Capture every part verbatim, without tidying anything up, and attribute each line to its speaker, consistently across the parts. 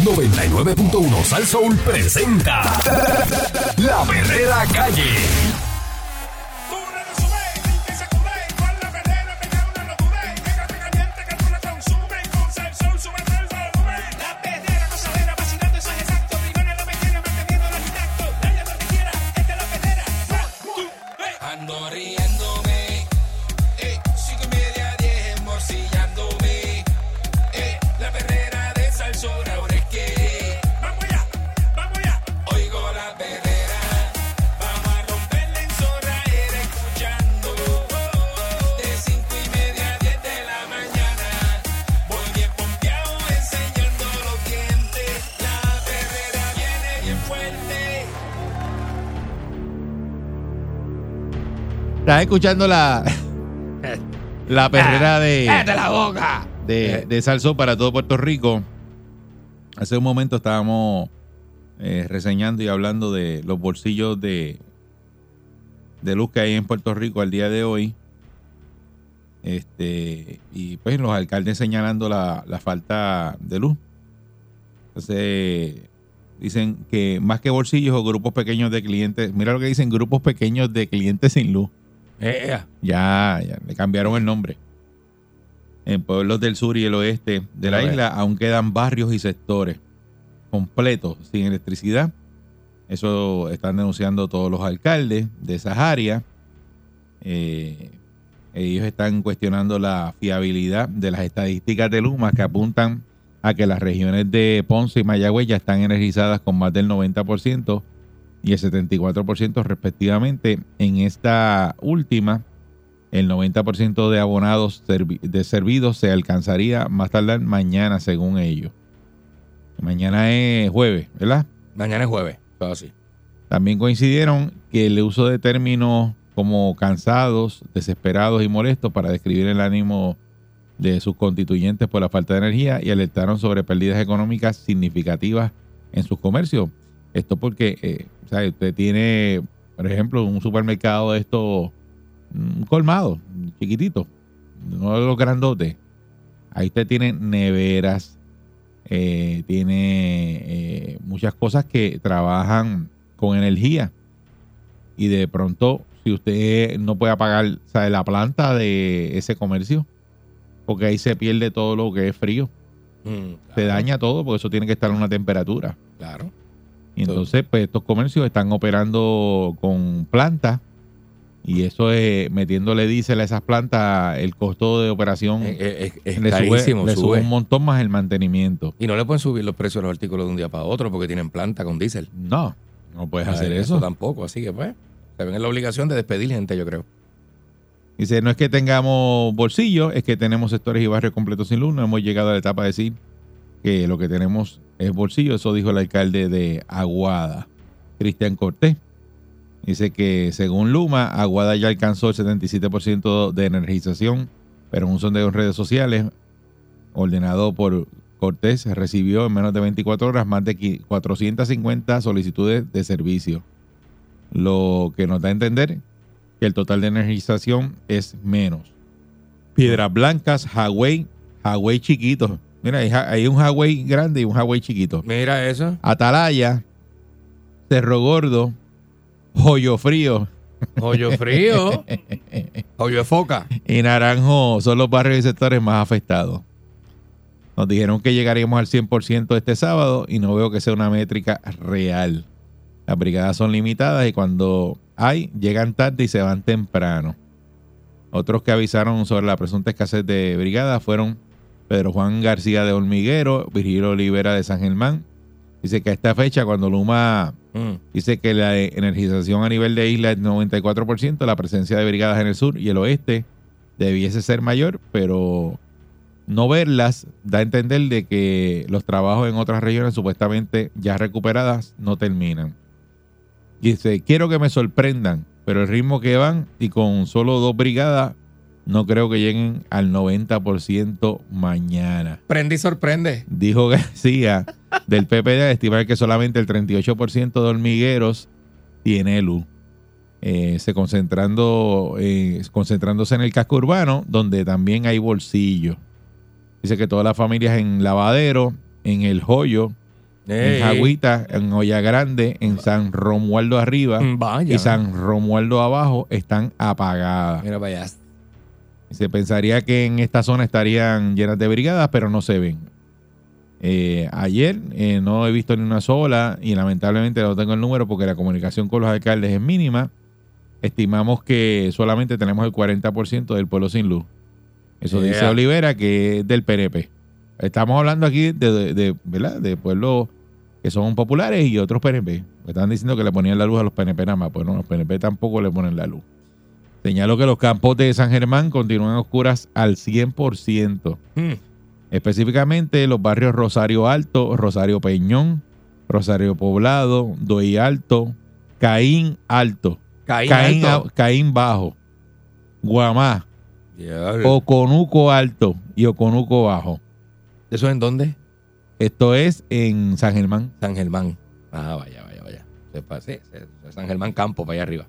Speaker 1: noventa y nueve punto uno Sal Soul presenta La Verdadera Calle.
Speaker 2: Estás escuchando la la perrera de,
Speaker 3: ¡Cállate la boca!
Speaker 2: de, de Sal Soul para todo Puerto Rico. Hace un momento estábamos eh, reseñando y hablando de los bolsillos de, de luz que hay en Puerto Rico al día de hoy. Este, y pues los alcaldes señalando la, la falta de luz. Entonces, dicen que más que bolsillos o grupos pequeños de clientes, mira lo que dicen, grupos pequeños de clientes sin luz.
Speaker 3: Eh,
Speaker 2: Ya, ya le cambiaron el nombre. En pueblos del sur y el oeste de la
Speaker 3: A ver.
Speaker 2: isla aún quedan barrios y sectores completos sin electricidad. Eso están denunciando todos los alcaldes de esas áreas. Eh, ellos están cuestionando la fiabilidad de las estadísticas de Luma que apuntan a que las regiones de Ponce y Mayagüez ya están energizadas con más del noventa por ciento y el setenta y cuatro por ciento respectivamente. En esta última, el noventa por ciento de abonados servi- de servidos se alcanzaría más tardar mañana, según ellos. Mañana es jueves, ¿verdad?
Speaker 3: mañana es jueves, todo así.
Speaker 2: También coincidieron que el uso de términos como cansados, desesperados y molestos para describir el ánimo de sus constituyentes por la falta de energía y alertaron sobre pérdidas económicas significativas en sus comercios. Esto porque, eh, o sea, usted tiene, por ejemplo, un supermercado de estos, un colmado, chiquitito, no de los grandotes. Ahí usted tiene neveras, eh, tiene eh, muchas cosas que trabajan con energía. Y de pronto, si usted no puede apagar, ¿sabe?, la planta de ese comercio, porque ahí se pierde todo lo que es frío.
Speaker 3: Mm, claro,
Speaker 2: Se daña todo porque eso tiene que estar a una temperatura.
Speaker 3: Claro.
Speaker 2: Y entonces, pues estos comercios están operando con plantas y eso es metiéndole diésel a esas plantas, el costo de operación
Speaker 3: Es, es- es
Speaker 2: le,
Speaker 3: carísimo,
Speaker 2: sube, le sube
Speaker 3: sube.
Speaker 2: un montón más el mantenimiento.
Speaker 3: Y no le pueden subir los precios de los artículos de un día para otro porque tienen planta con diésel.
Speaker 2: No, no puedes hacer
Speaker 3: Ay,
Speaker 2: eso.
Speaker 3: tampoco, así que pues, se ven en la obligación de despedir gente, yo creo.
Speaker 2: Dice, no es que tengamos bolsillos, es que tenemos sectores y barrios completos sin luz. No hemos llegado a la etapa de decir que lo que tenemos es bolsillo. Eso dijo el alcalde de Aguada, Cristian Cortés. Dice que según Luma, Aguada ya alcanzó el setenta y siete por ciento de energización, pero en un sondeo en redes sociales ordenado por Cortés recibió en menos de veinticuatro horas más de cuatrocientas cincuenta solicitudes de servicio, lo que nos da a entender que el total de energización es menos. Piedras Blancas, Hawái, Hawái chiquito. Mira, hay, hay un Hawái grande y un Hawái chiquito.
Speaker 3: Mira eso.
Speaker 2: Atalaya, Cerro Gordo, Hoyo Frío
Speaker 3: Hoyo frío. Hoyo de foca.
Speaker 2: y Naranjo son los barrios y sectores más afectados. Nos dijeron que llegaríamos al cien por ciento este sábado y no veo que sea una métrica real. Las brigadas son limitadas y cuando hay, llegan tarde y se van temprano. Otros que avisaron sobre la presunta escasez de brigadas fueron Pedro Juan García de Hormiguero, Virgilio Olivera de San Germán. Dice que a esta fecha, cuando Luma
Speaker 3: Mm.
Speaker 2: dice que la energización a nivel de isla es noventa y cuatro por ciento, la presencia de brigadas en el sur y el oeste debiese ser mayor, pero no verlas da a entender de que los trabajos en otras regiones supuestamente ya recuperadas no terminan. Dice, quiero que me sorprendan, pero el ritmo que van y con solo dos brigadas no creo que lleguen al noventa por ciento mañana.
Speaker 3: Prende y sorprende.
Speaker 2: Dijo García del P P D, estimar que solamente el treinta y ocho por ciento de hormigueros tiene luz. Eh, se concentrando, eh, concentrándose en el casco urbano, donde también hay bolsillos. Dice que todas las familias en Lavadero, en El Joyo
Speaker 3: Ey.
Speaker 2: en Jagüita, en Olla Grande, en San Romualdo arriba
Speaker 3: Vaya.
Speaker 2: y San Romualdo abajo están apagadas.
Speaker 3: Mira para allá.
Speaker 2: Se pensaría que en esta zona estarían llenas de brigadas, pero no se ven. Eh, ayer eh, no he visto ni una sola y lamentablemente no tengo el número porque la comunicación con los alcaldes es mínima. Estimamos que solamente tenemos el cuarenta por ciento del pueblo sin luz. Eso
Speaker 3: Yeah.
Speaker 2: dice Olivera, que es del P N P. Estamos hablando aquí de, de, de, ¿verdad? de pueblos que son populares y otros P N P. Están diciendo que le ponían la luz a los P N P nada más. Pues no, los P N P tampoco le ponen la luz. Señalo que los campos de San Germán continúan oscuras al cien por ciento.
Speaker 3: Hmm.
Speaker 2: Específicamente los barrios Rosario Alto, Rosario Peñón, Rosario Poblado, Doy Alto, Caín Alto,
Speaker 3: Caín,
Speaker 2: Caín,
Speaker 3: alto.
Speaker 2: a- Caín Bajo, Guamá,
Speaker 3: Diablo.
Speaker 2: Oconuco Alto y Oconuco Bajo.
Speaker 3: ¿Eso en dónde?
Speaker 2: Esto es en San Germán.
Speaker 3: San Germán. Ah, vaya, vaya, vaya. Sepa, sí, sí, San Germán Campo, para allá arriba.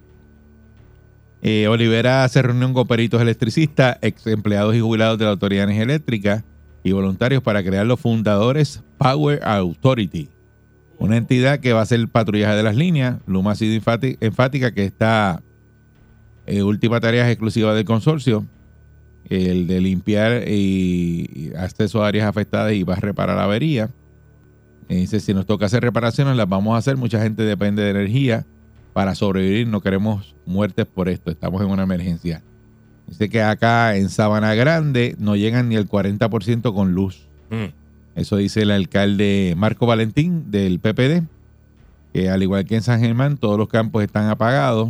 Speaker 2: Eh, Olivera se reunió con peritos electricistas, ex empleados y jubilados de la Autoridad de Energía Eléctrica y voluntarios para crear los fundadores Power Authority, una entidad que va a hacer el patrullaje de las líneas. Luma ha sido enfati- enfática que esta eh, última tarea es exclusiva del consorcio, el de limpiar y, y acceso a áreas afectadas y va a reparar la avería. Eh, dice, si nos toca hacer reparaciones, las vamos a hacer. Mucha gente depende de energía para sobrevivir. No queremos muertes por esto. Estamos en una emergencia. Dice que acá en Sabana Grande no llegan ni el cuarenta por ciento con luz.
Speaker 3: Hmm.
Speaker 2: Eso dice el alcalde Marco Valentín del P P D, que al igual que en San Germán, todos los campos están apagados,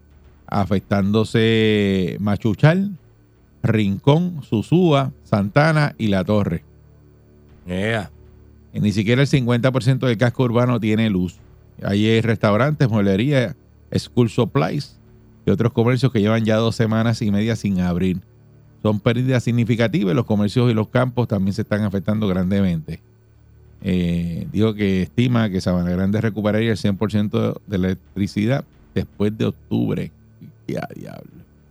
Speaker 2: afectándose Machuchal, Rincón, Susúa, Santana y La Torre.
Speaker 3: Yeah.
Speaker 2: Y ni siquiera el cincuenta por ciento del casco urbano tiene luz. Allí hay restaurantes, mueblería, school supplies y otros comercios que llevan ya dos semanas y media sin abrir. Son pérdidas significativas. Los comercios y los campos también se están afectando grandemente. Eh, digo que estima que Sabana Grande recuperaría el cien por ciento de la electricidad después de octubre. ¡Ya, diablo!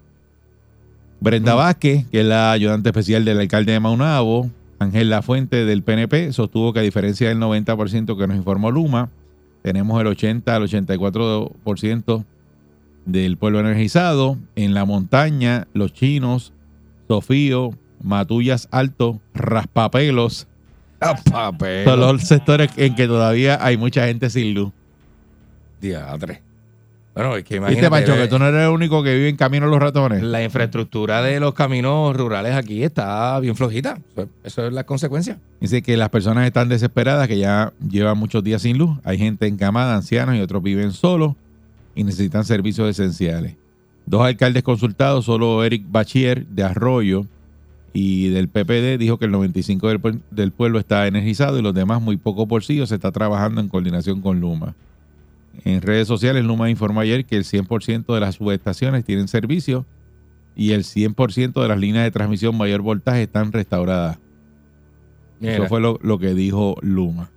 Speaker 2: Brenda Vázquez, que es la ayudante especial del alcalde de Maunabo, Ángel Lafuente del P N P, sostuvo que a diferencia del noventa por ciento que nos informó Luma, tenemos el ochenta al ochenta y cuatro por ciento del pueblo energizado. En la montaña, Los Chinos, Sofío, Matullas Alto, Raspapelos,
Speaker 3: Papel.
Speaker 2: son los sectores en que todavía hay mucha gente sin luz.
Speaker 3: Diadre. Bueno, es que
Speaker 2: ¿Viste,
Speaker 3: imagínate.
Speaker 2: Pancho,
Speaker 3: ve,
Speaker 2: que tú no eres el único que vive en Camino a los Ratones?
Speaker 3: La infraestructura de los caminos rurales aquí está bien flojita. Eso, eso es la consecuencia.
Speaker 2: Dice que las personas están desesperadas, que ya llevan muchos días sin luz. Hay gente encamada, ancianos y otros viven solos y necesitan servicios esenciales. Dos alcaldes consultados, solo Eric Bachier de Arroyo y del P P D dijo que el noventa y cinco por ciento del, pue- del pueblo está energizado y los demás muy poco por sí. Se está trabajando en coordinación con Luma. En redes sociales, Luma informó ayer que el cien por ciento de las subestaciones tienen servicio y el cien por ciento de las líneas de transmisión mayor voltaje están restauradas.
Speaker 3: Mira.
Speaker 2: Eso fue lo, lo que dijo Luma.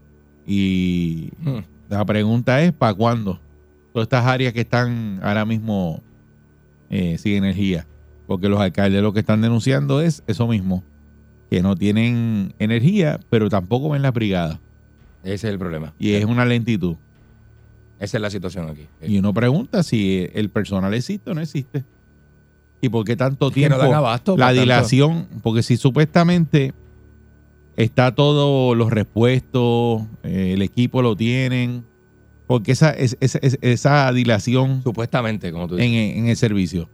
Speaker 2: Y
Speaker 3: Hmm.
Speaker 2: la pregunta es, ¿para cuándo? Todas estas áreas que están ahora mismo eh, sin energía. Porque los alcaldes lo que están denunciando es eso mismo, que no tienen energía, pero tampoco ven la brigada.
Speaker 3: Ese es el problema.
Speaker 2: Y es una lentitud.
Speaker 3: Esa es la situación aquí.
Speaker 2: Y uno pregunta si el personal existe o no existe. ¿Y por qué tanto
Speaker 3: Es que
Speaker 2: tiempo?
Speaker 3: no dan abasto
Speaker 2: la
Speaker 3: para tanto.
Speaker 2: dilación, porque si supuestamente está todos los repuestos, eh, el equipo lo tienen, porque esa, es, es- es- esa dilación
Speaker 3: Supuestamente, como tú
Speaker 2: en,
Speaker 3: dices.
Speaker 2: en el servicio.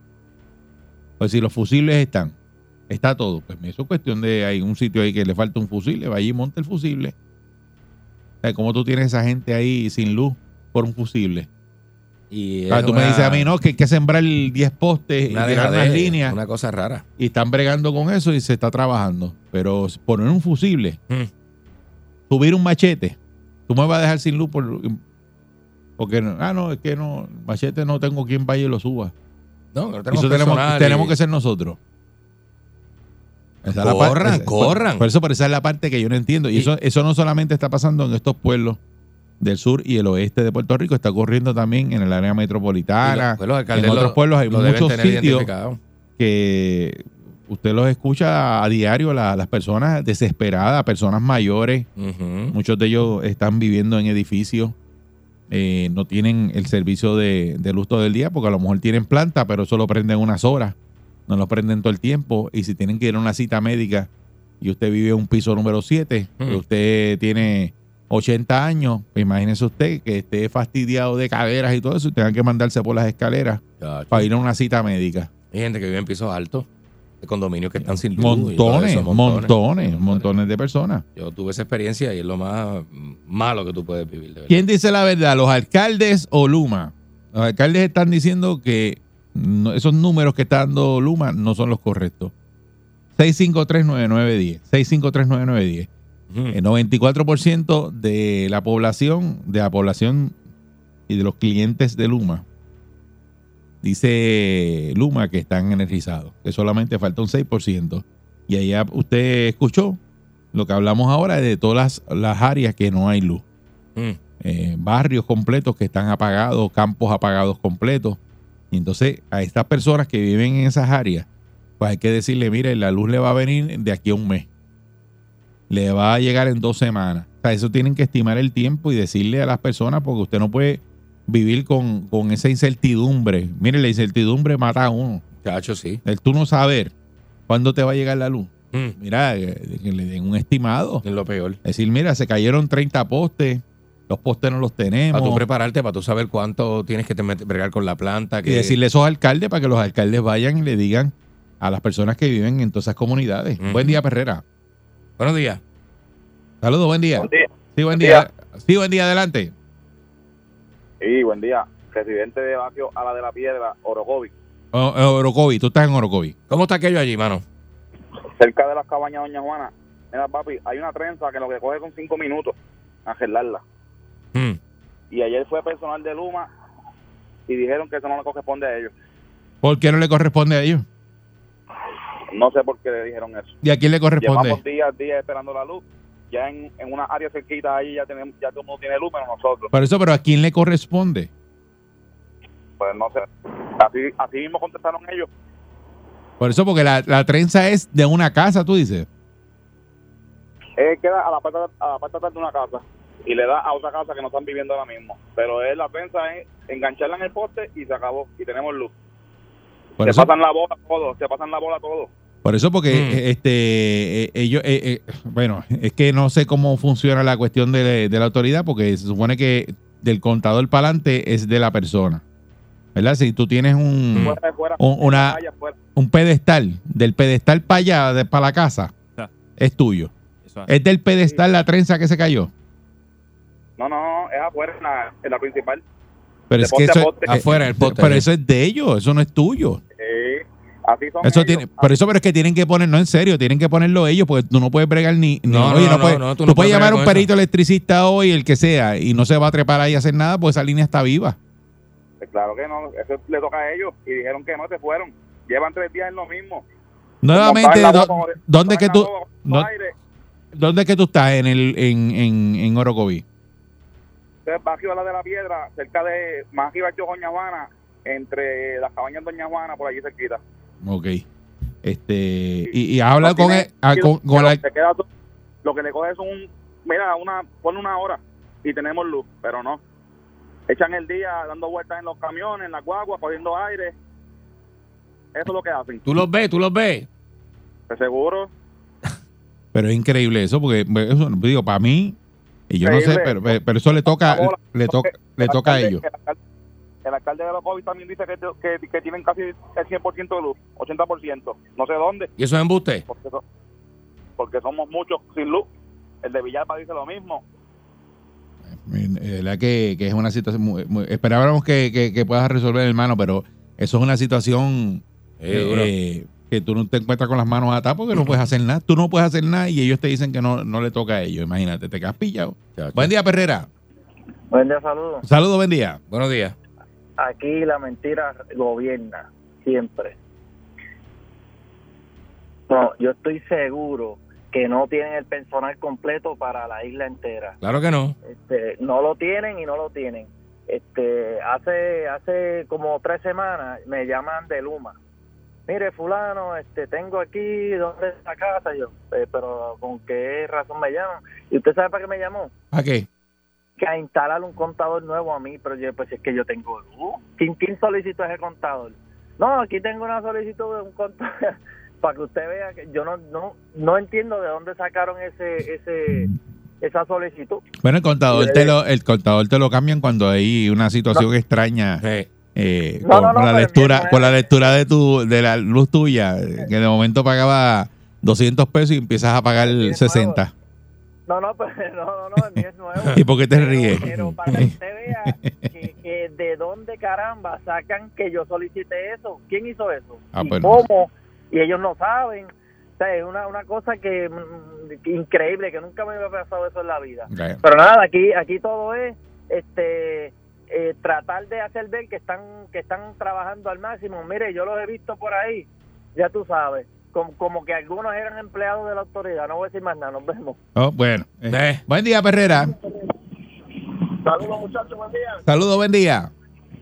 Speaker 2: Pues si los fusibles están, está todo. Pues eso es cuestión de, hay un sitio ahí que le falta un fusible, va allí y monta el fusible. O sea, ¿cómo tú tienes esa gente ahí sin luz por un fusible?
Speaker 3: Y
Speaker 2: Ah,
Speaker 3: es
Speaker 2: tú me
Speaker 3: una-
Speaker 2: dices a mí, no, que hay que sembrar diez postes y
Speaker 3: una
Speaker 2: tirar
Speaker 3: dejadez,
Speaker 2: unas líneas
Speaker 3: una cosa rara.
Speaker 2: y están bregando con eso y se está trabajando. Pero poner un fusible,
Speaker 3: Hmm.
Speaker 2: subir un machete, tú me vas a dejar sin luz por, porque, no- ah, no, es que no, machete no tengo quien vaya y lo suba.
Speaker 3: No, no tenemos
Speaker 2: Eso tenemos,
Speaker 3: personal
Speaker 2: tenemos
Speaker 3: y-
Speaker 2: que ser nosotros. Esa es la par-
Speaker 3: Corran,
Speaker 2: esa-
Speaker 3: corran.
Speaker 2: Por, por eso, pero esa es la parte que yo no entiendo. Y,
Speaker 3: Y-
Speaker 2: eso, eso no solamente está pasando en estos pueblos del sur y el oeste de Puerto Rico, está ocurriendo también en el área
Speaker 3: y
Speaker 2: metropolitana.
Speaker 3: los- pues los alcaldes
Speaker 2: en otros
Speaker 3: lo-
Speaker 2: pueblos hay
Speaker 3: lo deben
Speaker 2: muchos
Speaker 3: tener
Speaker 2: sitios
Speaker 3: identificado.
Speaker 2: que usted los escucha a diario, la- las personas desesperadas, personas mayores,
Speaker 3: Ujú.
Speaker 2: muchos de ellos están viviendo en edificios, eh, no tienen el servicio de, de luz todo el día porque a lo mejor tienen planta, pero solo prenden unas horas, no lo prenden todo el tiempo. Y si tienen que ir a una cita médica y usted vive en un piso número siete,
Speaker 3: Hmm.
Speaker 2: y usted tiene ochenta años, pues imagínese usted que esté fastidiado de caderas y todo eso y tengan que mandarse por las escaleras
Speaker 3: Chacho.
Speaker 2: para ir a una cita médica.
Speaker 3: Hay gente que vive en pisos altos, de condominios que están sin luz. y todo
Speaker 2: Montones,
Speaker 3: eso,
Speaker 2: montones, montones de personas.
Speaker 3: Yo tuve esa experiencia y es lo más mm, malo que tú puedes vivir. De verdad.
Speaker 2: ¿Quién dice la verdad, los alcaldes o Luma? Los alcaldes están diciendo que no- esos números que está dando Luma no son los correctos. seis cinco tres nueve nueve uno cero, seis cinco tres nueve nueve uno cero.
Speaker 3: Ujú.
Speaker 2: El noventa y cuatro por ciento de la población, de la población y de los clientes de Luma, dice Luma que están energizados, que solamente falta un seis por ciento. Y allá usted escuchó lo que hablamos ahora de todas las, las áreas que no hay luz.
Speaker 3: Mm.
Speaker 2: Eh, barrios completos que están apagados, campos apagados completos. Y entonces a estas personas que viven en esas áreas, pues hay que decirle, mire, la luz le va a venir de aquí a un mes. Le va a llegar en dos semanas. O sea, eso tienen que estimar el tiempo y decirle a las personas, porque usted no puede vivir con, con esa incertidumbre. Mire, la incertidumbre mata a uno.
Speaker 3: Chacho, sí.
Speaker 2: El tú no saber cuándo te va a llegar la luz.
Speaker 3: Mm.
Speaker 2: Mira, eh, que le den un estimado.
Speaker 3: Es lo peor.
Speaker 2: Decir, mira, se cayeron treinta postes, los postes no los tenemos.
Speaker 3: Para tú prepararte, para tú saber cuánto tienes que te met- bregar con la planta.
Speaker 2: Y
Speaker 3: Que...
Speaker 2: decirle a esos alcaldes para que los alcaldes vayan y le digan a las personas que viven en todas esas comunidades.
Speaker 3: Ujú.
Speaker 2: Buen día, Perrera.
Speaker 3: Buenos días.
Speaker 2: Saludos, buen día.
Speaker 4: Buen día.
Speaker 2: Sí, buen
Speaker 4: Buen
Speaker 2: día. Sí, buen día, adelante.
Speaker 4: Sí, buen día. Residente de Barrio a la de la Piedra, Orocovi,
Speaker 2: O- o- Orocovi, tú estás en Orocovi.
Speaker 3: ¿Cómo está aquello allí, mano?
Speaker 4: cerca de las cabañas Doña Juana. Mira, papi, hay una trenza que lo que coge son cinco minutos a arreglarla.
Speaker 3: Mm.
Speaker 4: Y ayer fue personal de Luma y dijeron que eso no le corresponde a ellos.
Speaker 2: ¿Por qué no le corresponde a ellos?
Speaker 4: No sé por qué le dijeron eso.
Speaker 2: ¿Y a quién le corresponde?
Speaker 4: Llevamos días, días esperando la luz. Ya en, en una área cerquita ahí ya tenemos, ya todo el mundo tiene luz, menos nosotros.
Speaker 2: Por eso, pero ¿a quién le corresponde?
Speaker 4: Pues no sé. Así, así mismo contestaron ellos.
Speaker 2: Por eso, porque la, la trenza es de una casa, tú dices.
Speaker 4: Él queda a la parte a la parte de atrás de una casa y le da a otra casa que no están viviendo ahora mismo. Pero él la trenza es engancharla en el poste y se acabó. Y tenemos luz.
Speaker 2: Por
Speaker 4: se
Speaker 2: eso,
Speaker 4: pasan la bola todo, se pasan la bola todo.
Speaker 2: por eso porque
Speaker 3: Mm.
Speaker 2: eh, este eh, ellos, eh, eh, bueno, es que no sé cómo funciona la cuestión de, de la autoridad, porque se supone que del contador para adelante es de la persona. ¿Verdad? Si tú tienes un,
Speaker 4: Fuera, fuera,
Speaker 2: un-
Speaker 4: en
Speaker 2: una-
Speaker 4: la calle, fuera.
Speaker 2: un pedestal, del pedestal para allá, de, para la casa,
Speaker 5: Ah.
Speaker 2: es tuyo.
Speaker 5: Eso es.
Speaker 2: Es del pedestal la trenza que se cayó.
Speaker 4: No, no, es afuera en la, en la principal.
Speaker 2: Pero
Speaker 4: De
Speaker 2: es que
Speaker 4: poste a
Speaker 2: eso,
Speaker 4: poste.
Speaker 2: eh,
Speaker 3: Afuera, el poste,
Speaker 2: pero
Speaker 3: sí.
Speaker 2: eso es de ellos, eso no es tuyo.
Speaker 4: Eh, así son
Speaker 2: Eso
Speaker 4: ellos.
Speaker 2: tiene, por eso, pero es que tienen que poner, no en serio, tienen que ponerlo ellos, porque tú no puedes bregar ni. ni-
Speaker 3: No,
Speaker 2: oye,
Speaker 3: no, no,
Speaker 2: puedes,
Speaker 3: no, tú
Speaker 2: tú,
Speaker 3: no
Speaker 2: puedes
Speaker 3: puedes
Speaker 2: llamar a
Speaker 3: bregar
Speaker 2: un
Speaker 3: con
Speaker 2: perito electricista hoy, el que sea, y no se va a trepar ahí a hacer nada, porque esa línea está viva.
Speaker 4: Pues claro que no, eso le toca a ellos. Y dijeron que no se fueron. Llevan tres días en lo mismo.
Speaker 2: Nuevamente,
Speaker 4: Montar la
Speaker 2: do-
Speaker 4: boca,
Speaker 2: ¿dónde es que
Speaker 4: montar
Speaker 2: tú,
Speaker 4: la boca,
Speaker 2: no-
Speaker 4: aire.
Speaker 2: dónde es que tú estás en el en, en, en Orocovi?
Speaker 4: Entonces, Barrio La de la Piedra, cerca de más arriba de Doña Juana, entre las cabañas Doña Juana, por allí cerquita.
Speaker 2: Ok. Este, y, y habla
Speaker 4: No
Speaker 2: con,
Speaker 4: tiene-
Speaker 2: el- ah, con, con
Speaker 4: pero
Speaker 2: la,
Speaker 4: se queda to- lo que le coge es un, mira, una, pone una hora y tenemos luz, pero no. Echan el día dando vueltas en los camiones, en las guaguas, cogiendo aire. Eso es lo que hacen.
Speaker 3: Tú los ves, tú los ves.
Speaker 4: De seguro.
Speaker 2: pero es increíble eso, porque eso, digo, para mí, y yo no sé, pero,
Speaker 4: Increíble.
Speaker 2: pero eso le toca,
Speaker 4: La bola.
Speaker 2: le toca, le
Speaker 4: El
Speaker 2: toca a
Speaker 4: alcalde-
Speaker 2: ellos.
Speaker 4: El alcalde, el alcalde de los COVID también dice que, que, que tienen casi el cien por ciento de luz, ochenta por ciento. No sé dónde,
Speaker 3: ¿Y eso es embuste?
Speaker 4: porque, so- porque somos muchos sin luz. El de Villalba dice lo mismo.
Speaker 2: De verdad que, que es una situación muy, muy- esperábamos que, que, que puedas resolver, hermano, pero eso es una situación
Speaker 3: Eh, duro.
Speaker 2: eh, que tú no te encuentras con las manos atadas porque no puedes hacer nada. Tú no puedes hacer nada y ellos te dicen que no, no le toca a ellos. Imagínate, te quedas pillado.
Speaker 3: Chacho.
Speaker 2: Buen día, Perrera.
Speaker 6: Buen día, saludos.
Speaker 2: Saludos, buen día.
Speaker 3: Buenos días.
Speaker 6: Aquí la mentira gobierna, siempre. No, yo estoy seguro que no tienen el personal completo para la isla entera.
Speaker 3: Claro que no.
Speaker 6: Este, no lo tienen y no lo tienen. Este, hace hace como tres semanas me llaman de Luma mire fulano, este, tengo aquí, ¿dónde está la casa? Y yo, eh, pero ¿con qué razón me llaman? ¿Y usted sabe para qué me llamó?
Speaker 2: ¿A qué?
Speaker 6: Que a instalar un contador nuevo a mí, pero yo, pues es que yo tengo luz. ¿Quién, quién solicitó ese contador? No, aquí tengo una solicitud de un contador para que usted vea que yo no no no entiendo de dónde sacaron ese ese esa solicitud.
Speaker 2: Bueno, el contador te lo el contador te lo cambian cuando hay una situación
Speaker 6: No.
Speaker 2: extraña.
Speaker 3: Sí.
Speaker 2: Eh,
Speaker 6: No,
Speaker 2: con,
Speaker 6: no, no,
Speaker 2: con la
Speaker 6: pero
Speaker 2: lectura
Speaker 6: mi-
Speaker 2: con la lectura de tu de la luz tuya, eh, que de momento pagaba doscientos pesos y empiezas a pagar
Speaker 6: Sí, es
Speaker 2: sesenta.
Speaker 6: No, no, pero no, no, no, el mío es nuevo.
Speaker 2: ¿Y por qué te
Speaker 6: Pero-
Speaker 2: ríes?
Speaker 6: Pero para que usted vea que, que de dónde caramba sacan que yo solicité eso. ¿Quién hizo eso?
Speaker 2: Ah,
Speaker 6: ¿Y
Speaker 2: pues,
Speaker 6: cómo? Y ellos no saben. O sea, es una, una cosa que, mm, que increíble, que nunca me había pasado eso en la vida.
Speaker 2: Okay.
Speaker 6: Pero nada, aquí aquí todo es este eh, tratar de hacer ver que están que están trabajando al máximo. Mire, yo los he visto por ahí, ya tú sabes, como, como que algunos eran empleados de la autoridad. No voy a decir más nada, nos vemos.
Speaker 2: Oh, bueno. Eh,
Speaker 3: Eh.
Speaker 2: Buen día, Perrera.
Speaker 5: Saludos muchachos, buen día.
Speaker 2: Saludos, buen día.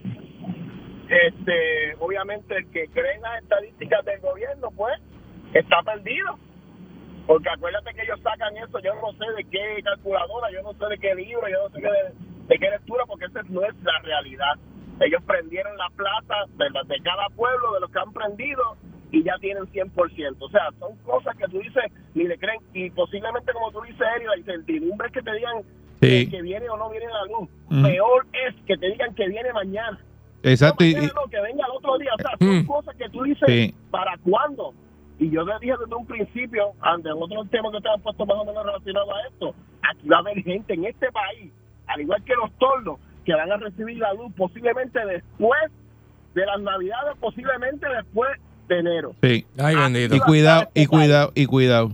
Speaker 5: Este, obviamente el que cree en las estadísticas del gobierno, pues, está perdido. Porque acuérdate que ellos sacan eso, yo no sé de qué calculadora, yo no sé de qué libro, yo no sé de, de qué lectura, porque esa no es la realidad. Ellos prendieron la plaza de, la- de cada pueblo, de los que han prendido, y ya tienen cien por ciento. O sea, son cosas que tú dices, ni le creen, y posiblemente, como tú dices, Eri, la incertidumbre es que te digan
Speaker 2: Sí.
Speaker 5: eh, que viene o no viene la luz.
Speaker 2: Mm.
Speaker 5: Peor es que te digan que viene mañana.
Speaker 2: Exacto.
Speaker 5: No,
Speaker 2: Y,
Speaker 5: mañana no, que venga el otro día. O sea, son
Speaker 3: Mm.
Speaker 5: cosas que tú dices,
Speaker 2: Sí.
Speaker 5: ¿para cuándo? Y yo le dije desde un principio, ante otros temas que te han puesto más o menos relacionados a esto, aquí va a haber gente en este país, al igual que los tordos, que van a recibir la luz posiblemente después de las navidades, posiblemente después de enero.
Speaker 2: sí.
Speaker 3: Ay, bendito.
Speaker 2: Y cuidado, y cuidado, y cuidado.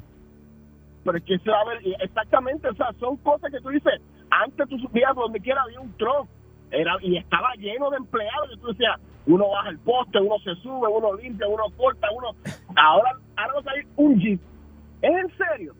Speaker 5: Pero es que se va a ver, y exactamente, o sea, son cosas que tú dices, antes tú subías donde quiera había un truck, era, y estaba lleno de empleados, y tú decías, uno baja el poste, uno se sube, uno limpia, uno corta, uno, ahora, ahora va a salir un jeep, ¿es en serio?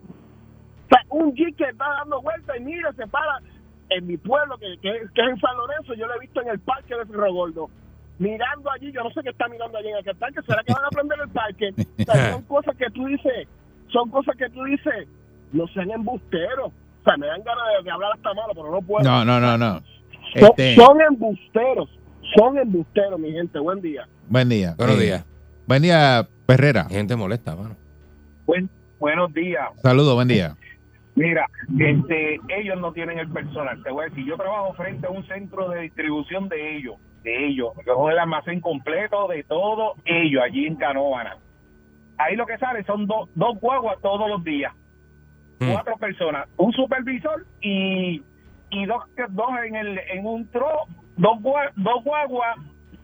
Speaker 5: O sea, un jeep que está dando vueltas y mira, se para, en mi pueblo, que, que, que es en San Lorenzo, yo lo he visto en el parque de Cerro Gordo, mirando allí, yo no sé qué está mirando allí en aquel parque, ¿será que van a prender el parque? O sea, son cosas que tú dices, son cosas que tú dices, no sean embusteros. O sea, me dan ganas de, de hablar hasta malo, pero no puedo.
Speaker 2: No, no, no, no.
Speaker 5: Son,
Speaker 2: Este,
Speaker 5: son embusteros, son embusteros, mi gente. Buen día.
Speaker 2: buen día.
Speaker 3: Buenos
Speaker 2: Eh,
Speaker 3: días.
Speaker 2: Buen día, Perrera.
Speaker 3: Gente molesta, mano.
Speaker 7: Buen, buenos días.
Speaker 2: Saludos, buen día.
Speaker 7: Mira, este, ellos no tienen el personal. Te voy a decir, yo trabajo frente a un centro de distribución de ellos, de ellos, que es el almacén completo de todo ellos, allí en Canóvana. Ahí lo que sale son dos dos guaguas todos los días.
Speaker 3: Mm.
Speaker 7: Cuatro personas, un supervisor y, y dos, dos en el en un tro, dos, gua- dos guaguas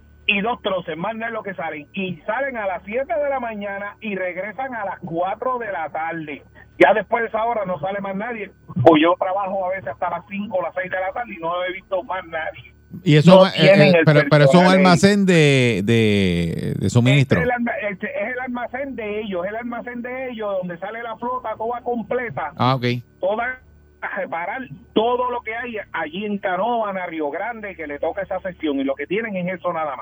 Speaker 7: y dos troces, más no es lo que salen. Y salen a las siete de la mañana y regresan a las cuatro de la tarde. Ya después de esa hora no sale más nadie. Pues yo trabajo a veces hasta las cinco o las seis de la tarde y no he visto más nadie.
Speaker 2: Y eso,
Speaker 7: No
Speaker 2: eh,
Speaker 7: tienen
Speaker 2: eh,
Speaker 7: el
Speaker 2: pero, pero eso es un
Speaker 7: personal ahí.
Speaker 2: almacén de, de, de suministro.
Speaker 7: Este es, el, alma- este es el almacén de ellos, es el almacén de ellos donde sale la flota toda completa,
Speaker 2: Ah, ok.
Speaker 7: toda a reparar todo lo que hay allí en Canóvana, Río Grande, que le toca esa sección y lo que tienen es eso nada más.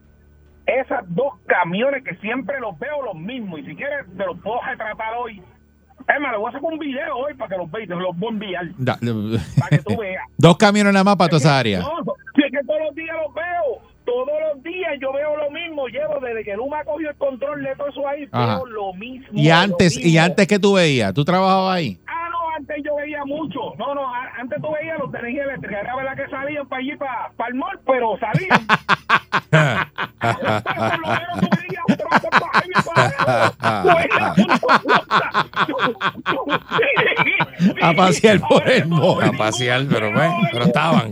Speaker 7: Esas dos camiones que siempre los veo los mismos y si quieres te los puedo retratar hoy. Es más, le voy a hacer un video hoy para que los veas, te los voy a enviar
Speaker 2: Da-
Speaker 7: para que tú veas.
Speaker 2: Dos camiones nada más para toda esa área.
Speaker 7: No, si es que todos los días los veo, todos los días yo veo lo mismo, llevo desde que Luma cogió el control de todo eso ahí,
Speaker 2: Ajá.
Speaker 7: veo lo mismo.
Speaker 2: Y antes,
Speaker 7: lo
Speaker 2: y
Speaker 7: mismo.
Speaker 2: antes que tú veías, tú trabajabas ahí.
Speaker 7: Ah, no, antes yo veía mucho, no, no, a- antes tú veías los de energía eléctrica, era verdad que salían para allí, para, para el mall, pero salían. Pero por lo menos tú veías un trozo para allá, para allá. Tú veías un-
Speaker 2: A pasear por el mall.
Speaker 3: A pasear, pero bueno, pero estaban.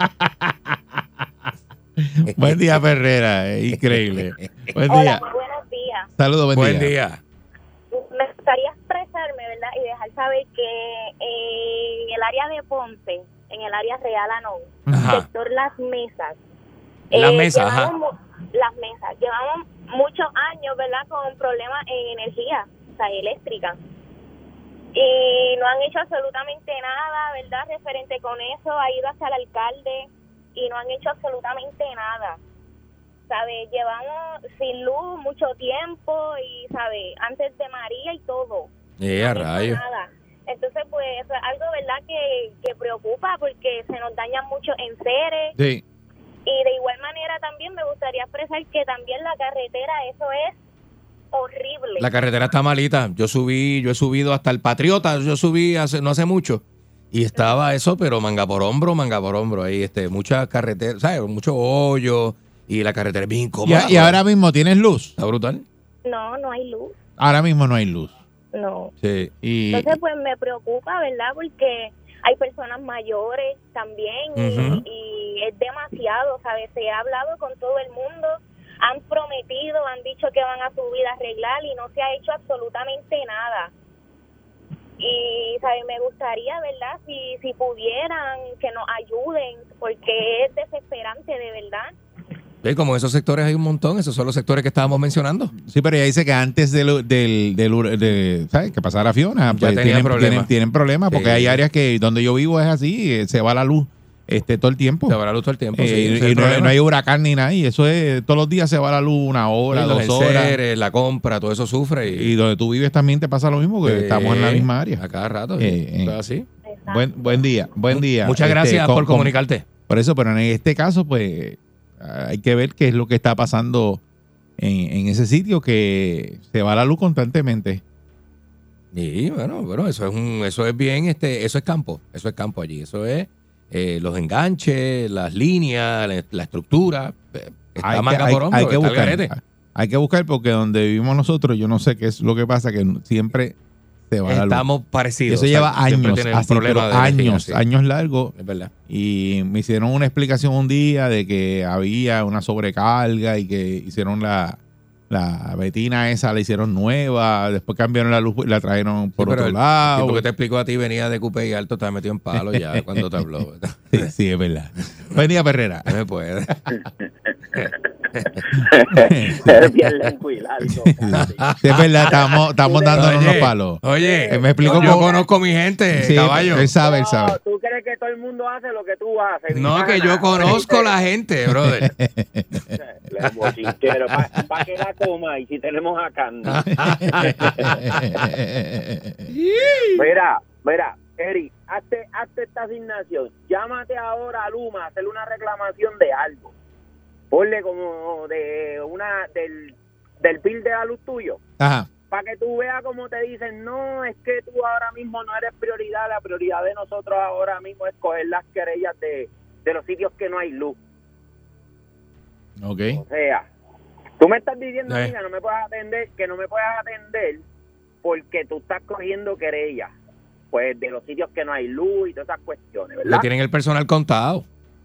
Speaker 2: Buen día, Ferrera. eh, Increíble. Buen
Speaker 8: Hola,
Speaker 2: día.
Speaker 8: muy buenos días.
Speaker 2: Saludos, buen,
Speaker 3: Buen
Speaker 2: día.
Speaker 3: día.
Speaker 8: Me gustaría expresarme, ¿verdad? Y dejar saber que en el área de Ponce, en el área Real Anón,
Speaker 3: Ajá.
Speaker 8: sector Las Mesas.
Speaker 3: Las mesas, ajá.
Speaker 8: llevamos mu- Las mesas. Llevamos muchos años, ¿verdad? Con problemas en energía, o sea, eléctrica. Y no han hecho absolutamente nada, ¿verdad? Referente con eso, ha ido hasta el alcalde y no han hecho absolutamente nada. ¿sabes? Llevamos sin luz mucho tiempo y, ¿sabes? Antes de María y todo.
Speaker 3: Eh, a
Speaker 8: No hizo
Speaker 3: rayos.
Speaker 8: nada. Entonces, pues, eso es algo, ¿verdad?, que, que preocupa porque se nos dañan mucho enseres.
Speaker 2: Sí.
Speaker 8: Y de igual manera también me gustaría expresar que también la carretera, eso es horrible.
Speaker 3: La carretera está malita. Yo subí, yo he subido hasta el Patriota, yo subí hace, no hace mucho. Y estaba eso, pero manga por hombro, manga por hombro. Ahí, este, muchas carreteras, ¿sabes? Muchos hoyos. Y la carretera es bien
Speaker 2: Y,
Speaker 3: incómoda.
Speaker 2: y ahora mismo tienes luz.
Speaker 3: Está brutal.
Speaker 8: No, no hay luz.
Speaker 2: Ahora mismo no hay luz.
Speaker 8: No.
Speaker 3: Sí.
Speaker 2: Y,
Speaker 8: Entonces, pues me preocupa, ¿verdad? Porque hay personas mayores también y,
Speaker 3: Ujú.
Speaker 8: y es demasiado, ¿sabes? Se ha hablado con todo el mundo, han prometido, han dicho que van a subir a arreglar y no se ha hecho absolutamente nada. Y, ¿sabes? Me gustaría, ¿verdad? Si, si pudieran, que nos ayuden, porque es desesperante, de verdad.
Speaker 3: Sí, como en esos sectores hay un montón, esos son los sectores que estábamos mencionando.
Speaker 2: sí, pero ella dice que antes del, del, del, de, ¿sabes? Que pasara Fiona,
Speaker 3: Ya
Speaker 2: pues
Speaker 3: tenía
Speaker 2: tienen,
Speaker 3: problemas.
Speaker 2: tienen, tienen problemas porque
Speaker 3: Sí.
Speaker 2: hay áreas que donde yo vivo es así, eh, se va la luz este todo el tiempo.
Speaker 3: Se va la luz todo el tiempo.
Speaker 2: Eh,
Speaker 3: sí,
Speaker 2: y
Speaker 3: ese es el
Speaker 2: no,
Speaker 3: problema.
Speaker 2: no hay huracán ni nada, y eso es, todos los días se va la luz una hora,
Speaker 3: Sí, los
Speaker 2: dos horas.
Speaker 3: enseres, la compra, todo eso sufre. Y,
Speaker 2: Y donde tú vives también te pasa lo mismo, que
Speaker 3: Sí,
Speaker 2: estamos en la misma área.
Speaker 3: A cada rato.
Speaker 2: Eh,
Speaker 3: sí.
Speaker 2: eh.
Speaker 3: Eso es así.
Speaker 8: Exacto.
Speaker 2: Buen, buen día, buen día.
Speaker 3: Muchas
Speaker 2: Este,
Speaker 3: gracias
Speaker 2: con-
Speaker 3: por
Speaker 2: con-
Speaker 3: comunicarte.
Speaker 2: Por eso, pero en este caso, pues hay que ver qué es lo que está pasando en, en ese sitio, que se va la luz constantemente.
Speaker 3: Y bueno, bueno, eso es un, eso es bien, este, eso es campo, eso es campo allí, eso es eh, los enganches, las líneas, la, la estructura, eh, está
Speaker 2: Hay que,
Speaker 3: manga
Speaker 2: hay-
Speaker 3: por hombro,
Speaker 2: hay que
Speaker 3: está el
Speaker 2: buscar.
Speaker 3: garete.
Speaker 2: Hay que buscar porque donde vivimos nosotros, yo no sé qué es lo que pasa, que siempre se va la luz.
Speaker 3: Estamos
Speaker 2: Y
Speaker 3: parecidos.
Speaker 2: eso lleva
Speaker 3: o sea, siempre
Speaker 2: años,
Speaker 3: tienen un
Speaker 2: así, pero
Speaker 3: problema de energía,
Speaker 2: años,
Speaker 3: sí.
Speaker 2: años largos.
Speaker 3: Es verdad.
Speaker 2: Y me hicieron una explicación un día de que había una sobrecarga y que hicieron la, la betina esa, la hicieron nueva, después cambiaron la luz y la trajeron por
Speaker 3: Sí, pero
Speaker 2: otro
Speaker 3: el
Speaker 2: lado.
Speaker 3: tipo que te explicó a ti venía de Coupé y Alto, estaba metido en palo ya cuando te habló.
Speaker 2: Sí, sí, es verdad. Buen día, Perrera.
Speaker 3: No me puede.
Speaker 6: Es bien lengua y largo.
Speaker 2: Sí, es verdad, estamos, estamos dándonos unos palos.
Speaker 3: Oye,
Speaker 2: Eh, me explicó
Speaker 3: yo
Speaker 2: cómo-
Speaker 3: conozco a mi gente,
Speaker 2: Sí,
Speaker 3: caballo.
Speaker 2: él sabe, él
Speaker 6: No,
Speaker 2: sabe.
Speaker 6: tú crees que todo el mundo hace lo que tú haces.
Speaker 3: No,
Speaker 6: mi
Speaker 3: que yo
Speaker 6: pana.
Speaker 3: conozco la gente, brother.
Speaker 6: La bochinchero, para que la coma y si tenemos a Candy. Mira, mira, Eri, hazte, hazte esta asignación. Llámate ahora a Luma a hacerle una reclamación de algo. Ponle como de una del, del bill de la luz tuyo.
Speaker 2: Ajá.
Speaker 6: Para que tú veas como te dicen, no, es que tú ahora mismo no eres prioridad. La prioridad de nosotros ahora mismo es coger las querellas de, de los sitios que no hay luz.
Speaker 2: Ok.
Speaker 6: O sea, tú me estás diciendo a mí
Speaker 3: Eh.
Speaker 6: que no me puedes atender, que no me puedes atender porque tú estás cogiendo querellas, pues de los sitios que no hay luz y todas esas cuestiones,
Speaker 3: Le
Speaker 6: ¿verdad?
Speaker 3: tienen el personal contado.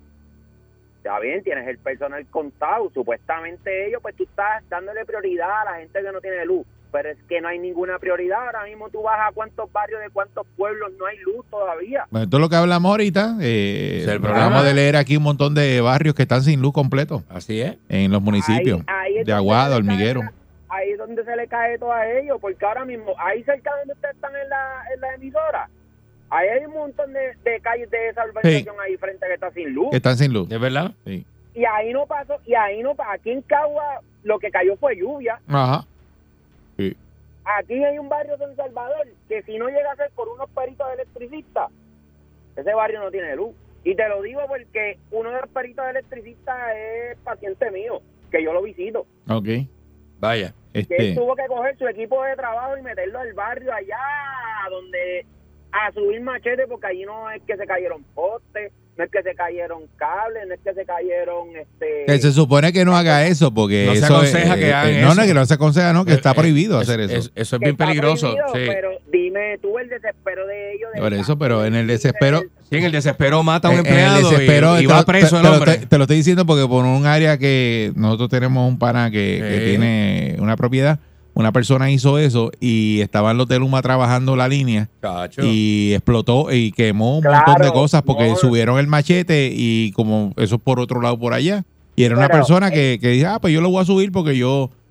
Speaker 6: Ya bien, tienes el personal contado, supuestamente ellos, pues tú estás dándole prioridad a la gente que no tiene luz, pero es que no hay ninguna prioridad. Ahora mismo tú vas a cuántos barrios de cuántos pueblos no hay luz todavía.
Speaker 2: Bueno, esto es lo que hablamos ahorita. Eh,
Speaker 3: Ese es el problema.
Speaker 2: acabamos de leer aquí un montón de barrios que están sin luz completo
Speaker 3: Así es.
Speaker 2: en los municipios.
Speaker 6: Ahí- ahí es
Speaker 2: de
Speaker 6: donde
Speaker 2: Aguado,
Speaker 6: se le cae
Speaker 2: Hormiguero.
Speaker 6: la- Ahí es donde se le cae todo a ellos, porque ahora mismo, ahí cerca donde ustedes están en la, en la emisora, ahí hay un montón de, de calles de esa urbanización ahí frente que está sin luz.
Speaker 2: Que están sin luz.
Speaker 3: ¿Es verdad?
Speaker 2: Sí.
Speaker 6: Y ahí no pasó, y ahí no pasó. Aquí en Cagua lo que cayó fue lluvia.
Speaker 2: Ajá. Sí.
Speaker 6: Aquí hay un barrio San Salvador que si no llega a ser por unos peritos electricistas, ese barrio no tiene luz. Y te lo digo porque uno de los peritos electricistas es paciente mío, que yo lo visito.
Speaker 2: Ok.
Speaker 3: Vaya.
Speaker 6: Que él
Speaker 2: Este,
Speaker 6: tuvo que coger su equipo de trabajo y meterlo al barrio allá, donde a subir machete, porque allí no es que se cayeron postes, no es que se cayeron cables, no es que se cayeron este
Speaker 2: que se supone que no haga eso porque
Speaker 3: No se
Speaker 2: eso
Speaker 3: aconseja
Speaker 2: es,
Speaker 3: que
Speaker 2: eh,
Speaker 3: hagan
Speaker 2: eh, no, no,
Speaker 3: eso.
Speaker 2: que no se aconseja, no, que está
Speaker 3: Eh,
Speaker 2: prohibido
Speaker 3: es-
Speaker 2: hacer eso.
Speaker 3: es- eso es
Speaker 6: que
Speaker 3: bien
Speaker 6: está
Speaker 3: peligroso.
Speaker 6: prohibido,
Speaker 3: Sí.
Speaker 6: pero dime tú el desespero de ellos. de
Speaker 2: Por
Speaker 6: verdad.
Speaker 2: eso, pero en el desespero,
Speaker 3: Sí, en el desespero mata a un
Speaker 2: en el
Speaker 3: empleado y-
Speaker 2: desespero,
Speaker 3: y,
Speaker 2: te-
Speaker 3: va preso
Speaker 2: te,
Speaker 3: el
Speaker 2: te lo
Speaker 3: hombre.
Speaker 2: estoy- te lo estoy diciendo porque por un área que nosotros tenemos un pana que, que
Speaker 3: Sí.
Speaker 2: tiene una propiedad, una persona hizo eso y estaban los de Luma trabajando la línea
Speaker 3: Cacho.
Speaker 2: y explotó y quemó un
Speaker 6: Claro,
Speaker 2: montón de cosas porque
Speaker 6: no.
Speaker 2: subieron el machete y como eso es por otro lado por allá. Y era una
Speaker 6: Pero,
Speaker 2: persona
Speaker 6: eh,
Speaker 2: que, que dice, ah, pues yo lo voy a subir porque yo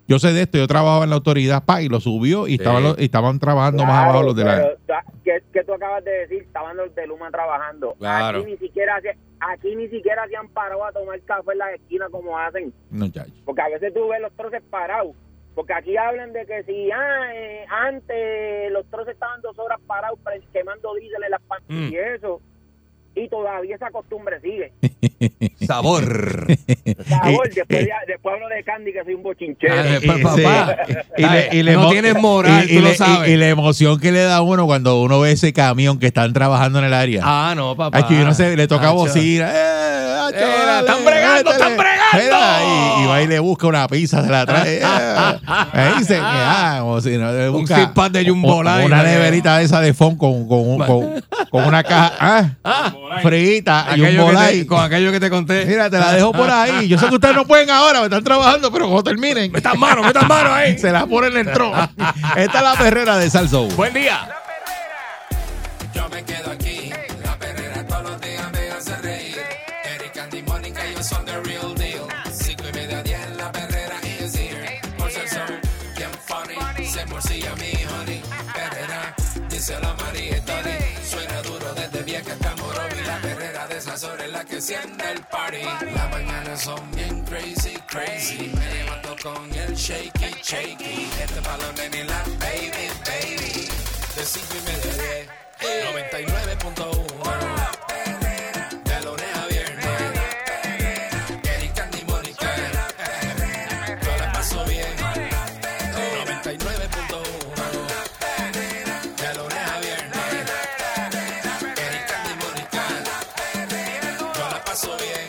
Speaker 2: yo sé de esto, yo trabajaba en la autoridad, pa, y lo subió y,
Speaker 3: Sí.
Speaker 2: estaban, los- y estaban trabajando más
Speaker 9: Claro,
Speaker 2: abajo los de la...
Speaker 9: pero, ta- ¿qué, qué tú acabas de decir? Estaban los de Luma trabajando.
Speaker 3: Claro.
Speaker 9: Aquí ni siquiera hacía- aquí ni siquiera se han parado a tomar café en la esquina como hacen.
Speaker 2: Muchachos.
Speaker 9: Porque a veces tú ves los troces parados. Porque aquí hablan de que si ah, eh, antes los troces estaban dos horas parados pre- quemando diésel en las pantallas
Speaker 3: Mm.
Speaker 9: y eso. Y todavía esa costumbre sigue.
Speaker 3: Sabor.
Speaker 9: Sabor, después, ya- después hablo de Candy que soy un bochinchero.
Speaker 3: Ah, después,
Speaker 2: Y-
Speaker 3: papá.
Speaker 2: y le- y le
Speaker 3: no
Speaker 2: emo-
Speaker 3: tienes moral,
Speaker 2: y, y
Speaker 3: tú
Speaker 2: le-
Speaker 3: lo sabes.
Speaker 2: y- y la emoción que le da a uno cuando uno ve ese camión que están trabajando en el área.
Speaker 3: Ah, no, papá.
Speaker 2: Aquí uno se le toca
Speaker 3: Hacho.
Speaker 2: bocina. ¡Eh, hacho,
Speaker 3: Eh,
Speaker 2: dale,
Speaker 3: están bregando,
Speaker 2: métele!
Speaker 3: están bregando.
Speaker 2: Mira, y, y va y le busca una pizza, se la trae. Eh, ahí dice, ah, como si no le
Speaker 3: Un
Speaker 2: busca
Speaker 3: six-pack de Jumbo
Speaker 2: un-
Speaker 3: Light,
Speaker 2: una
Speaker 3: ¿no?
Speaker 2: neverita de esa de fond con, con, con, con una caja ah, frita y un
Speaker 3: Aquello que te-
Speaker 2: bolay.
Speaker 3: con aquello que te conté.
Speaker 2: Mira, te la dejo por ahí. Yo sé que ustedes no pueden ahora, me están trabajando, pero cuando terminen,
Speaker 3: Metan mano, metan mano ahí.
Speaker 2: se la ponen en el tron. Esta es la perrera de Salsoul.
Speaker 3: Buen día.
Speaker 10: Yo me quedo aquí, la perrera todos los días me hace reír. Eric, Andy, Mónica, ellos son the real deal. Cinco y media, diez, la perrera is here. Por ser son bien funny, se morcilla mi honey. Perrera, díselo a María y Tony. Suena duro desde vieja hasta Morovi. La perrera de esas horas es la que enciende el party. Las mañanas son bien crazy, crazy. Me levanto con el shaky, shaky. Este balón en la baby, baby. De cinco y media, diez. noventa y nueve punto uno de lunes a viernes. Eric, Andy, Mónica, yo la paso bien. noventa y nueve punto uno de lunes a viernes. Eric, Andy, Mónica, yo la paso bien.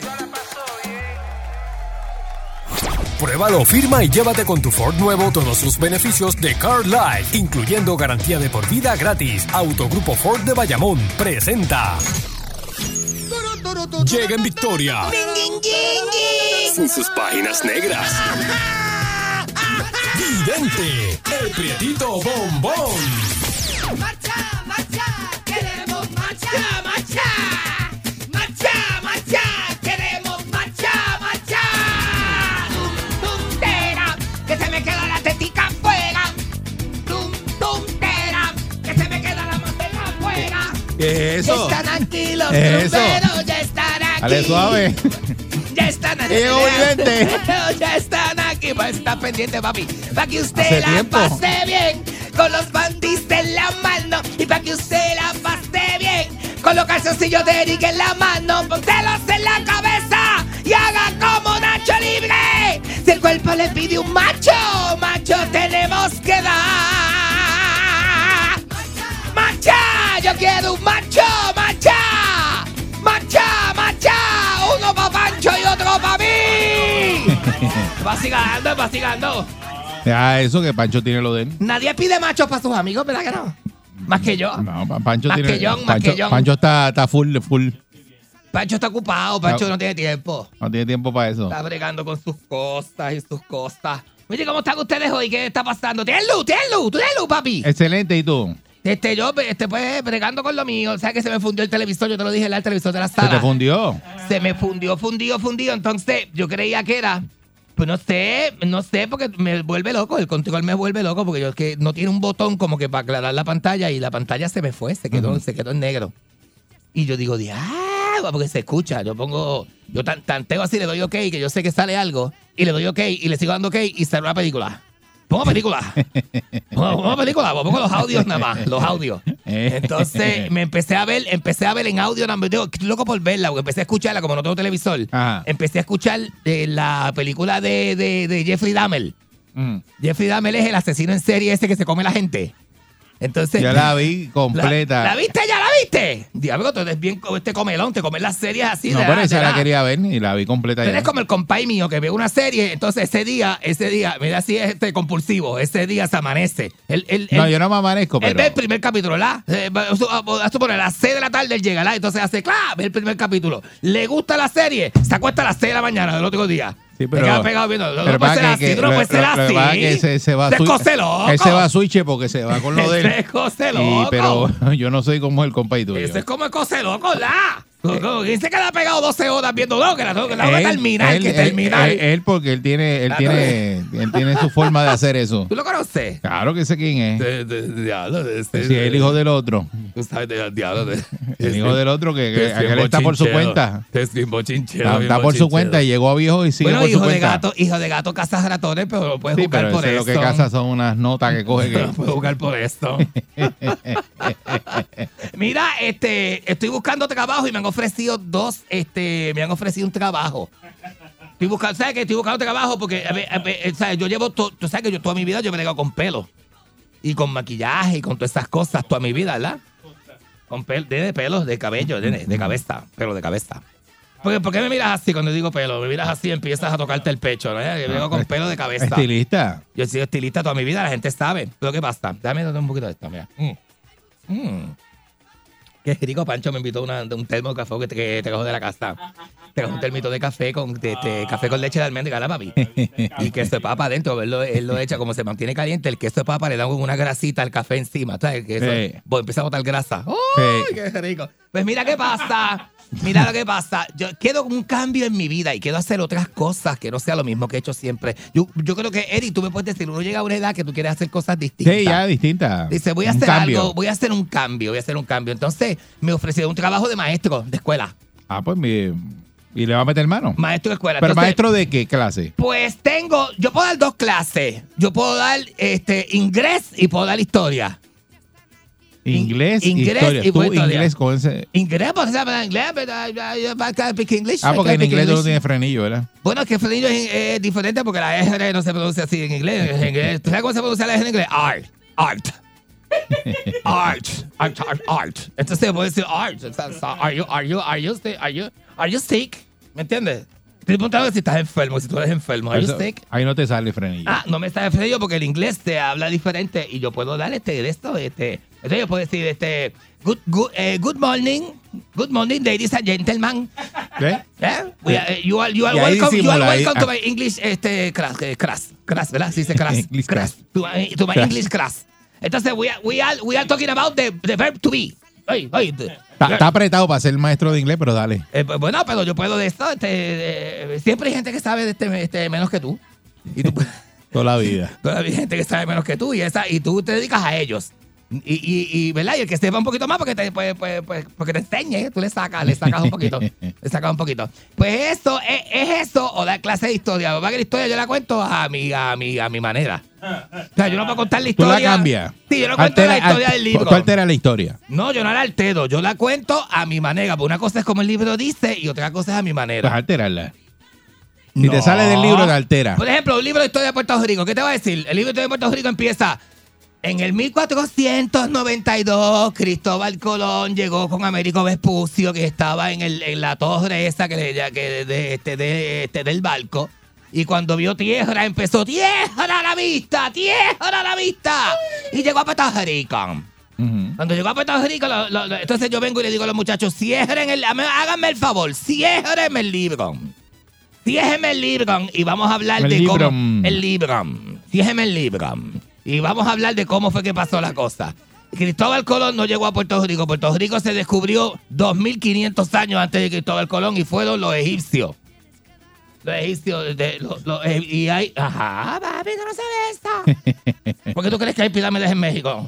Speaker 1: Pruébalo, firma y llévate con tu Ford nuevo todos los beneficios de Car Life, incluyendo garantía de por vida gratis. Autogrupo Ford de Bayamón presenta. Llega en victoria. Sin sus páginas negras. Vidente, el prietito bombón.
Speaker 11: ¡Marcha, marcha! ¡Queremos marcha, marcha! ¡Marcha, marcha! ¡Queremos marcha, marcha! ¡Tum, tera! ¡Que se me queda la tetica afuera! ¡Tum, tum, tera! ¡Que se me queda la manteca afuera!
Speaker 2: ¿Qué es eso?
Speaker 11: Ya están aquí los
Speaker 2: Eso.
Speaker 11: tromperos, ya están aquí.
Speaker 2: Dale suave.
Speaker 11: Ya están aquí.
Speaker 2: ¡Qué oyente!
Speaker 11: Ya están aquí. Va a estar pendiente, papi. Para que usted
Speaker 2: Hace
Speaker 11: la
Speaker 2: tiempo.
Speaker 11: pase bien. Con los bandis en la mano. Y para que usted la pase bien. Con los calzoncillos de Eric en la mano. Póntelos en la cabeza. Y haga como Nacho Libre. Si el cuerpo le pide un macho, macho tenemos que dar. ¡Macha! ¡Yo quiero un macho! ¡Macha! ¡Macha! ¡Macha! Uno para Pancho y otro para mí. Vacilando, vacilando.
Speaker 2: Ya, eso que Pancho tiene lo de él.
Speaker 11: Nadie pide machos para sus amigos, ¿verdad que no? Más que yo.
Speaker 2: No, Pa- Pancho
Speaker 11: Más
Speaker 2: tiene.
Speaker 11: que John, más
Speaker 2: Pancho,
Speaker 11: que John.
Speaker 2: Pancho está, está full, full.
Speaker 11: Pancho está ocupado, Pancho
Speaker 2: No.
Speaker 11: no tiene tiempo.
Speaker 2: No tiene tiempo para eso.
Speaker 11: Está bregando con sus costas y sus costas. Oye, ¿cómo están ustedes hoy? ¿Qué está pasando? ¿Tienes luz? ¿Tienes luz? ¿Tú tienes luz, papi?
Speaker 2: Excelente, ¿y tú?
Speaker 11: Este, yo, este, pues, bregando con lo mío. O sea, que se me fundió el televisor. Yo te lo dije, el televisor de la
Speaker 2: ¿Se
Speaker 11: sala.
Speaker 2: te fundió?
Speaker 11: Se me fundió, fundido, fundido. Entonces, yo creía que era. Pues no sé, no sé, porque me vuelve loco. El control me vuelve loco porque yo es que no tiene un botón como que para aclarar la pantalla y la pantalla se me fue, se quedó,
Speaker 2: Ujú.
Speaker 11: se quedó en negro. Y yo digo, diablo, porque se escucha. Yo pongo, yo tan- tanteo así, le doy OK, que yo sé que sale algo, y le doy OK, y le sigo dando OK, y sale una película. Pongo película. Pongo, pongo película, pongo los audios nada más, los audios. Entonces me empecé a ver, empecé a ver en audio, nada más, digo, estoy loco por verla, porque empecé a escucharla, como no tengo televisor.
Speaker 2: Ajá.
Speaker 11: Empecé a escuchar eh, la película de, de, de Jeffrey Dahmer.
Speaker 2: Mm.
Speaker 11: Jeffrey Dahmer es el asesino en serie ese que se come la gente. Entonces,
Speaker 2: Ya la vi completa.
Speaker 11: ¿La, la viste? ¿Ya la viste? Diablo, tú eres bien co- este comelón, te comes las series así.
Speaker 2: No,
Speaker 11: de
Speaker 2: pero
Speaker 11: la-
Speaker 2: esa
Speaker 11: de
Speaker 2: la quería ver y la vi completa
Speaker 11: Tú
Speaker 2: ya.
Speaker 11: eres como el compay mío que ve una serie, entonces ese día, ese día, mira si es este compulsivo, ese día se amanece. Él, él,
Speaker 2: No,
Speaker 11: él-
Speaker 2: yo no me amanezco,
Speaker 11: él ve
Speaker 2: pero...
Speaker 11: el primer capítulo, ¿la? Eh, va- a su- a suponer, a las seis de la tarde él llega, ¿la? Entonces hace, claro, ve el primer capítulo. Le gusta la serie, se acuesta a las seis de la mañana del otro día.
Speaker 2: Sí,
Speaker 11: Se
Speaker 2: pero-
Speaker 11: queda pegado viendo. No,
Speaker 2: pero
Speaker 11: no puede
Speaker 2: pasa
Speaker 11: ser
Speaker 2: que-
Speaker 11: así,
Speaker 2: que
Speaker 11: tú no
Speaker 2: lo-
Speaker 11: puedes ser
Speaker 2: lo- lo que
Speaker 11: así.
Speaker 2: pasa es que se- se va a
Speaker 11: Se
Speaker 2: switch-
Speaker 11: cose loco.
Speaker 2: Él se va a switch porque se va con lo de él.
Speaker 11: Ese es cose
Speaker 2: Y-
Speaker 11: loco.
Speaker 2: pero yo no soy como el compa y tuyo.
Speaker 11: Ese es como el cose loco, ¿la? ¿Quién se queda pegado doce horas viendo? No, que la tengo que la tengo que
Speaker 2: Él-
Speaker 11: terminar,
Speaker 2: él-
Speaker 11: que
Speaker 2: él-
Speaker 11: terminar.
Speaker 2: Él, él, porque él tiene, él
Speaker 11: Ah,
Speaker 2: tiene, él tiene su forma de hacer eso.
Speaker 11: ¿Tú lo conoces?
Speaker 2: Claro que sé quién es.
Speaker 11: De, de, de, diablo, de, de,
Speaker 2: Sí, el hijo del otro.
Speaker 11: Tú sabes, de, diablo, de,
Speaker 2: El hijo del otro que, que
Speaker 11: es bien
Speaker 2: aquel está por su
Speaker 11: bochinchero.
Speaker 2: cuenta.
Speaker 11: Es bien bochinchero,
Speaker 2: Está,
Speaker 11: bien
Speaker 2: está por su
Speaker 11: bochinchero.
Speaker 2: cuenta y llegó a viejo y sigue
Speaker 11: Bueno,
Speaker 2: por su
Speaker 11: hijo de
Speaker 2: cuenta.
Speaker 11: gato, hijo de gato cazas ratones, pero lo puedes
Speaker 2: Sí,
Speaker 11: jugar
Speaker 2: pero
Speaker 11: por
Speaker 2: eso es
Speaker 11: esto.
Speaker 2: lo que caza son unas notas que coge que...
Speaker 11: Lo puedes jugar por esto. Mira, este, estoy buscando trabajo y me han ofrecido dos, este, me han ofrecido un trabajo. Estoy buscando, ¿sabes qué? Estoy buscando trabajo porque, a ver, a ver, ¿sabes? Yo llevo, to, tú sabes que yo toda mi vida yo me he bregado con pelo. Y con maquillaje y con todas esas cosas toda mi vida, ¿verdad? Con pelo, de, de pelo, de cabello, de, de cabeza, pelo de cabeza. Porque, ¿por qué me miras así cuando digo pelo? Me miras así y empiezas a tocarte el pecho, ¿no? Yo vengo con pelo de cabeza.
Speaker 2: Estilista.
Speaker 11: Yo he sido estilista toda mi vida, la gente sabe. Pero ¿qué pasa? Déjame dar un poquito de esto, mira. Mm. Mm. Qué rico, Pancho me invitó una, un termo de café que, te, que trajo de la casa. Trajo un termito de café con de, de café con leche de almendra, ¿la papi? Y queso de papa adentro. Él lo, él lo echa como se mantiene caliente. El queso de papa le da una grasita al café encima. ¿Sabes? El queso,
Speaker 2: Sí.
Speaker 11: pues empieza a botar grasa. ¡Uy,
Speaker 2: Sí.
Speaker 11: qué rico! Pues mira qué pasa. Mira lo que pasa. Yo quiero un cambio en mi vida y quiero hacer otras cosas que no sea lo mismo que he hecho siempre. Yo, yo creo que, Eddie, tú me puedes decir, uno llega a una edad que tú quieres hacer cosas distintas.
Speaker 2: Sí, ya distinta.
Speaker 11: Dice, voy a
Speaker 2: Un
Speaker 11: hacer
Speaker 2: cambio.
Speaker 11: algo, voy a hacer un cambio, voy a hacer un cambio. Entonces, me ofrecieron un trabajo de maestro de escuela.
Speaker 2: Ah, pues mi, y le va a meter mano.
Speaker 11: Maestro de escuela.
Speaker 2: Pero
Speaker 11: Entonces,
Speaker 2: maestro de qué clase?
Speaker 11: Pues tengo, yo puedo dar dos clases. Yo puedo dar este inglés y puedo dar historia.
Speaker 2: Inglés,
Speaker 11: inglés
Speaker 2: historia.
Speaker 11: y
Speaker 2: Tú
Speaker 11: historia.
Speaker 2: inglés con ese...
Speaker 11: Inglés, pues se llama inglés, pero I, I, I can't speak English.
Speaker 2: Ah,
Speaker 11: I
Speaker 2: porque
Speaker 11: can't
Speaker 2: en
Speaker 11: speak
Speaker 2: inglés tú no
Speaker 11: English.
Speaker 2: tienes frenillo, ¿verdad?
Speaker 11: Bueno, es que frenillo es, es diferente porque la R no se pronuncia así en inglés. En inglés. ¿Tú sabes cómo se pronuncia la R en inglés? Art. Art. Art. Art. Art. Art. Entonces puedo decir art. Are you, are you, are you, sick? Are you, are you sick? ¿Me entiendes? Estoy preguntando si estás enfermo, si tú eres enfermo. Are you
Speaker 2: Eso-
Speaker 11: sick?
Speaker 2: ahí no te sale frenillo.
Speaker 11: Ah, no me está frenillo porque el inglés te habla diferente y yo puedo dar este de esto, este. Entonces yo puedo decir este good good eh, good morning, good morning, ladies and gentlemen.
Speaker 2: ¿Qué?
Speaker 11: Yeah? We are, you are you are
Speaker 2: Y ahí
Speaker 11: welcome, you are
Speaker 2: disimula, ahí-
Speaker 11: welcome to
Speaker 2: ah.
Speaker 11: my English este class, eh, class, class, ¿verdad? Sí, dice class.
Speaker 2: English
Speaker 11: class. To my, to my
Speaker 2: Class.
Speaker 11: English class. Entonces we are, we are we are talking about the, the verb to be. Ay, ay, the-
Speaker 2: Está, está apretado para ser maestro de inglés, pero dale.
Speaker 11: eh, pues, bueno, pero yo puedo de esto. Este, eh, siempre hay gente que sabe de este, este menos que tú. Y tú
Speaker 2: Toda la vida.
Speaker 11: todavía hay gente que sabe menos que tú y esa y tú te dedicas a ellos. Y, y, y, ¿verdad? Y el que sepa un poquito más porque te, pues, pues, pues, porque te enseñe, tú le sacas, le sacas un poquito. Le sacas un poquito. Pues eso, es, es eso o dar clase de historia. Va que la historia yo la cuento a mi, a mi, a mi manera. O sea, yo no puedo contar la
Speaker 2: Tú
Speaker 11: historia.
Speaker 2: la cambias.
Speaker 11: Sí, yo no cuento la historia
Speaker 2: al-
Speaker 11: del libro.
Speaker 2: Tú alteras la historia.
Speaker 11: No, yo no la altero, yo la cuento a mi manera. Porque una cosa es como el libro dice y otra cosa es a mi manera.
Speaker 2: Pues alterarla. Si
Speaker 11: No.
Speaker 2: te sale del libro, la altera.
Speaker 11: Por ejemplo, un libro de historia de Puerto Rico. ¿Qué te va a decir? El libro de historia de Puerto Rico empieza en el mil cuatrocientos noventa y dos. Cristóbal Colón llegó con Américo Vespucio, que estaba en, el, en la torre esa que, le- ya que de, este, de, este, del barco. Y cuando vio tierra, empezó tierra a la vista, tierra a la vista. Y llegó a Puerto Rico.
Speaker 2: Ujú.
Speaker 11: Cuando llegó a Puerto Rico, lo- lo- lo- entonces yo vengo y le digo a los muchachos, cierren el, háganme el favor, ciérrenme el libro. Ciérrenme el libro y vamos a hablar
Speaker 2: El
Speaker 11: de
Speaker 2: libro.
Speaker 11: cómo... El libro. Ciérrenme el libro. Y vamos a hablar de cómo fue que pasó la cosa. Cristóbal Colón no llegó a Puerto Rico. Puerto Rico se descubrió dos mil quinientos años antes de Cristóbal Colón y fueron los egipcios. Los egipcios, de, los, los, eh, y hay... Ajá, papi, que no sabes esto. ¿Por qué tú crees que hay pirámides en México?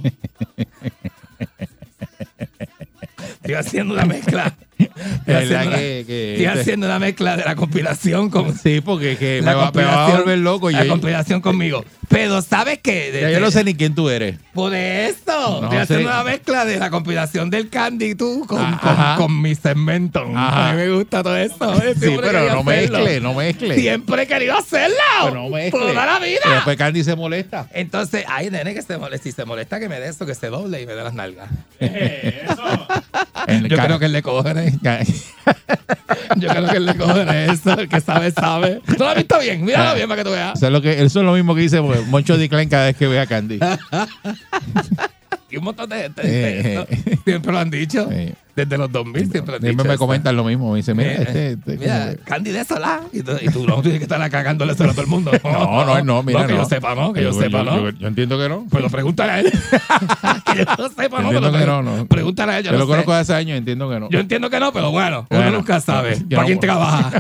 Speaker 11: Estoy haciendo una mezcla. Estoy
Speaker 2: ¿Verdad
Speaker 11: haciendo, una,
Speaker 2: que- que-
Speaker 11: estoy haciendo una mezcla de la conspiración con...
Speaker 2: Sí, porque que
Speaker 11: la
Speaker 2: me, va, me va a volver loco.
Speaker 11: La
Speaker 2: Yo,
Speaker 11: conspiración conmigo. Pero, ¿sabes qué?
Speaker 2: ya yo no sé ni quién tú eres.
Speaker 11: Por eso.
Speaker 2: No
Speaker 11: Estoy haciendo
Speaker 2: sé.
Speaker 11: una mezcla de la conspiración del Candy y tú con,
Speaker 2: Ah,
Speaker 11: con,
Speaker 2: ajá.
Speaker 11: con mi segmento.
Speaker 2: Ajá.
Speaker 11: A mí me gusta todo eso. ¿eh?
Speaker 2: Sí,
Speaker 11: Siempre he
Speaker 2: pero
Speaker 11: querido
Speaker 2: no
Speaker 11: hacerlo.
Speaker 2: mezcle, no mezcle.
Speaker 11: Siempre he querido hacerlo.
Speaker 2: Pero no mezcle.
Speaker 11: Toda la
Speaker 2: Pero
Speaker 11: vida.
Speaker 2: después Candy se molesta.
Speaker 11: Entonces, ay, nene, que se molesta. Si se molesta, que me dé eso, que se doble y me dé las nalgas.
Speaker 2: En el
Speaker 11: Yo
Speaker 2: ca-
Speaker 11: creo que él le coge. Yo creo que él le coge eso. El que sabe, sabe. ¿Tú lo has visto bien? Míralo bien para que tú veas.
Speaker 2: Eso es, lo que, eso es lo mismo que dice Moncho Di Klein cada vez que ve a Candy.
Speaker 11: Y un montón de gente
Speaker 2: Eh,
Speaker 11: dice eso. Siempre lo han dicho.
Speaker 2: Eh.
Speaker 11: Desde los dos mil siempre han dicho
Speaker 2: Siempre me
Speaker 11: eso.
Speaker 2: comentan lo mismo. Me dicen, mira,
Speaker 11: Eh,
Speaker 2: este, este,
Speaker 11: Mira,
Speaker 2: como que-
Speaker 11: Candy de Solá. Y tú, y tú no tienes que estar cagándole eso a todo el mundo.
Speaker 2: No, no, no, mira,
Speaker 11: no. Que
Speaker 2: no.
Speaker 11: yo sepa, ¿no? Que yo, sepa, ¿no?
Speaker 2: Yo, yo entiendo que no.
Speaker 11: Pues lo pregúntale a él. que yo no sepa, ¿no?
Speaker 2: Entiendo
Speaker 11: Pero
Speaker 2: que no, no.
Speaker 11: Pregúntale a él, yo
Speaker 2: Yo
Speaker 11: no
Speaker 2: lo
Speaker 11: sé.
Speaker 2: conozco hace años, entiendo que no.
Speaker 11: Yo entiendo que no, pero bueno, uno
Speaker 2: Bueno,
Speaker 11: nunca sabe.
Speaker 2: yo
Speaker 11: ¿Para
Speaker 2: no-
Speaker 11: quién trabaja?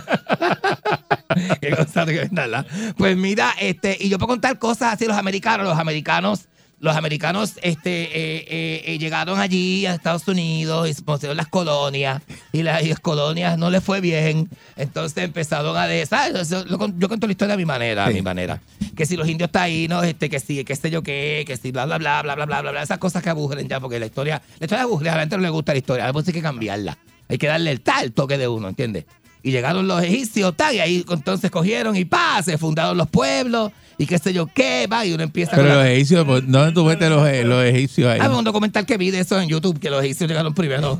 Speaker 11: Qué cosa de verdad. Pues mira, este, y yo puedo contar cosas así, los americanos, los americanos, los americanos este, eh, eh, eh, llegaron allí a Estados Unidos y se pusieron las colonias, y las, y las colonias no les fue bien. Entonces empezaron a de, ¿sabes? Eso, lo con- yo cuento la historia a mi manera, a
Speaker 2: Sí.
Speaker 11: mi manera. Que si los indios taínos, este, que si, que sé yo qué, que si bla, bla, bla, bla, bla, bla, bla, bla, esas cosas que aburren ya, porque la historia, la historia aburre, a la gente no le gusta la historia, después hay que cambiarla. Hay que darle el tal toque de uno, ¿entiendes? Y llegaron los egipcios, tal, y ahí entonces cogieron y pa, se fundaron los pueblos, y qué sé yo qué, va, y uno empieza
Speaker 2: Pero
Speaker 11: con la-
Speaker 2: los egipcios, pues, ¿dónde tú metes los, los egipcios ahí?
Speaker 11: Ah, un documental que vi de eso en YouTube, que los egipcios llegaron primero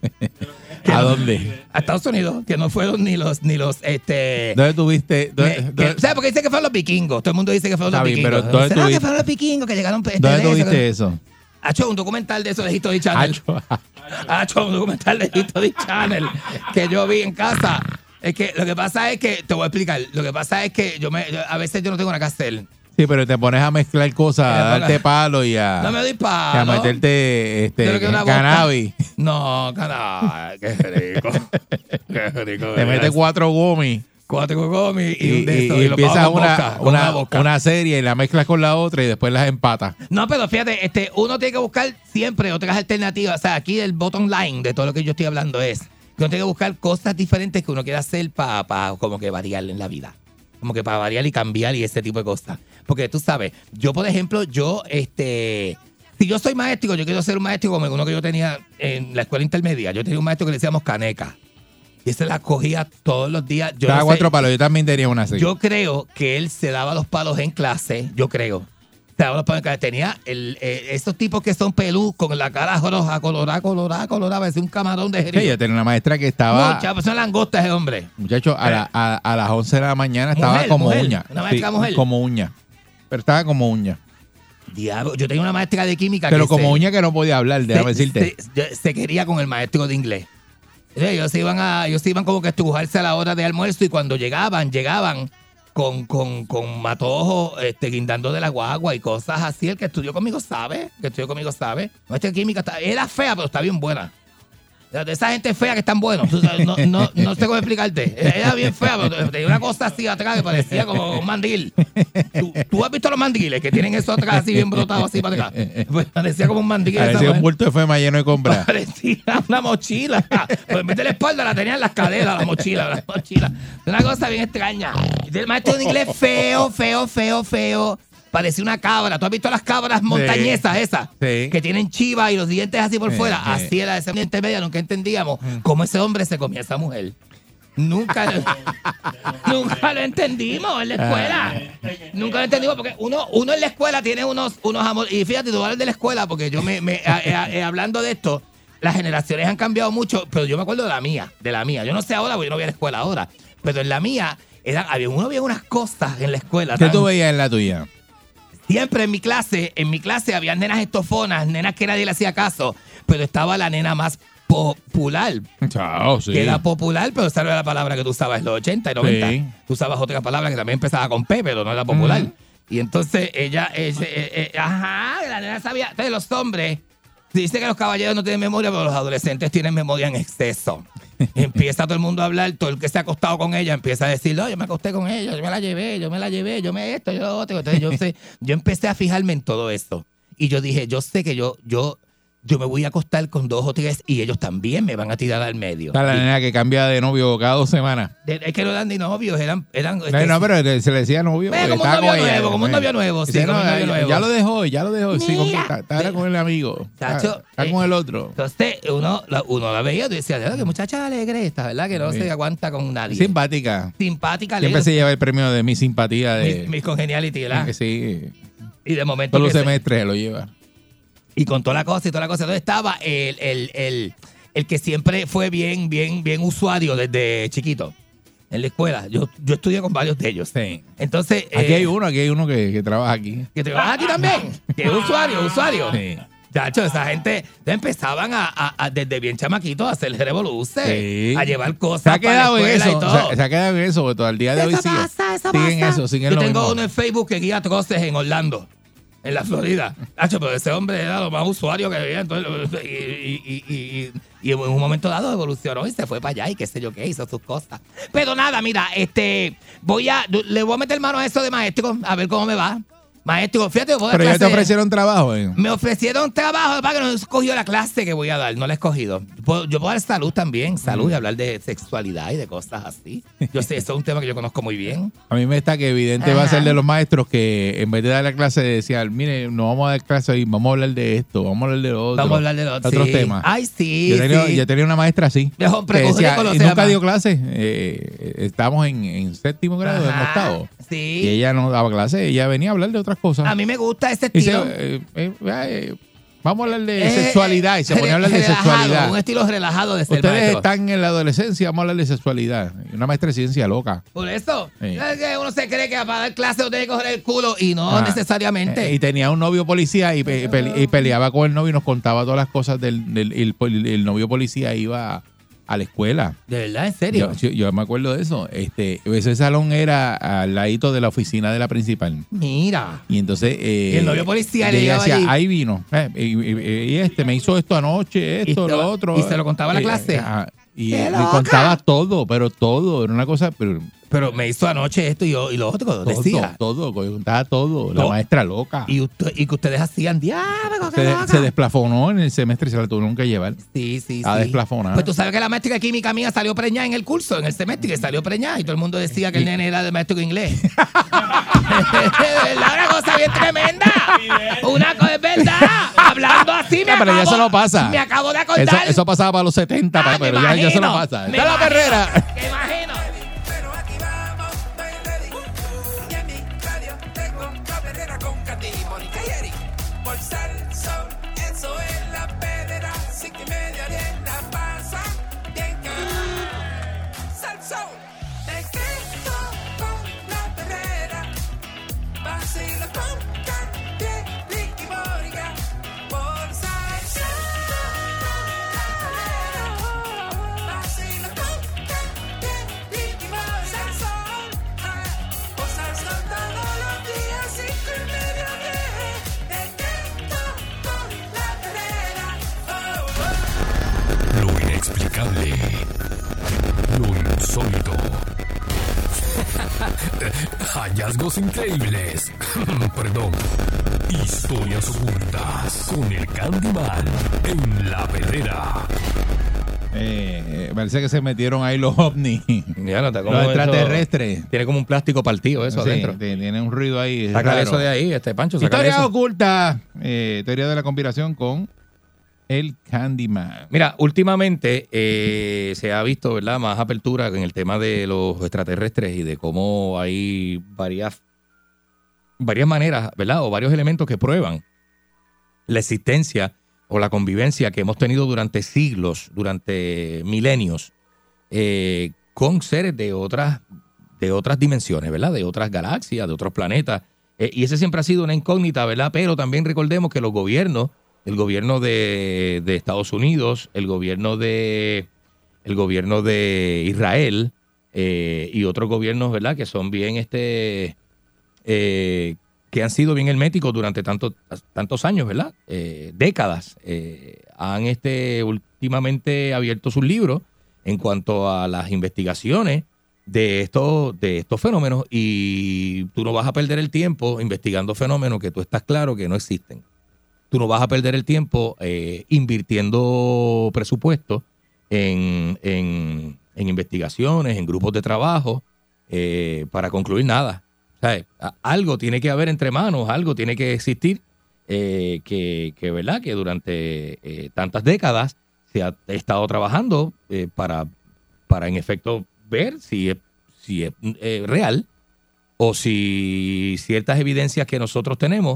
Speaker 2: ¿A dónde?
Speaker 11: a Estados Unidos, que no fueron ni los, ni los, este...
Speaker 2: ¿Dónde tuviste? ¿Dónde,
Speaker 11: que-
Speaker 2: dónde-
Speaker 11: ¿Sabes? Porque dice que fueron los vikingos. Todo el mundo dice que fueron
Speaker 2: Está
Speaker 11: los
Speaker 2: bien,
Speaker 11: vikingos.
Speaker 2: pero ¿dónde
Speaker 11: Dice, no,
Speaker 2: tuviste-
Speaker 11: que fueron los vikingos que llegaron... este,
Speaker 2: ¿dónde
Speaker 11: de eso,
Speaker 2: tuviste
Speaker 11: que-
Speaker 2: eso?
Speaker 11: Ha hecho un documental de eso de History Channel.
Speaker 2: Hacho.
Speaker 11: Ha hecho un documental de History Channel que yo vi en casa. Es que lo que pasa es que, te voy a explicar, lo que pasa es que yo me, yo- a veces yo no tengo nada que hacer.
Speaker 2: Sí, pero te pones a mezclar cosas,
Speaker 11: Que
Speaker 2: a
Speaker 11: me ponga-
Speaker 2: darte palo y a,
Speaker 11: No me doy
Speaker 2: y a
Speaker 11: palo.
Speaker 2: meterte este,
Speaker 11: Yo lo que una boca.
Speaker 2: cannabis.
Speaker 11: No, cannabis. Qué rico. Qué rico.
Speaker 2: Te metes cuatro gomis
Speaker 11: cuatro gomis y,
Speaker 2: y,
Speaker 11: un de
Speaker 2: y-
Speaker 11: estos,
Speaker 2: y
Speaker 11: y lo
Speaker 2: empiezas
Speaker 11: pago con
Speaker 2: una,
Speaker 11: boca, con
Speaker 2: una,
Speaker 11: boca.
Speaker 2: una serie y la mezclas con la otra y después las empatas.
Speaker 11: No, pero fíjate, este, uno tiene que buscar siempre otras alternativas. O sea, aquí el bottom line de todo lo que yo estoy hablando es que uno tiene que buscar cosas diferentes que uno quiera hacer para pa, como que variar en la vida. Como que para variar y cambiar y ese tipo de cosas. Porque tú sabes, yo por ejemplo, yo, este, si yo soy maestro, yo quiero ser un maestro como uno que yo tenía en la escuela intermedia. Yo tenía un maestro que le decíamos Caneca. Y ese la cogía todos los días. Yo
Speaker 2: Cada
Speaker 11: no sé-
Speaker 2: cuatro palos. Yo también tenía una serie.
Speaker 11: yo creo que él se daba los palos en clase, yo creo. Se daba los palos en clase. Tenía el, eh, esos tipos que son pelú con la cara roja, colorada, colorada, colorada, parecía un camarón de
Speaker 2: Sí,
Speaker 11: jerilla.
Speaker 2: yo tenía una maestra que estaba,
Speaker 11: Mucha, pues son langostas ese hombre.
Speaker 2: muchacho, a, la- a, a las once de la mañana estaba
Speaker 11: Mujer,
Speaker 2: como
Speaker 11: mujer.
Speaker 2: uña.
Speaker 11: Una maestra mujer.
Speaker 2: Como uña. Pero estaba como uña.
Speaker 11: Diablo, yo tenía una maestra de química
Speaker 2: Pero
Speaker 11: que
Speaker 2: como
Speaker 11: se,
Speaker 2: uña que no podía hablar, déjame
Speaker 11: se,
Speaker 2: decirte.
Speaker 11: se- se quería con el maestro de inglés. Ellos se iban a, ellos se iban como que a estrujarse a la hora de almuerzo y cuando llegaban, llegaban con, con, con matojos este, guindando de la guagua y cosas así. El que estudió conmigo sabe, el que estudió conmigo sabe. Nuestra química está, era fea, pero está bien buena. De esa gente fea que están buenos. Tú sabes, No, no, no sé cómo explicarte. Era bien fea, pero tenía una cosa así atrás que parecía como un mandil. ¿Tú, tú has visto los mandiles que tienen eso atrás así bien brotado así para atrás? Pues parecía como un mandil. esa
Speaker 2: Parecía un
Speaker 11: mujer.
Speaker 2: bulto de fema lleno de compras.
Speaker 11: Parecía una mochila. Pues en vez de la espalda la tenía en las caderas, la mochila, la mochila. Una cosa bien extraña. Y el maestro de inglés feo, feo, feo, feo. Parecía una cabra. ¿Tú has visto las cabras montañesas esas?
Speaker 2: Sí.
Speaker 11: Que tienen chivas y los dientes así por
Speaker 2: Sí,
Speaker 11: fuera.
Speaker 2: sí.
Speaker 11: Así era ese diente media. Nunca entendíamos cómo ese hombre se comía a esa mujer. Nunca, nunca lo entendimos en la escuela. Nunca lo entendimos porque uno, uno en la escuela tiene unos, unos amores. Y fíjate, tú hablas de la escuela porque yo me, me a- a- a- hablando de esto, las generaciones han cambiado mucho, pero yo me acuerdo de la mía, de la mía. Yo no sé ahora porque yo no voy a la escuela ahora, pero en la mía era, había, uno había unas cosas en la escuela.
Speaker 2: ¿Qué
Speaker 11: tan-
Speaker 2: tú veías en la tuya?
Speaker 11: Siempre en mi clase, en mi clase había nenas estofonas, nenas que nadie le hacía caso, pero estaba la nena más popular.
Speaker 2: Chao, sí.
Speaker 11: Que era popular, pero esa no era la palabra que tú usabas en los ochenta y noventa.
Speaker 2: Sí.
Speaker 11: Tú usabas otra palabra que también empezaba con P, pero no era popular.
Speaker 2: Ujú.
Speaker 11: Y entonces ella, eh, eh, eh, ajá, la nena sabía. Entonces los hombres, dice que los caballeros no tienen memoria, pero los adolescentes tienen memoria en exceso. Empieza todo el mundo a hablar, todo el que se ha acostado con ella empieza a decir, no, yo me acosté con ella, yo me la llevé, yo me la llevé, yo me esto, yo lo otro. Entonces yo, sé, yo empecé a fijarme en todo esto. Y yo dije, yo sé que yo, yo, yo me voy a acostar con dos o tres y ellos también me van a tirar al medio.
Speaker 2: Está la
Speaker 11: Y-
Speaker 2: nena que cambia de novio cada dos semanas.
Speaker 11: de- es que no eran ni novios, eran... eran
Speaker 2: No,
Speaker 11: este,
Speaker 2: no, pero se le decía novio.
Speaker 11: Ve,
Speaker 2: porque
Speaker 11: como un
Speaker 2: estaba
Speaker 11: novio
Speaker 2: con ella.
Speaker 11: nuevo, como un novio nuevo, sí,
Speaker 2: Dice,
Speaker 11: como un
Speaker 2: no,
Speaker 11: novio
Speaker 2: ya-
Speaker 11: nuevo.
Speaker 2: Ya lo dejó, ya lo dejó. Sí, con,
Speaker 11: Mira.
Speaker 2: está, está ahora con el amigo. Está,
Speaker 11: Chacho,
Speaker 2: está
Speaker 11: eh,
Speaker 2: con el otro.
Speaker 11: Entonces uno la, uno la veía y decía, "Diablo, qué muchacha alegre esta, ¿verdad? Que no
Speaker 2: Sí.
Speaker 11: se aguanta con nadie.
Speaker 2: Simpática.
Speaker 11: Simpática,
Speaker 2: Siempre
Speaker 11: alegre.
Speaker 2: se lleva el premio de mi simpatía. De,
Speaker 11: Mis, mis congeniality, ¿verdad?
Speaker 2: que sí.
Speaker 11: Y de momento...
Speaker 2: Todos los
Speaker 11: que se-
Speaker 2: semestres se lo lleva.
Speaker 11: y con toda la cosa y toda la cosa. Entonces estaba el, el, el, el que siempre fue bien, bien, bien usuario desde chiquito en la escuela. Yo, yo estudié con varios de ellos.
Speaker 2: Sí.
Speaker 11: Entonces...
Speaker 2: Aquí
Speaker 11: eh,
Speaker 2: hay uno, aquí hay uno que, que trabaja aquí.
Speaker 11: que trabaja aquí también. Que es usuario, usuario.
Speaker 2: Sí.
Speaker 11: Chacho, esa gente empezaban a, a- a- desde bien chamaquitos a hacer revoluces,
Speaker 2: Sí.
Speaker 11: a llevar
Speaker 2: Se
Speaker 11: cosas
Speaker 2: ha
Speaker 11: para la
Speaker 2: quedado en
Speaker 11: escuela
Speaker 2: eso.
Speaker 11: y todo.
Speaker 2: Se, se ha quedado en eso, porque todo el día de hoy
Speaker 11: Eso
Speaker 2: sigue.
Speaker 11: pasa, eso
Speaker 2: siguen
Speaker 11: pasa.
Speaker 2: eso, siguen
Speaker 11: Yo
Speaker 2: lo
Speaker 11: tengo
Speaker 2: mismo.
Speaker 11: uno en Facebook que guía troces en Orlando, en la Florida. Chacho, pero ese hombre era lo más usuario que había. Entonces, y, y, y, y, y en un momento dado evolucionó y se fue para allá y qué sé yo qué, hizo sus cosas. Pero nada, mira, este, voy a, le voy a meter mano a eso de maestro, a ver cómo me va. Maestro, fíjate, voy a dar
Speaker 2: Pero ya te
Speaker 11: clase-
Speaker 2: ofrecieron trabajo. ¿eh?
Speaker 11: Me ofrecieron trabajo, para que no he escogido la clase que voy a dar, no la he escogido. Puedo- Yo puedo dar salud también, salud y hablar de sexualidad y de cosas así. Yo sé, eso es un tema que yo conozco muy bien.
Speaker 2: A mí me está que evidente va a
Speaker 11: Ajá.
Speaker 2: ser de los maestros que en vez de dar la clase decían, mire, no vamos a dar clase hoy, vamos a hablar de esto, vamos a hablar de lo otro.
Speaker 11: Vamos a hablar de lo-
Speaker 2: otros
Speaker 11: sí.
Speaker 2: temas.
Speaker 11: Ay, sí,
Speaker 2: Yo tenía,
Speaker 11: sí.
Speaker 2: yo tenía una maestra así.
Speaker 11: Mejor
Speaker 2: que
Speaker 11: precoz
Speaker 2: decía,
Speaker 11: ridículo
Speaker 2: y
Speaker 11: se
Speaker 2: nunca
Speaker 11: llama.
Speaker 2: dio clase. Eh, estábamos en, en séptimo grado, en
Speaker 11: Ajá,
Speaker 2: octavo.
Speaker 11: sí.
Speaker 2: Y ella no daba clase, ella venía a hablar de otras cosas.
Speaker 11: A mí me gusta ese
Speaker 2: Dice,
Speaker 11: estilo.
Speaker 2: eh, eh, eh, vamos a hablar de
Speaker 11: Eh,
Speaker 2: sexualidad y se ponía a hablar de
Speaker 11: relajado,
Speaker 2: sexualidad.
Speaker 11: Un estilo relajado de ser
Speaker 2: Ustedes
Speaker 11: maestro.
Speaker 2: están en la adolescencia, vamos a hablar de sexualidad. Y una maestra de ciencia loca.
Speaker 11: Por eso,
Speaker 2: Sí.
Speaker 11: es que uno se cree que para dar clase uno tiene que coger el culo y no
Speaker 2: Ah,
Speaker 11: necesariamente.
Speaker 2: eh, y tenía un novio policía y, pe- pe- y peleaba con el novio y nos contaba todas las cosas del, del el, pol- el novio policía iba a la escuela.
Speaker 11: ¿De verdad? ¿En serio?
Speaker 2: Yo, yo- yo me acuerdo de eso. Este, ese salón era al ladito de la oficina de la principal.
Speaker 11: Mira.
Speaker 2: Y entonces eh,
Speaker 11: Y el novio policía
Speaker 2: y
Speaker 11: le
Speaker 2: ella
Speaker 11: llegaba
Speaker 2: decía,
Speaker 11: allí.
Speaker 2: ahí vino. eh, y, y- y este me hizo esto anoche, esto,
Speaker 11: Y te-
Speaker 2: lo otro.
Speaker 11: y se lo contaba a la
Speaker 2: Eh,
Speaker 11: clase.
Speaker 2: ajá. Y,
Speaker 11: ¡Qué
Speaker 2: y
Speaker 11: loca!
Speaker 2: contaba todo, pero todo. Era una cosa, pero
Speaker 11: Pero me hizo anoche esto y, yo, y lo otro,
Speaker 2: todo,
Speaker 11: decía.
Speaker 2: todo, contaba todo. La
Speaker 11: Todo.
Speaker 2: maestra loca.
Speaker 11: Y, usted- y que ustedes hacían, diablo, qué
Speaker 2: se,
Speaker 11: loca".
Speaker 2: se desplafonó en el semestre y se la tuvieron que llevar.
Speaker 11: Sí, sí,
Speaker 2: a
Speaker 11: sí.
Speaker 2: desplafonar.
Speaker 11: Pues tú sabes que la maestra de química mía salió preñada en el curso, en el semestre, que salió preñada y todo el mundo decía que el nene era de maestro de inglés. De verdad, una cosa bien tremenda. Una cosa es verdad. Hablando así me
Speaker 2: Ah, pero ya
Speaker 11: acabo-
Speaker 2: eso no pasa.
Speaker 11: Me acabo de
Speaker 2: Eso,
Speaker 11: acordar.
Speaker 2: eso pasaba para los setenta,
Speaker 11: Ah,
Speaker 2: pero
Speaker 11: me
Speaker 2: ya, ya eso no
Speaker 11: imagino,
Speaker 2: pasa.
Speaker 11: me
Speaker 2: Está la
Speaker 11: imagino,
Speaker 2: perrera.
Speaker 11: Me imagino.
Speaker 10: Pero aquí vamos, estoy ready. Y en mi radio tengo la perrera con Candy, Mónica y Eric. Por Salsón, eso es la perrera. Cinco y media bien la pasa. Bien cabrón. Salsón, te quedo con la perrera. Vacilo con Candy, Eric y Mónica. Por Salsón, la perrera. Vacilo con Candy, Eric y Mónica. Salsón, por Salsón todos los días, cinco y media bien. Te quedo con la perrera. Oh, oh.
Speaker 1: Lo inexplicable. Lo insólito. Hallazgos increíbles. Perdón. Historias ocultas con el Candyman en la perrera.
Speaker 2: Eh, eh, parece que se metieron ahí los ovnis.
Speaker 3: Ya no, está como
Speaker 2: Los
Speaker 3: eso-
Speaker 2: extraterrestres.
Speaker 3: Tiene como un plástico partido eso
Speaker 2: Sí,
Speaker 3: adentro.
Speaker 2: te- tiene un ruido ahí. es
Speaker 3: Sácale
Speaker 2: raro.
Speaker 3: eso de ahí, este Pancho, sácale
Speaker 2: Historia
Speaker 3: eso.
Speaker 2: oculta. Eh, teoría de la conspiración con el Candyman.
Speaker 3: Mira, últimamente eh, se ha visto, ¿verdad?, más apertura en el tema de los extraterrestres y de cómo hay varias, varias maneras, ¿verdad?, o varios elementos que prueban la existencia o la convivencia que hemos tenido durante siglos, durante milenios, eh, con seres de otras, de otras dimensiones, ¿verdad?, de otras galaxias, de otros planetas. Eh, y ese siempre ha sido una incógnita, ¿verdad? Pero también recordemos que los gobiernos, el gobierno de, de Estados Unidos, el gobierno de, el gobierno de Israel eh, y otros gobiernos, ¿verdad?, que son bien, este, eh, que han sido bien herméticos durante tanto, tantos años, ¿verdad? Eh, décadas. Eh, han este, últimamente abierto sus libros en cuanto a las investigaciones de estos, de estos fenómenos, y tú no vas a perder el tiempo investigando fenómenos que tú estás claro que no existen. Tú no vas a perder el tiempo eh, invirtiendo presupuesto en, en, en investigaciones, en grupos de trabajo, eh, para concluir nada. O sea, a- algo tiene que haber entre manos, algo tiene que existir, eh, que, que, ¿verdad?, que durante eh, tantas décadas se ha estado trabajando eh, para, para, en efecto, ver si es, si es eh, real o si ciertas evidencias que nosotros tenemos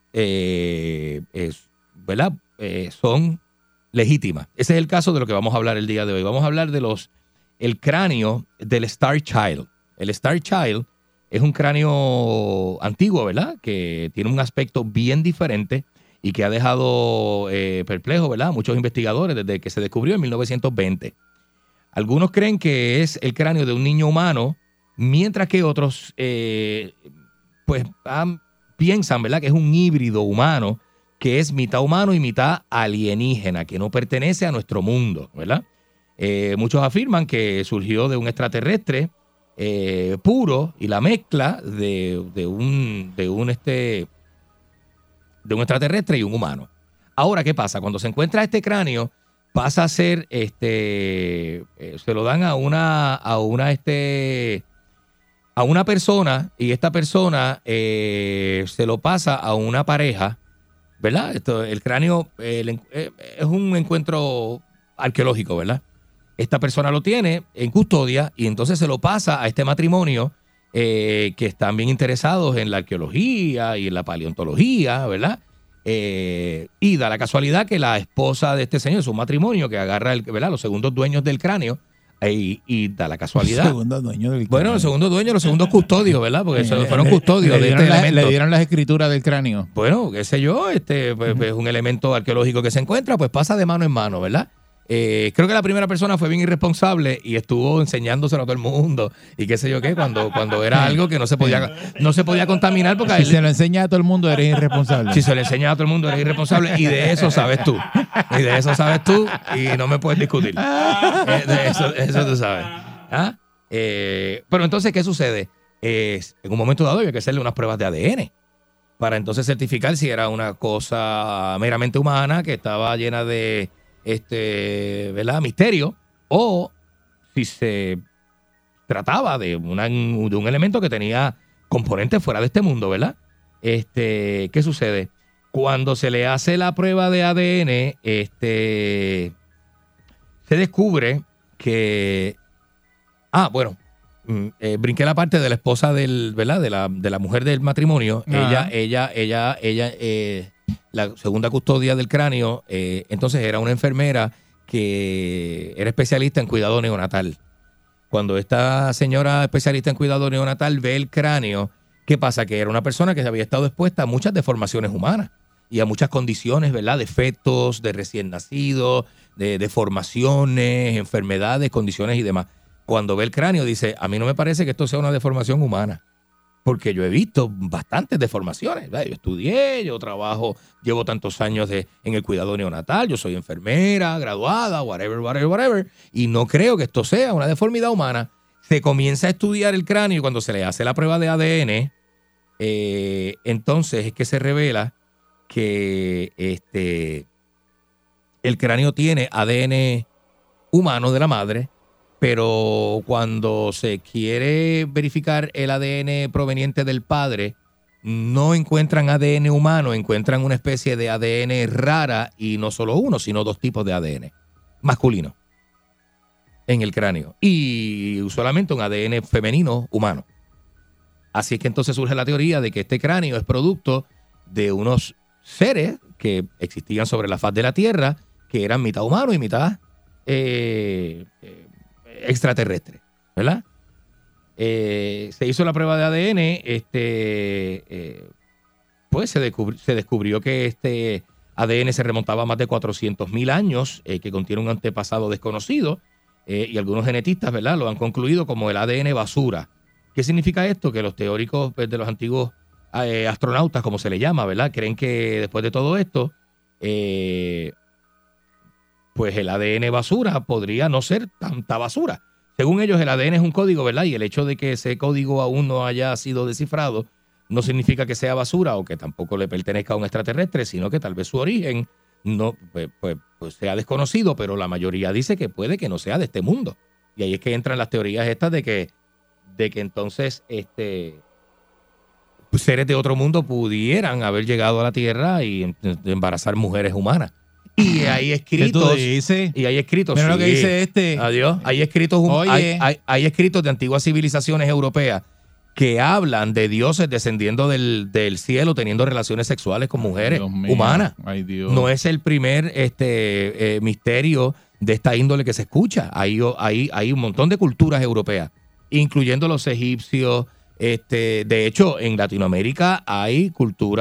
Speaker 3: eh, es, ¿verdad?, Eh, son legítimas. Ese es el caso de lo que vamos a hablar el día de hoy. Vamos a hablar de los el cráneo del Star Child. El Star Child es un cráneo antiguo, ¿verdad?, que tiene un aspecto bien diferente y que ha dejado eh, perplejo, ¿verdad?, a muchos investigadores desde que se descubrió en mil novecientos veinte. Algunos creen que es el cráneo de un niño humano, mientras que otros eh, pues han, piensan, ¿verdad?, que es un híbrido humano, que es mitad humano y mitad alienígena, que no pertenece a nuestro mundo, ¿verdad? Eh, muchos afirman que surgió de un extraterrestre eh, puro y la mezcla de, de un de un este de un extraterrestre y un humano. Ahora, ¿qué pasa? Cuando se encuentra este cráneo, pasa a ser este eh, se lo dan a una a una este a una persona y esta persona eh, se lo pasa a una pareja, ¿verdad? Esto, el cráneo eh, el, eh, es un encuentro arqueológico, ¿verdad? Esta persona lo tiene en custodia y entonces se lo pasa a este matrimonio eh, que están bien interesados en la arqueología y en la paleontología, ¿verdad? Eh, y da la casualidad que la esposa de este señor es un matrimonio que agarra el, ¿verdad?, los segundos dueños del cráneo. Y, y da la casualidad.
Speaker 2: Segundo dueño del
Speaker 3: bueno, los segundos dueños, los segundos custodios, ¿verdad? Porque
Speaker 2: Eh,
Speaker 3: fueron
Speaker 2: le-
Speaker 3: custodios
Speaker 2: le
Speaker 3: de este
Speaker 2: dieron la-
Speaker 3: elemento.
Speaker 2: le dieron las escrituras del cráneo.
Speaker 3: Bueno, qué sé yo, este pues, pues, es un elemento arqueológico que se encuentra, pues pasa de mano en mano, ¿verdad? Eh, creo que la primera persona fue bien irresponsable y estuvo enseñándoselo a todo el mundo y qué sé yo qué, cuando, cuando era algo que no se podía, no se podía contaminar porque a
Speaker 2: Si
Speaker 3: él-
Speaker 2: se lo enseña a todo el mundo, eres irresponsable.
Speaker 3: si se le enseña a todo el mundo eres irresponsable y de eso sabes tú. Y de eso sabes tú y no me puedes discutir. Eh, de eso, eso tú sabes. ¿Ah? Eh, pero entonces, ¿qué sucede? Eh, en un momento dado había que hacerle unas pruebas de A D N para entonces certificar si era una cosa meramente humana que estaba llena de este, ¿verdad?, misterio, o si se trataba de, una, de un elemento que tenía componentes fuera de este mundo, ¿verdad? Este, ¿qué sucede? Cuando se le hace la prueba de A D N, este, se descubre que, ah, bueno, mm, eh, brinqué la parte de la esposa del, ¿verdad?, de la, de la mujer del matrimonio.
Speaker 2: Ajá.
Speaker 3: Ella, ella, ella, ella, eh, la segunda custodia del cráneo, eh, entonces era una enfermera que era especialista en cuidado neonatal. Cuando esta señora especialista en cuidado neonatal ve el cráneo, ¿qué pasa? Que era una persona que había estado expuesta a muchas deformaciones humanas y a muchas condiciones, ¿verdad?, de fetos, de recién nacidos, de deformaciones, enfermedades, condiciones y demás. Cuando ve el cráneo dice, a mí no me parece que esto sea una deformación humana, porque yo he visto bastantes deformaciones, ¿verdad? Yo estudié, yo trabajo, llevo tantos años de, en el cuidado neonatal, yo soy enfermera, graduada, whatever, whatever, whatever, y no creo que esto sea una deformidad humana. Se comienza a estudiar el cráneo y cuando se le hace la prueba de A D N, eh, entonces es que se revela que este, el cráneo tiene A D N humano de la madre, pero cuando se quiere verificar el A D N proveniente del padre, no encuentran A D N humano, encuentran una especie de A D N rara y no solo uno, sino dos tipos de A D N masculino en el cráneo y solamente un A D N femenino humano. Así es que entonces surge la teoría de que este cráneo es producto de unos seres que existían sobre la faz de la Tierra, que eran mitad humano y mitad eh, eh, extraterrestre, ¿verdad? Eh, se hizo la prueba de A D N, este, eh, pues se, descubri- se descubrió que este A D N se remontaba a más de cuatrocientos mil años, eh, que contiene un antepasado desconocido, eh, y algunos genetistas, ¿verdad?, lo han concluido como el A D N basura. ¿Qué significa esto? Que los teóricos, pues, de los antiguos eh, astronautas, como se le llama, ¿verdad?, creen que después de todo esto, eh, pues el A D N basura podría no ser tanta basura. Según ellos, el A D N es un código, ¿verdad? Y el hecho de que ese código aún no haya sido descifrado no significa que sea basura o que tampoco le pertenezca a un extraterrestre, sino que tal vez su origen no, pues, pues, pues sea desconocido, pero la mayoría dice que puede que no sea de este mundo. Y ahí es que entran las teorías estas de que, de que entonces este, pues, seres de otro mundo pudieran haber llegado a la Tierra y em- embarazar mujeres humanas. Y hay escritos.
Speaker 2: ¿Qué tú dices?
Speaker 3: Y hay escritos.
Speaker 2: Mira lo que
Speaker 3: sí.
Speaker 2: dice este.
Speaker 3: Adiós. Hay escritos, hum-
Speaker 2: Oye.
Speaker 3: hay, hay, hay escritos de antiguas civilizaciones europeas que hablan de dioses descendiendo del, del cielo, teniendo relaciones sexuales con mujeres
Speaker 2: Dios mío.
Speaker 3: humanas.
Speaker 2: Ay, Dios.
Speaker 3: No es el primer este, eh, misterio de esta índole que se escucha. Hay, hay, hay un montón de culturas europeas, incluyendo los egipcios. Este, de hecho, en Latinoamérica hay culturas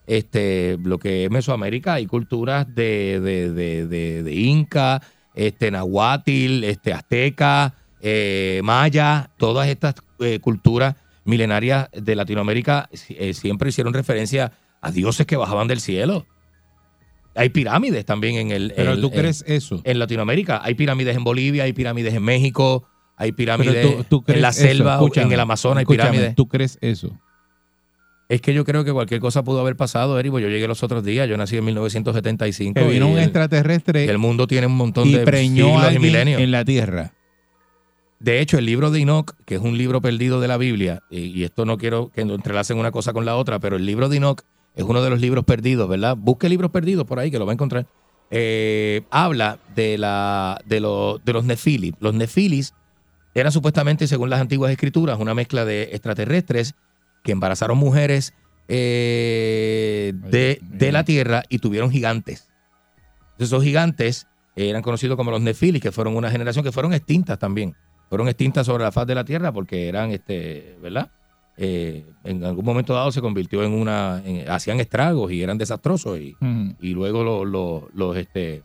Speaker 3: este, lo que es Mesoamérica, hay culturas de, de, de, de, de Inca, este, Nahuatl, este, Azteca, eh, Maya, todas estas eh, culturas milenarias de Latinoamérica eh, siempre hicieron referencia a dioses que bajaban del cielo. Hay pirámides también en el...
Speaker 2: Pero
Speaker 3: el-
Speaker 2: tú crees
Speaker 3: en,
Speaker 2: eso.
Speaker 3: En Latinoamérica. Hay pirámides en Bolivia, hay pirámides en México, hay pirámides
Speaker 2: Pero tú- tú
Speaker 3: en la
Speaker 2: crees eso.
Speaker 3: selva,
Speaker 2: Escúchame,
Speaker 3: en el Amazonas, hay
Speaker 2: escúchame,
Speaker 3: pirámides.
Speaker 2: ¿Tú crees eso?
Speaker 3: Es que yo creo que cualquier cosa pudo haber pasado, Eric. Yo llegué los otros días, yo nací en mil novecientos setenta y cinco.
Speaker 2: Que vino
Speaker 3: y
Speaker 2: un
Speaker 3: el-
Speaker 2: extraterrestre
Speaker 3: y el mundo tiene un montón
Speaker 2: y
Speaker 3: de
Speaker 2: preñó a
Speaker 3: siglos y
Speaker 2: alguien
Speaker 3: milenios.
Speaker 2: en la Tierra.
Speaker 3: De hecho, el libro de Enoch, que es un libro perdido de la Biblia, y, y esto no quiero que entrelacen una cosa con la otra, pero el libro de Enoch es uno de los libros perdidos, ¿verdad? Busque libros perdidos por ahí, que lo va a encontrar. Eh, habla de, la, de, lo- de los nefilis. Los nefilis eran supuestamente, según las antiguas escrituras, una mezcla de extraterrestres que embarazaron mujeres eh, de, de la tierra y tuvieron gigantes. Entonces, esos gigantes eran conocidos como los nefilis, que fueron una generación que fueron extintas también. Fueron extintas sobre la faz de la tierra porque eran, este, ¿verdad? Eh, en algún momento dado se convirtió en una, en- hacían estragos y eran desastrosos y,
Speaker 2: Ujú.
Speaker 3: y luego lo- lo- los, este,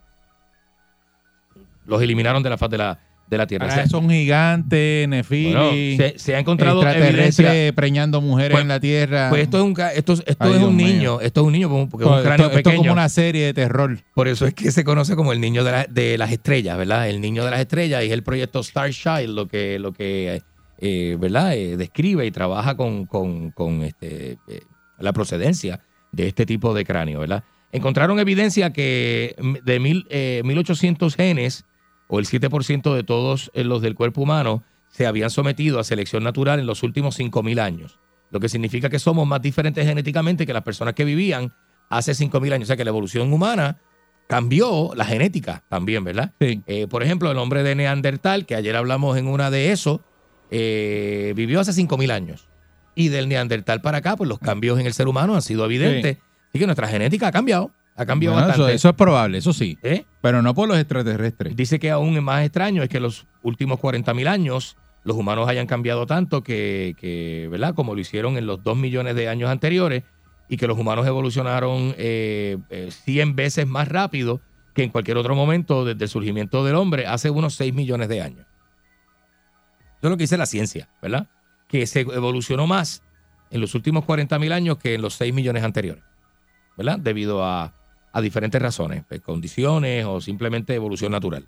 Speaker 3: los eliminaron de la faz de la, de la tierra.
Speaker 2: Ahora
Speaker 3: O sea,
Speaker 2: son gigantes, nefilis,
Speaker 3: bueno, se, se ha encontrado
Speaker 2: extraterrestres
Speaker 3: evidencia.
Speaker 2: preñando mujeres
Speaker 3: Pues-
Speaker 2: en la Tierra.
Speaker 3: Pues esto es un, ca- esto, es- esto
Speaker 2: Ay,
Speaker 3: es
Speaker 2: Dios
Speaker 3: un
Speaker 2: mío.
Speaker 3: niño, esto es un niño como- porque es un
Speaker 2: Esto-
Speaker 3: cráneo
Speaker 2: esto es
Speaker 3: pequeño.
Speaker 2: como una serie de terror.
Speaker 3: Por eso es que se conoce como el niño de, la- de las estrellas, ¿verdad? El niño de las estrellas y es el proyecto Starchild lo que, lo que eh, ¿verdad? Eh, describe y trabaja con, con, con, este, eh, la procedencia de este tipo de cráneo, ¿verdad? Encontraron evidencia que de mil, eh, mil ochocientos genes, o el siete por ciento de todos eh, los del cuerpo humano, se habían sometido a selección natural en los últimos cinco mil años. Lo que significa que somos más diferentes genéticamente que las personas que vivían hace cinco mil años. O sea que la evolución humana cambió la genética también, ¿verdad?
Speaker 2: Sí.
Speaker 3: Eh, por ejemplo, el hombre de Neandertal, que ayer hablamos en una de eso, eh, vivió hace cinco mil años. Y del Neandertal para acá, pues los cambios en el ser humano han sido evidentes. Así que nuestra genética ha cambiado. Ha cambiado
Speaker 2: Bueno, eso,
Speaker 3: bastante.
Speaker 2: eso es probable, eso sí.
Speaker 3: ¿Eh?
Speaker 2: Pero no por los extraterrestres.
Speaker 3: Dice que aún es más extraño es que los últimos cuarenta mil años los humanos hayan cambiado tanto que, que, ¿verdad? Como lo hicieron en los dos millones de años anteriores y que los humanos evolucionaron eh, eh, cien veces más rápido que en cualquier otro momento desde el surgimiento del hombre hace unos seis millones de años. Eso es lo que dice la ciencia, ¿verdad? Que se evolucionó más en los últimos cuarenta mil años que en los seis millones anteriores, ¿verdad? Debido a, a diferentes razones, pues, condiciones o simplemente evolución natural.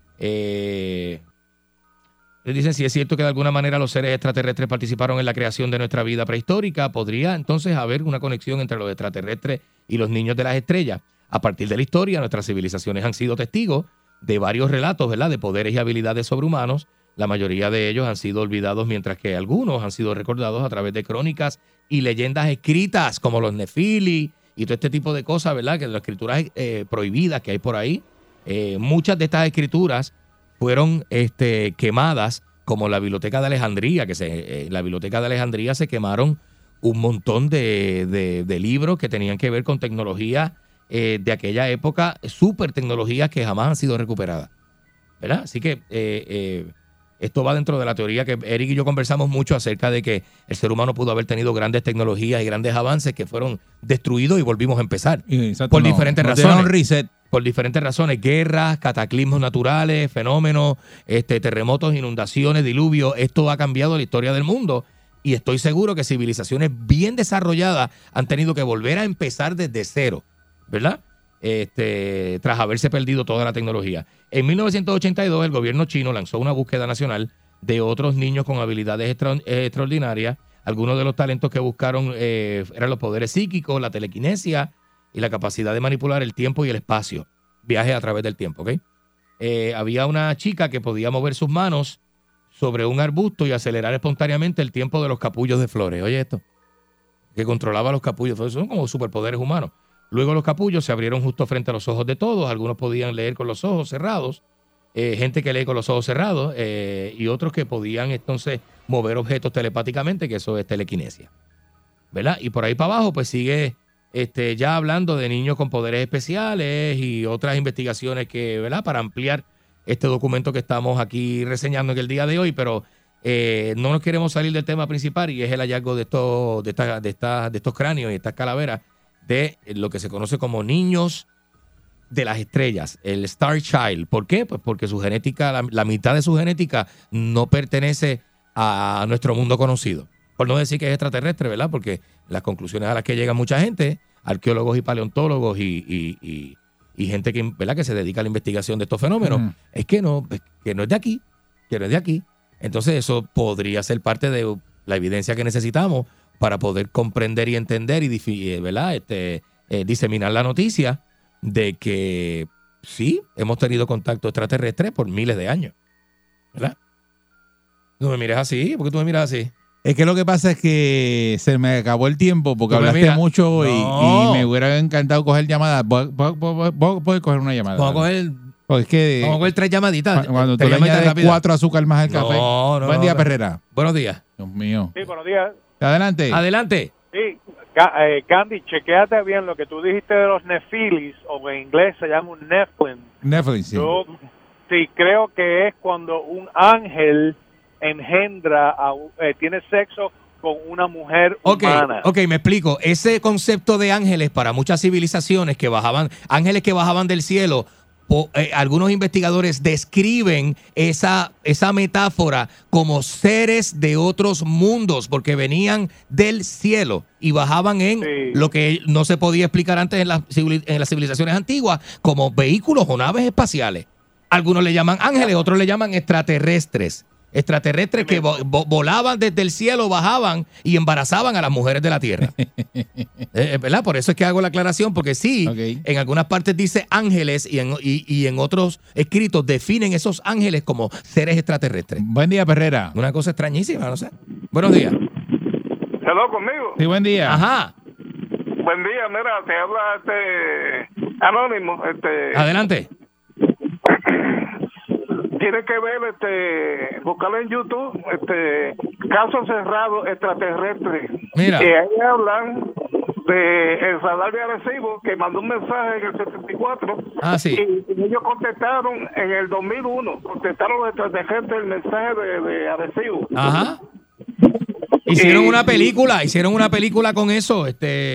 Speaker 3: Eh, les dicen, si es cierto que de alguna manera los seres extraterrestres participaron en la creación de nuestra vida prehistórica, ¿podría entonces haber una conexión entre los extraterrestres y los niños de las estrellas? A partir de la historia, nuestras civilizaciones han sido testigos de varios relatos, ¿verdad?, de poderes y habilidades sobrehumanos. La mayoría de ellos han sido olvidados, mientras que algunos han sido recordados a través de crónicas y leyendas escritas, como los Nefili y todo este tipo de cosas, ¿verdad?, que las escrituras eh, prohibidas que hay por ahí. Eh, muchas de estas escrituras fueron este, quemadas, como la Biblioteca de Alejandría, que se, eh, la Biblioteca de Alejandría se quemaron un montón de, de, de libros que tenían que ver con tecnología eh, de aquella época, super tecnologías que jamás han sido recuperadas, ¿verdad? Así que eh, eh, esto va dentro de la teoría que Eric y yo conversamos mucho acerca de que el ser humano pudo haber tenido grandes tecnologías y grandes avances que fueron destruidos y volvimos a empezar.
Speaker 2: Exacto,
Speaker 3: por
Speaker 2: no,
Speaker 3: diferentes
Speaker 2: no
Speaker 3: razones.
Speaker 2: dieron reset.
Speaker 3: Por diferentes razones, guerras, cataclismos naturales, fenómenos, este, terremotos, inundaciones, diluvios. Esto ha cambiado la historia del mundo y estoy seguro que civilizaciones bien desarrolladas han tenido que volver a empezar desde cero, ¿verdad? Este, tras haberse perdido toda la tecnología. En mil novecientos ochenta y dos el gobierno chino lanzó una búsqueda nacional de otros niños con habilidades extra, eh, extraordinarias. Algunos de los talentos que buscaron eh, eran los poderes psíquicos, la telequinesia y la capacidad de manipular el tiempo y el espacio. Viaje a través del tiempo, ¿ok? Eh, había una chica que podía mover sus manos sobre un arbusto y acelerar espontáneamente el tiempo de los capullos de flores. Oye esto, que controlaba los capullos. Son como superpoderes humanos. Luego los capullos se abrieron justo frente a los ojos de todos. Algunos podían leer con los ojos cerrados. Eh, gente que lee con los ojos cerrados eh, y otros que podían entonces mover objetos telepáticamente, que eso es telequinesia, ¿verdad? Y por ahí para abajo pues sigue este, ya hablando de niños con poderes especiales y otras investigaciones que, ¿verdad?, para ampliar este documento que estamos aquí reseñando en el día de hoy, pero eh, no nos queremos salir del tema principal y es el hallazgo de estos, de esta, de esta, de estos cráneos y estas calaveras de lo que se conoce como niños de las estrellas, el Star Child. ¿Por qué? Pues porque su genética, la, la mitad de su genética no pertenece a nuestro mundo conocido. Por no decir que es extraterrestre, ¿verdad? Porque las conclusiones a las que llega mucha gente, arqueólogos y paleontólogos y, y, y, y gente que, ¿verdad? que se dedica a la investigación de estos fenómenos, uh-huh. es que no, que no es de aquí, que no es de aquí. Entonces eso podría ser parte de la evidencia que necesitamos para poder comprender y entender y, ¿verdad? Este, eh, diseminar la noticia de que sí, hemos tenido contacto extraterrestre por miles de años. ¿Verdad? No me mires así, ¿por qué tú me miras así?
Speaker 2: Es que lo que pasa es que se me acabó el tiempo porque hablaste mira, mucho y, no. y me hubiera encantado coger llamadas. Voy, voy, voy, voy, voy a coger una llamada.
Speaker 3: Vamos a coger,
Speaker 2: es que,
Speaker 3: vamos a coger tres llamaditas.
Speaker 2: Cuando tú le añades cuatro azúcar más al café.
Speaker 3: No, no,
Speaker 2: Buen día,
Speaker 3: no.
Speaker 2: Perrera.
Speaker 3: Buenos días.
Speaker 2: Dios mío.
Speaker 12: Sí, buenos días.
Speaker 2: Adelante.
Speaker 3: Adelante.
Speaker 12: Sí, eh, Candy, chequéate bien lo que tú dijiste de los nefilis, o en inglés se llama un nephilim.
Speaker 2: Nephilim, sí.
Speaker 12: Yo sí creo que es cuando un ángel engendra, a, eh, tiene sexo con una mujer
Speaker 3: okay,
Speaker 12: humana.
Speaker 3: Ok, me explico. Ese concepto de ángeles para muchas civilizaciones que bajaban, ángeles que bajaban del cielo, po, eh, algunos investigadores describen esa, esa metáfora como seres de otros mundos, porque venían del cielo y bajaban en sí. lo que no se podía explicar antes en, la, en las civilizaciones antiguas como vehículos o naves espaciales. Algunos le llaman ángeles, otros le llaman extraterrestres. Extraterrestres que vo vo volaban desde el cielo, bajaban y embarazaban a las mujeres de la Tierra. eh, ¿Verdad? Por eso es que hago la aclaración, porque sí, okay. en algunas partes dice ángeles y en, y, y en otros escritos definen esos ángeles como seres extraterrestres.
Speaker 2: Buen día, Perrera.
Speaker 3: Una cosa extrañísima, no sé. Buenos días.
Speaker 13: Hello, ¿conmigo?
Speaker 2: Sí, buen día.
Speaker 3: Ajá.
Speaker 13: Buen día, mira, te habla este Anónimo. Este...
Speaker 3: Adelante.
Speaker 13: Tiene que ver, este, buscarlo en YouTube, este, casos cerrados extraterrestres.
Speaker 3: Mira.
Speaker 13: Y ahí hablan de el radar de Arecibo, que mandó un mensaje en el setenta y cuatro.
Speaker 3: Ah, sí.
Speaker 13: Y, y ellos contestaron en el dos mil uno, contestaron los extraterrestres el mensaje de, de Arecibo.
Speaker 3: Ajá. Hicieron una película, hicieron una película con eso,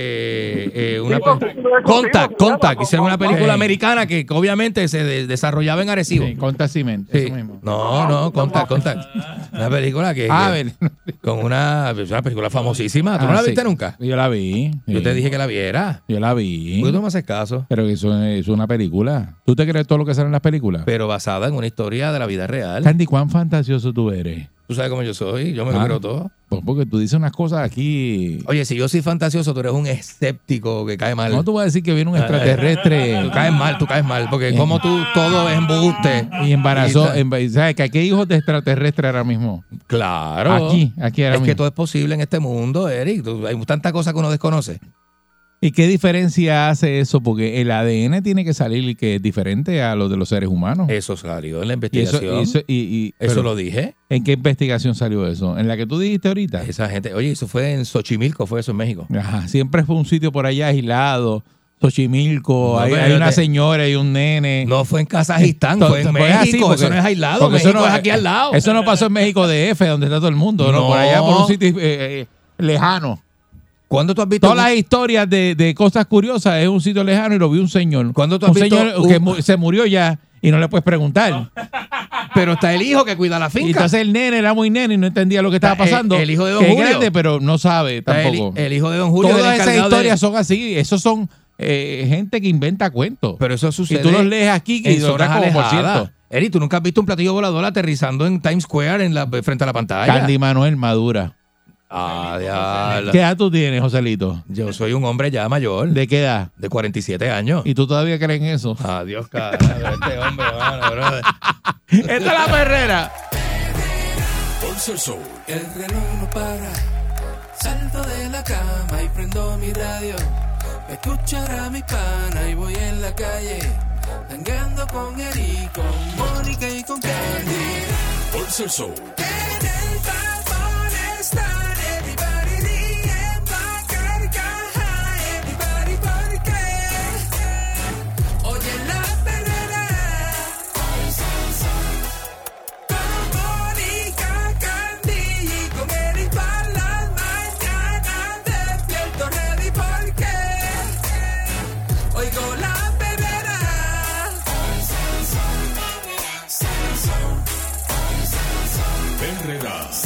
Speaker 3: este, eh, una Contact, Contact, hicieron una película americana que obviamente se de desarrollaba en Arecibo.
Speaker 2: Sí, Contact Cement,
Speaker 3: sí.
Speaker 2: eso mismo.
Speaker 3: No, no, Contact, Contact. Una película que,
Speaker 2: ah,
Speaker 3: que con una, una película famosísima. ¿Tú ah, no la viste sí. nunca?
Speaker 2: Yo la vi.
Speaker 3: Yo
Speaker 2: sí.
Speaker 3: te dije que la viera.
Speaker 2: Yo la vi.
Speaker 3: ¿Por qué tú me haces caso?
Speaker 2: Pero eso es una película. ¿Tú te crees todo lo que sale en las películas?
Speaker 3: Pero basada en una historia de la vida real.
Speaker 2: Candy, ¿cuán fantasioso tú eres?
Speaker 3: Tú sabes cómo yo soy, yo me lo
Speaker 2: ah,
Speaker 3: creo todo.
Speaker 2: Pues porque tú dices unas cosas aquí.
Speaker 3: Oye, si yo soy fantasioso, tú eres un escéptico que cae mal.
Speaker 2: No, tú vas a decir que viene un extraterrestre.
Speaker 3: Tú caes mal, tú caes mal, porque como tú todo es embuste.
Speaker 2: Y embarazó, y, ¿sabes? Que aquí hay hijos de extraterrestres ahora mismo.
Speaker 3: Claro.
Speaker 2: Aquí, aquí ahora
Speaker 3: es
Speaker 2: mismo.
Speaker 3: Es que todo es posible en este mundo, Eric. Tú, hay tantas cosas que uno desconoce.
Speaker 2: ¿Y qué diferencia hace eso? Porque el A D N tiene que salir que es diferente a lo de los seres humanos.
Speaker 3: Eso salió en la investigación.
Speaker 2: Y eso, y, y,
Speaker 3: eso lo dije.
Speaker 2: ¿En qué investigación salió eso? ¿En la que tú dijiste ahorita?
Speaker 3: Esa gente, oye, eso fue en Xochimilco, fue eso en México.
Speaker 2: Ajá, siempre fue un sitio por allá aislado. Xochimilco,
Speaker 3: no,
Speaker 2: hay, hay una señora y un nene.
Speaker 3: No fue en Kazajistán, fue en México. Así porque, eso no es aislado, México eso no, es aquí al lado.
Speaker 2: Eso no pasó en México D F, donde está todo el mundo, ¿no? no por allá, por un sitio eh, lejano.
Speaker 3: ¿Cuándo tú has visto?
Speaker 2: Todas un... las historias de, de cosas curiosas es un sitio lejano y lo vi un señor.
Speaker 3: ¿Cuándo tú has
Speaker 2: un
Speaker 3: visto
Speaker 2: señor
Speaker 3: un...
Speaker 2: que mu se murió ya y no le puedes preguntar?
Speaker 3: Pero está el hijo que cuida la finca.
Speaker 2: Y entonces el nene era muy nene y no entendía lo que estaba pasando.
Speaker 3: El, el hijo de Don
Speaker 2: que
Speaker 3: Julio.
Speaker 2: Es grande, pero no sabe tampoco.
Speaker 3: El, el hijo de Don Julio.
Speaker 2: Todas esas historias de... son así. Esos son eh, gente que inventa cuentos.
Speaker 3: Pero eso sucede.
Speaker 2: Y tú los lees aquí y los das como por cierto.
Speaker 3: Eri, ¿tú nunca has visto un platillo volador aterrizando en Times Square en la, frente a la pantalla?
Speaker 2: Candy Manuel Madura.
Speaker 3: Ah, diablo.
Speaker 2: ¿Qué edad tú tienes, Joselito?
Speaker 3: Yo soy un hombre ya mayor.
Speaker 2: ¿De qué edad?
Speaker 3: De cuarenta y siete años.
Speaker 2: ¿Y tú todavía crees en eso?
Speaker 3: Adiós, carajo, este hombre, mano, brother.
Speaker 2: Esta es la perrera.
Speaker 10: Pulso el sol, el reloj no para. Salto de la cama y prendo mi radio. Escuchar a mi pana y voy en la calle. Tangando con Eric, con Mónica y con Candy. Pulso el sol. En el tapón está.
Speaker 1: Herrera.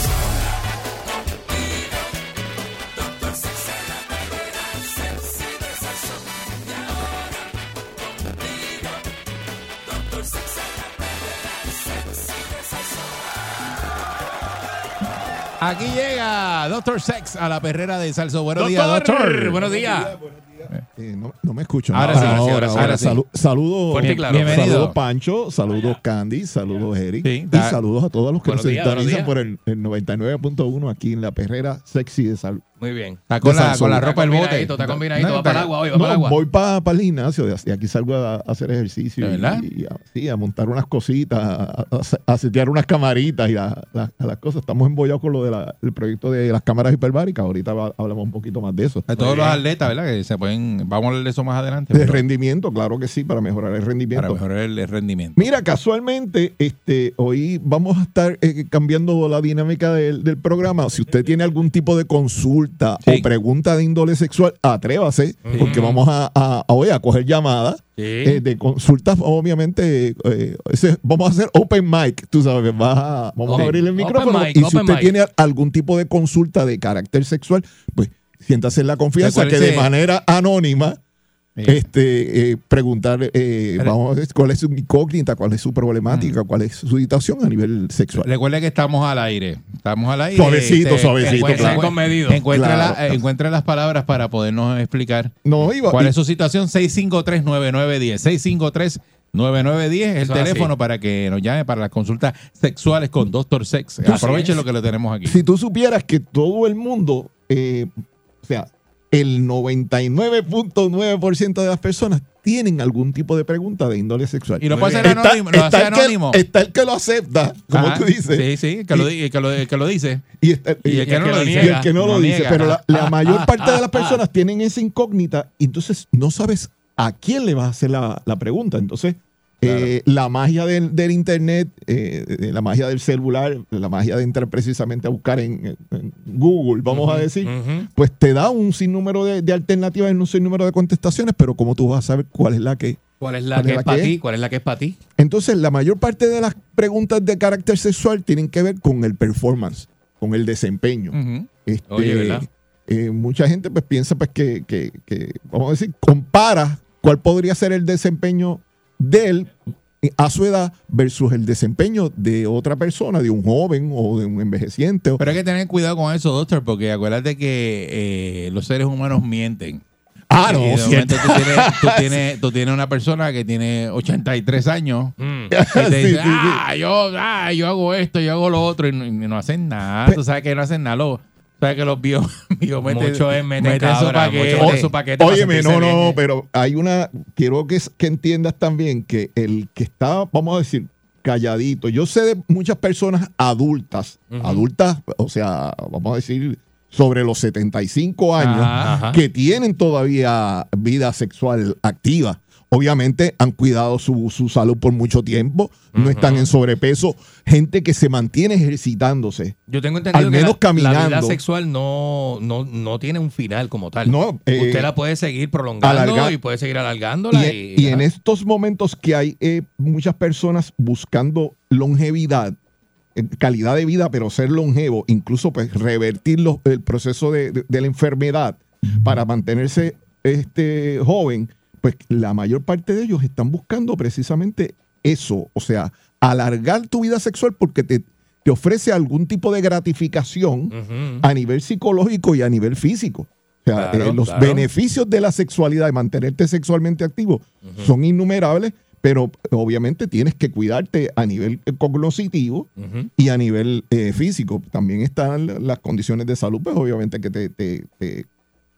Speaker 2: Aquí llega Doctor Sex a la perrera de Salso. Buenos
Speaker 3: Doctor,
Speaker 2: días, doctor.
Speaker 3: buenos días.
Speaker 14: Eh, no, no me escucho.
Speaker 2: Ahora
Speaker 14: ¿no?
Speaker 2: sí,
Speaker 14: ahora,
Speaker 2: ahora sí,
Speaker 14: ahora,
Speaker 2: ahora
Speaker 14: ahora.
Speaker 2: sí.
Speaker 14: Salu- saludos,
Speaker 3: Fuerte y claro.
Speaker 2: Bienvenido.
Speaker 14: saludos Pancho, saludos Candy, saludos Eric
Speaker 2: Sí,
Speaker 14: y
Speaker 2: da-
Speaker 14: saludos a todos los que
Speaker 3: Buenos
Speaker 14: nos
Speaker 3: días,
Speaker 14: sintonizan
Speaker 3: buenos
Speaker 14: por el, el noventa y nueve punto uno aquí en la perrera sexy de Salud.
Speaker 3: Muy bien.
Speaker 2: Está con,
Speaker 14: de
Speaker 2: la,
Speaker 14: Salso.
Speaker 2: con la
Speaker 3: Está
Speaker 2: ropa del bote.
Speaker 3: combinadito, está combinadito.
Speaker 2: No,
Speaker 3: Va
Speaker 2: está-
Speaker 3: para el agua hoy, va
Speaker 14: No,
Speaker 3: para el agua.
Speaker 14: voy para el gimnasio y aquí salgo a, a hacer ejercicio
Speaker 2: ¿De
Speaker 14: y,
Speaker 2: verdad?
Speaker 14: y a, sí, a montar unas cositas, a, a, a setear unas camaritas y a, a- a las cosas. Estamos embollados con lo del proyecto de las cámaras hiperbáricas. Ahorita va- hablamos un poquito más de eso.
Speaker 2: De todos los atletas, ¿verdad? Que se pueden. Vamos a hablar de eso más adelante.
Speaker 14: De
Speaker 2: pero
Speaker 14: rendimiento, claro que sí, para mejorar el rendimiento.
Speaker 2: para mejorar el, el rendimiento.
Speaker 14: Mira, casualmente, este, hoy vamos a estar eh, cambiando la dinámica del, del programa. Si usted tiene algún tipo de consulta
Speaker 2: Sí.
Speaker 14: o pregunta de índole sexual, atrévase, porque vamos a, a, a, hoy a coger llamadas
Speaker 3: Sí.
Speaker 14: eh, de consultas. Obviamente, eh, ese- vamos a hacer open mic, tú sabes, vas a- vamos
Speaker 3: Ok.
Speaker 14: a abrir el
Speaker 3: Open
Speaker 14: micrófono.
Speaker 3: mic,
Speaker 14: y si
Speaker 3: open
Speaker 14: usted
Speaker 3: mic.
Speaker 14: tiene algún tipo de consulta de carácter sexual, pues siéntase en la confianza que
Speaker 2: Recuérdese-
Speaker 14: de manera anónima
Speaker 2: Sí.
Speaker 14: este eh, preguntar eh, vamos a ver cuál es su incógnita, cuál es su problemática, cuál es su situación a nivel sexual.
Speaker 2: Recuerde que estamos al aire. Estamos al aire.
Speaker 14: Suavecito, suavecito,
Speaker 2: encuentre-
Speaker 14: claro.
Speaker 3: Con medido.
Speaker 2: Encuentre,
Speaker 14: Claro.
Speaker 2: la- eh, encuentre las palabras para podernos explicar
Speaker 14: No, iba,
Speaker 2: cuál
Speaker 14: y-
Speaker 2: es su situación. seis cinco tres, nueve nueve uno cero. seis cinco tres, nueve nueve uno cero es el
Speaker 3: Eso es
Speaker 2: teléfono
Speaker 3: así.
Speaker 2: para que nos llame para las consultas sexuales con Doctor Sex. Aproveche lo que le tenemos aquí.
Speaker 14: si tú supieras que todo el mundo, eh, o sea, el noventa y nueve punto nueve por ciento de las personas tienen algún tipo de pregunta de índole sexual.
Speaker 2: Y lo puede
Speaker 3: Muy
Speaker 2: hacer
Speaker 14: Está,
Speaker 2: anónimo. Lo hace
Speaker 14: está el que,
Speaker 2: anónimo.
Speaker 14: está el que lo acepta, como
Speaker 2: Ajá.
Speaker 14: tú dices,
Speaker 2: Sí, sí, el que, lo, di- el que, lo, el que lo dice.
Speaker 14: y, está-
Speaker 2: Y el que no lo
Speaker 14: y
Speaker 2: dice.
Speaker 14: el que no lo
Speaker 2: No
Speaker 14: dice.
Speaker 2: niega.
Speaker 14: Pero la, la
Speaker 2: Ah,
Speaker 14: mayor
Speaker 2: ah,
Speaker 14: parte de
Speaker 2: ah,
Speaker 14: las personas tienen esa incógnita y entonces no sabes a quién le vas a hacer la, la pregunta. Entonces, eh, la magia del, del internet, eh, de la magia del celular, la magia de entrar precisamente a buscar en, en Google, vamos a decir,
Speaker 3: Ujú.
Speaker 14: pues te da un sinnúmero de, de alternativas en un sinnúmero de contestaciones, pero como tú vas a saber cuál es la que...
Speaker 3: ¿Cuál es la
Speaker 14: ¿Cuál
Speaker 3: que
Speaker 14: es la
Speaker 3: es para
Speaker 14: que
Speaker 3: ti?
Speaker 14: es?
Speaker 3: ¿Cuál es la que es para ti?
Speaker 14: Entonces, la mayor parte de las preguntas de carácter sexual tienen que ver con el performance, con el desempeño.
Speaker 2: Ujú.
Speaker 14: Este,
Speaker 3: Oye, ¿verdad?
Speaker 14: eh, mucha gente pues piensa pues que, que- que, vamos a decir, compara cuál podría ser el desempeño de él a su edad versus el desempeño de otra persona, de un joven o de un envejeciente. o-
Speaker 2: Pero hay que tener cuidado con eso, doctor, porque acuérdate que eh, los seres humanos mienten.
Speaker 14: Ah, no,
Speaker 2: Y de
Speaker 14: cierto.
Speaker 2: momento tú tienes, tú, tienes, tú tienes una persona que tiene ochenta y tres años
Speaker 3: Mm.
Speaker 2: y te
Speaker 14: Sí,
Speaker 2: dice,
Speaker 14: sí, sí.
Speaker 2: ah, yo, ah, yo hago esto, yo hago lo otro, y no, y no hacen nada. Tú sabes que no hacen nada. Lo, sabes que los bio, bio meten,
Speaker 3: Mucho es meter
Speaker 2: meten su
Speaker 3: cabra,
Speaker 2: paquete.
Speaker 3: mucho mete su paquete para
Speaker 14: Óyeme, no,
Speaker 3: sentirse
Speaker 14: no,
Speaker 3: bien.
Speaker 14: pero hay una, quiero que, que entiendas también que el que está, vamos a decir, calladito, yo sé de muchas personas adultas,
Speaker 3: Ujú.
Speaker 14: adultas, o sea, vamos a decir, sobre los setenta y cinco años,
Speaker 2: Ajá.
Speaker 3: Ajá.
Speaker 14: que tienen todavía vida sexual activa. Obviamente han cuidado su, su salud por mucho tiempo, no
Speaker 3: Ujú.
Speaker 14: están en sobrepeso, gente que se mantiene ejercitándose.
Speaker 3: Yo tengo entendido
Speaker 14: Al
Speaker 3: que
Speaker 14: menos
Speaker 3: la, la vida
Speaker 14: caminando.
Speaker 3: sexual no, no, no tiene un final como tal.
Speaker 14: No, eh,
Speaker 3: Usted la puede seguir prolongando
Speaker 14: alargar-
Speaker 3: y puede seguir alargándola.
Speaker 14: Y,
Speaker 3: Y,
Speaker 14: y en estos momentos que hay eh, muchas personas buscando longevidad, eh, calidad de vida, pero ser longevo, incluso pues revertir los- el proceso de, de- de la enfermedad para mantenerse este, joven, pues la mayor parte de ellos están buscando precisamente eso, o sea, alargar tu vida sexual porque te, te ofrece algún tipo de gratificación
Speaker 3: Ujú.
Speaker 14: a nivel psicológico y a nivel físico. O sea,
Speaker 3: Claro,
Speaker 14: eh, los
Speaker 3: claro.
Speaker 14: beneficios de la sexualidad, de mantenerte sexualmente activo, son innumerables, pero obviamente tienes que cuidarte a nivel eh, cognitivo
Speaker 3: Ujú.
Speaker 14: y a nivel eh, físico. También están las condiciones de salud, pues obviamente que te, te- te-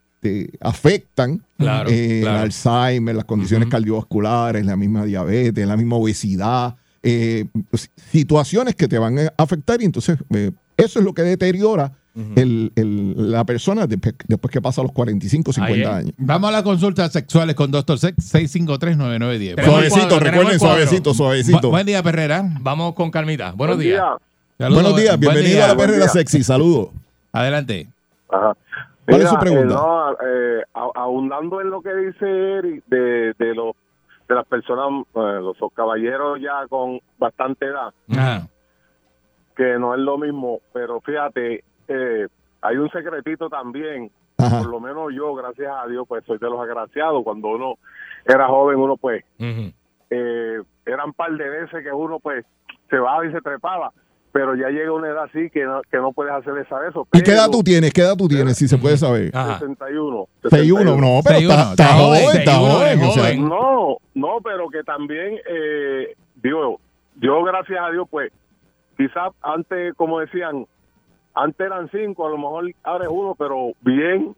Speaker 14: te afectan.
Speaker 3: Claro,
Speaker 14: eh,
Speaker 3: claro.
Speaker 14: El Alzheimer, las condiciones
Speaker 3: Ujú.
Speaker 14: cardiovasculares, la misma diabetes, la misma obesidad, eh, pues, situaciones que te van a afectar y entonces eh, eso es lo que deteriora el- el- la persona después, después que pasa los cuarenta y cinco, cincuenta
Speaker 3: Ahí,
Speaker 14: años.
Speaker 2: Vamos a las consultas sexuales con Doctor Sex, seis cinco tres, nueve nueve uno cero.
Speaker 3: Tenemos el
Speaker 14: Suavecito,
Speaker 3: cuadro, tenemos
Speaker 14: recuerden,
Speaker 3: el cuadro.
Speaker 14: suavecito,
Speaker 2: Bu-
Speaker 14: suavecito.
Speaker 2: buen día, Perrera.
Speaker 3: Vamos con calmita. Buenos
Speaker 13: Buen
Speaker 3: días.
Speaker 13: día.
Speaker 2: Saludos,
Speaker 14: Buenos días,
Speaker 2: buen
Speaker 14: bienvenido
Speaker 2: día.
Speaker 14: a la
Speaker 13: Buen
Speaker 14: Perrera
Speaker 13: día.
Speaker 14: Sexy, saludos.
Speaker 2: Adelante.
Speaker 13: Ajá.
Speaker 14: ¿Cuál es su
Speaker 13: Mira,
Speaker 14: pregunta?
Speaker 13: eh, no, eh, a- ahondando en lo que dice Eric de, de los de las personas, eh, los caballeros ya con bastante edad,
Speaker 2: Ajá.
Speaker 13: que no es lo mismo, pero fíjate, eh, hay un secretito también.
Speaker 14: Ajá.
Speaker 13: Por lo menos yo, gracias a Dios, pues soy de los agraciados. Cuando uno era joven, uno pues,
Speaker 3: Ujú.
Speaker 13: eh, eran un par de veces que uno pues se bajaba y se trepaba, pero ya llega una edad así que no, que no puedes hacer esa eso.
Speaker 14: ¿Y qué edad tú tienes? ¿Qué edad tú tienes, si se puede saber?
Speaker 3: Ajá.
Speaker 13: sesenta y uno.
Speaker 14: sesenta y uno, no, pero está, está joven, está joven. o sea,
Speaker 13: No, no, pero que también, eh, digo, yo gracias a Dios, pues, quizás antes, como decían, antes eran cinco, a lo mejor ahora es uno, pero bien,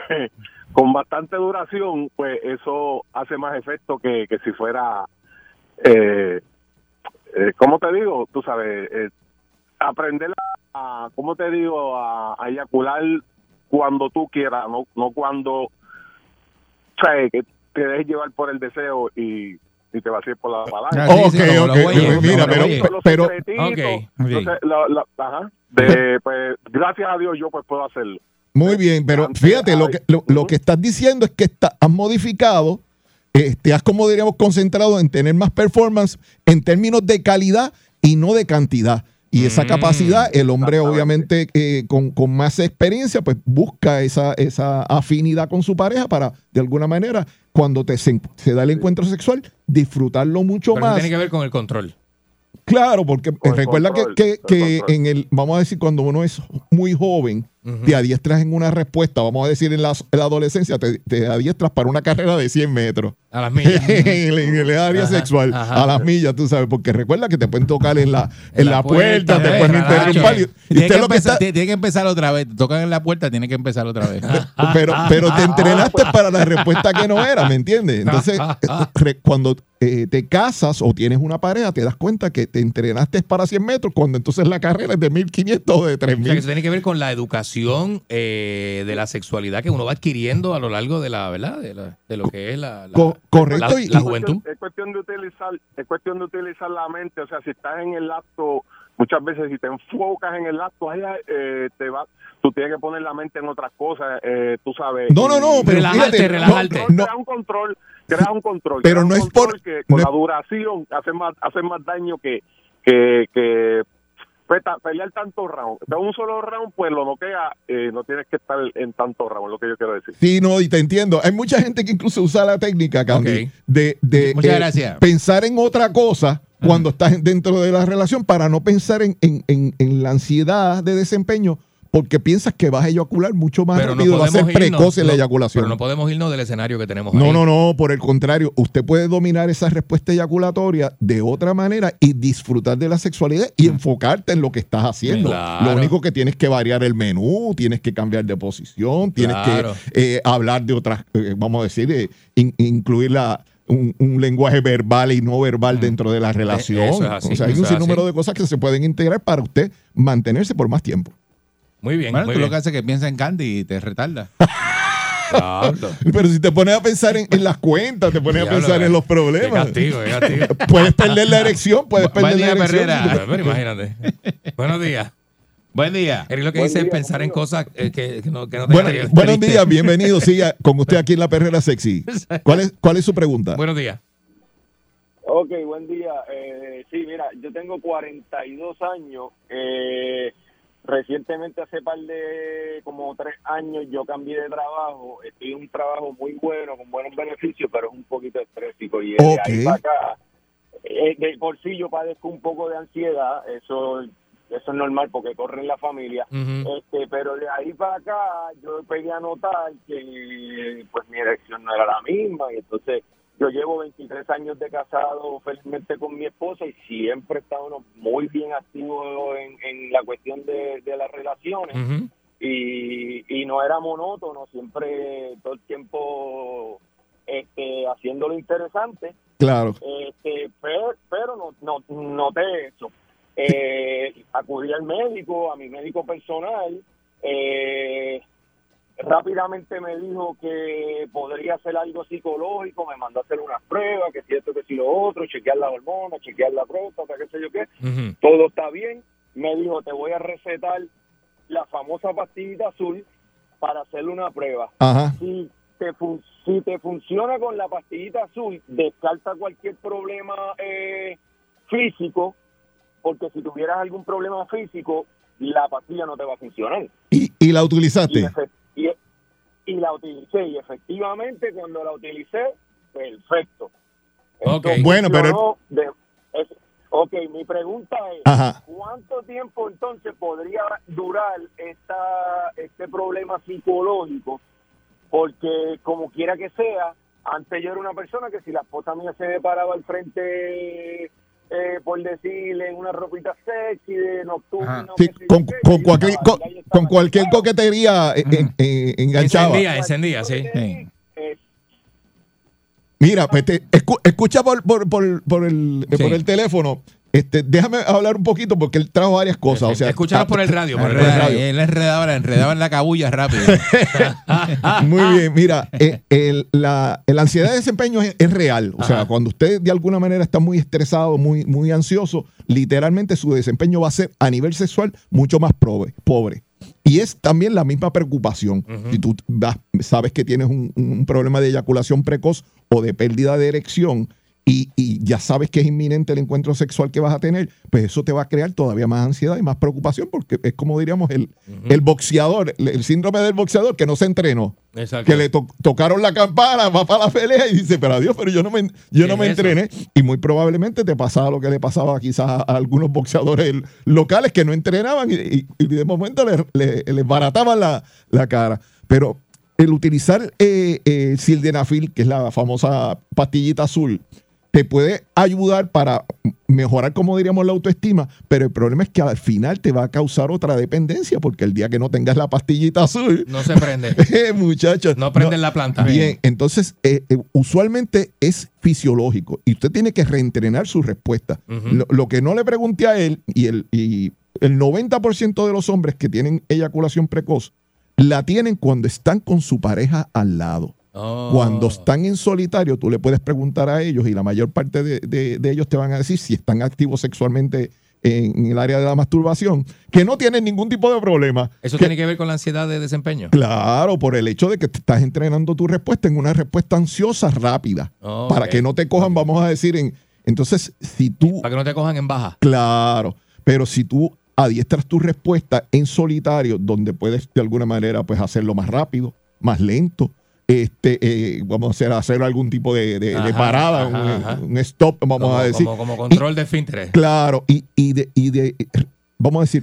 Speaker 13: con bastante duración, pues eso hace más efecto que, que si fuera, eh, eh, ¿cómo te digo? Tú sabes, eh, aprender a, ¿cómo te digo? A, a eyacular cuando tú quieras, no, no cuando, ¿sabes? Que te dejes llevar por el deseo y, y te vacíes por la palanca.
Speaker 14: Ah, sí, sí, Ok, como ok, los güeyes, mira, como pero- los
Speaker 13: Los
Speaker 14: pero-
Speaker 13: secretitos,
Speaker 14: Ok,
Speaker 13: entonces, la- la- ajá, de, pues, gracias a Dios yo pues puedo hacerlo.
Speaker 14: Muy bien, pero fíjate, lo que, lo, lo que estás diciendo es que está, has modificado, eh, te has, como diríamos, concentrado en tener más performance en términos de calidad y no de cantidad. Y esa capacidad, el hombre obviamente eh, con, con más experiencia, pues busca esa, esa afinidad con su pareja para, de alguna manera, cuando te, se, se da el encuentro sexual, disfrutarlo mucho
Speaker 3: Pero eso
Speaker 14: más.
Speaker 3: tiene que ver con el control.
Speaker 14: Claro, porque eh, recuerda
Speaker 3: control,
Speaker 14: que, que,
Speaker 3: con el
Speaker 14: que
Speaker 3: control.
Speaker 14: en el, vamos a decir, cuando uno es muy joven,
Speaker 3: Ujú.
Speaker 14: te adiestras en una respuesta, vamos a decir, en la, en la adolescencia, te, te adiestras para una carrera de cien metros.
Speaker 3: A las millas.
Speaker 14: en, el, en el área
Speaker 3: Ajá,
Speaker 14: sexual,
Speaker 3: ajá.
Speaker 14: a las millas, tú sabes, porque recuerda que te pueden tocar en la, en
Speaker 2: En
Speaker 14: la
Speaker 2: la
Speaker 14: puerta,
Speaker 2: puerta,
Speaker 14: te
Speaker 2: eh,
Speaker 14: pueden
Speaker 2: relajo.
Speaker 14: interrumpir. Y- Y
Speaker 2: Tiene
Speaker 14: usted
Speaker 2: que,
Speaker 14: lo que
Speaker 2: empezar,
Speaker 14: está,
Speaker 2: tiene- tiene que empezar otra vez. Te tocan en la puerta, tiene que empezar otra vez.
Speaker 14: pero, pero te entrenaste para la respuesta que no era, ¿me entiendes? Entonces, eh, re- cuando eh, te casas o tienes una pareja, te das cuenta que te entrenaste para cien metros, cuando entonces la carrera es de mil quinientos o de tres
Speaker 3: O sea, que
Speaker 14: mil.
Speaker 3: eso tiene que ver con la educación eh, de la sexualidad que uno va adquiriendo a lo largo de la, ¿verdad? De, la- de lo que es la, la-
Speaker 14: Co- correcto,
Speaker 3: la,
Speaker 14: y-
Speaker 3: la
Speaker 14: y-
Speaker 3: juventud.
Speaker 13: Es cuestión de utilizar, es cuestión de utilizar la mente, o sea, si estás en el acto, muchas veces si te enfocas en el acto, ahí, eh, te va, tú tienes que poner la mente en otras cosas, eh, tú sabes.
Speaker 14: No, no, no,
Speaker 13: Y-
Speaker 14: pero
Speaker 3: Relajarte,
Speaker 14: fíjate,
Speaker 3: relajarte.
Speaker 14: no,
Speaker 13: Crea un control, crea un control.
Speaker 14: Pero
Speaker 13: crea un
Speaker 14: no es
Speaker 13: control
Speaker 14: por-
Speaker 13: que con
Speaker 14: no
Speaker 13: la
Speaker 14: es-
Speaker 13: duración hace más, hace más daño que, que, que pues, ta- pelear tantos rounds. De un solo round, pues lo noquea, eh, no tienes que estar en tantos rounds, es lo que yo quiero decir.
Speaker 14: Sí, no, y te entiendo. Hay mucha gente que incluso usa la técnica, Candy,
Speaker 3: Ok.
Speaker 14: de, de
Speaker 2: Muchas
Speaker 14: eh,
Speaker 2: gracias.
Speaker 14: pensar en otra cosa cuando estás dentro de la relación para no pensar en, en- en- en la ansiedad de desempeño, porque piensas que vas a eyacular mucho más
Speaker 3: Pero no
Speaker 14: rápido, va a ser
Speaker 3: podemos irnos,
Speaker 14: precoz en la
Speaker 3: no,
Speaker 14: eyaculación.
Speaker 3: Pero no podemos irnos del escenario que tenemos
Speaker 14: No,
Speaker 3: ahí.
Speaker 14: no, no, por el contrario, usted puede dominar esa respuesta eyaculatoria de otra manera y disfrutar de la sexualidad y enfocarte en lo que estás haciendo.
Speaker 3: Claro.
Speaker 14: Lo único que tienes que variar el menú, tienes que cambiar de posición, tienes
Speaker 3: Claro.
Speaker 14: que eh, hablar de otras, eh, vamos a decir, eh, in- incluir la, un, un lenguaje verbal y no verbal dentro de la relación.
Speaker 3: Eso es así,
Speaker 14: o sea, hay
Speaker 3: eso
Speaker 14: un
Speaker 3: es
Speaker 14: sinnúmero
Speaker 3: así.
Speaker 14: de cosas que se pueden integrar para usted mantenerse por más tiempo.
Speaker 3: Muy bien,
Speaker 2: Bueno,
Speaker 3: muy
Speaker 2: tú
Speaker 3: bien.
Speaker 2: lo que haces es que piensas en Candy y te retarda.
Speaker 3: Diablo.
Speaker 14: Pero si te pones a pensar en, en las cuentas, te pones a
Speaker 3: Diablo,
Speaker 14: pensar
Speaker 3: eh.
Speaker 14: en los
Speaker 3: Qué
Speaker 14: problemas.
Speaker 3: castigo, qué castigo.
Speaker 14: Puedes perder la erección, puedes
Speaker 2: Buen
Speaker 14: perder
Speaker 2: día,
Speaker 14: la erección.
Speaker 2: Perrera.
Speaker 3: Pero imagínate. Buenos días.
Speaker 2: Buen día.
Speaker 3: Eric lo que
Speaker 13: Buen
Speaker 3: dice es
Speaker 13: día,
Speaker 3: pensar en
Speaker 13: amigo.
Speaker 3: cosas eh, que, que no, que no te
Speaker 14: Bueno,
Speaker 3: hagan
Speaker 14: buenos
Speaker 3: triste.
Speaker 14: días, bienvenido. Siga con usted aquí en la Perrera Sexy. ¿Cuál es, cuál es su pregunta?
Speaker 3: Buenos días.
Speaker 9: Ok, buen día. Eh, sí, mira, yo tengo cuarenta y dos años. Eh, recientemente, hace par de como tres años, yo cambié de trabajo. Estoy en un trabajo muy bueno, con buenos beneficios, pero es un poquito estrésico. Y de
Speaker 14: Ok.
Speaker 9: ahí para acá, eh, de por sí yo padezco un poco de ansiedad. Eso, eso es normal porque corre en la familia.
Speaker 3: Ujú.
Speaker 9: Este, pero de ahí para acá yo pegué a notar que pues mi erección no era la misma y entonces yo llevo veintitrés años de casado felizmente con mi esposa y siempre está uno muy bien activo en, en la cuestión de, de las relaciones
Speaker 3: Ujú.
Speaker 9: y, y no era monótono, siempre todo el tiempo este, haciéndolo interesante.
Speaker 14: Claro.
Speaker 9: Este, pero pero no, no noté eso. Eh, acudí al médico, a mi médico personal. Eh, rápidamente me dijo que podría ser algo psicológico, me mandó a hacer unas pruebas, que si esto, que si lo otro, chequear las hormonas, chequear la próstata, qué sé yo qué.
Speaker 3: Ujú.
Speaker 9: Todo está bien. Me dijo, te voy a recetar la famosa pastillita azul para hacerle una prueba.
Speaker 14: Ajá.
Speaker 9: Si te, fun- si te funciona con la pastillita azul, descarta cualquier problema eh, físico, porque si tuvieras algún problema físico, la pastilla no te va a funcionar.
Speaker 14: ¿Y, y la utilizaste?
Speaker 9: Y, efe- y, y la utilicé, y efectivamente cuando la utilicé, perfecto.
Speaker 14: Ok.
Speaker 9: Esto
Speaker 14: Bueno, pero-
Speaker 9: funcionó de- es- ok, mi pregunta es,
Speaker 14: Ajá.
Speaker 9: ¿cuánto tiempo entonces podría durar esta, este problema psicológico? Porque como quiera que sea, antes yo era una persona que si la esposa mía se me paraba al frente, eh, por decirle, en una ropita sexy de nocturno,
Speaker 14: Sí, con, con cualquier, con, con cualquier coquetería eh, eh, eh, enganchaba.
Speaker 3: Encendía, encendía, sí.
Speaker 14: Sí. Mira, pues te, escu- escucha por, por, por, por el, eh, por el teléfono. Este, déjame hablar un poquito porque él trajo varias cosas. O sea,
Speaker 3: Escúchanos por el radio, por el
Speaker 2: Enredaba-
Speaker 3: radio.
Speaker 2: Él enredaba, enredaba en la cabulla rápido.
Speaker 14: Muy bien, mira, eh, el- la, la ansiedad de desempeño es, es real. O sea, cuando usted de alguna manera está muy estresado, muy, muy ansioso, literalmente su desempeño va a ser a nivel sexual mucho más probe- pobre. Y es también la misma preocupación. Si tú vas- sabes que tienes un, un problema de eyaculación precoz o de pérdida de erección, y, y ya sabes que es inminente el encuentro sexual que vas a tener, pues eso te va a crear todavía más ansiedad y más preocupación, porque es como diríamos el, el boxeador, el, el síndrome del boxeador que no se entrenó.
Speaker 3: Exacto.
Speaker 14: Que le to- tocaron la campana, va para la pelea y dice, pero adiós, pero yo no me, yo no me
Speaker 3: es eso?
Speaker 14: entrené. Y muy probablemente te pasaba lo que le pasaba quizás a, a algunos boxeadores locales que no entrenaban y, y- y de momento les le, les barataban la, la cara. Pero el utilizar eh, eh, sildenafil, que es la famosa pastillita azul, te puede ayudar para mejorar, como diríamos, la autoestima, pero el problema es que al final te va a causar otra dependencia, porque el día que no tengas la pastillita azul,
Speaker 3: No se prende.
Speaker 14: eh, muchachos,
Speaker 3: No prende la planta.
Speaker 14: bien, entonces eh, eh, usualmente es fisiológico y usted tiene que reentrenar su respuesta.
Speaker 3: Ujú.
Speaker 14: lo, lo que no le pregunté a él, y el, y el noventa por ciento de los hombres que tienen eyaculación precoz la tienen cuando están con su pareja al lado.
Speaker 3: Oh.
Speaker 14: Cuando están en solitario, tú le puedes preguntar a ellos y la mayor parte de, de- de ellos te van a decir si están activos sexualmente en, en el área de la masturbación, que no tienen ningún tipo de problema.
Speaker 3: ¿Eso
Speaker 14: Que-
Speaker 3: tiene que ver con la ansiedad de desempeño?
Speaker 14: Claro, por el hecho de que te estás entrenando tu respuesta en una respuesta ansiosa rápida.
Speaker 3: Oh,
Speaker 14: para
Speaker 3: ok.
Speaker 14: que no te cojan, vamos a decir, en. Entonces, si tú.
Speaker 3: Para que no te cojan en baja.
Speaker 14: Claro, pero si tú adiestras tu respuesta en solitario, donde puedes de alguna manera pues hacerlo más rápido, más lento, este, eh, vamos a hacer, hacer algún tipo de, de- de
Speaker 3: Ajá,
Speaker 14: parada,
Speaker 3: ajá,
Speaker 14: un,
Speaker 3: ajá.
Speaker 14: un stop, vamos
Speaker 3: Como,
Speaker 14: a decir.
Speaker 3: como, como control de esfínteres.
Speaker 14: Claro, y, y de, y de, vamos a decir,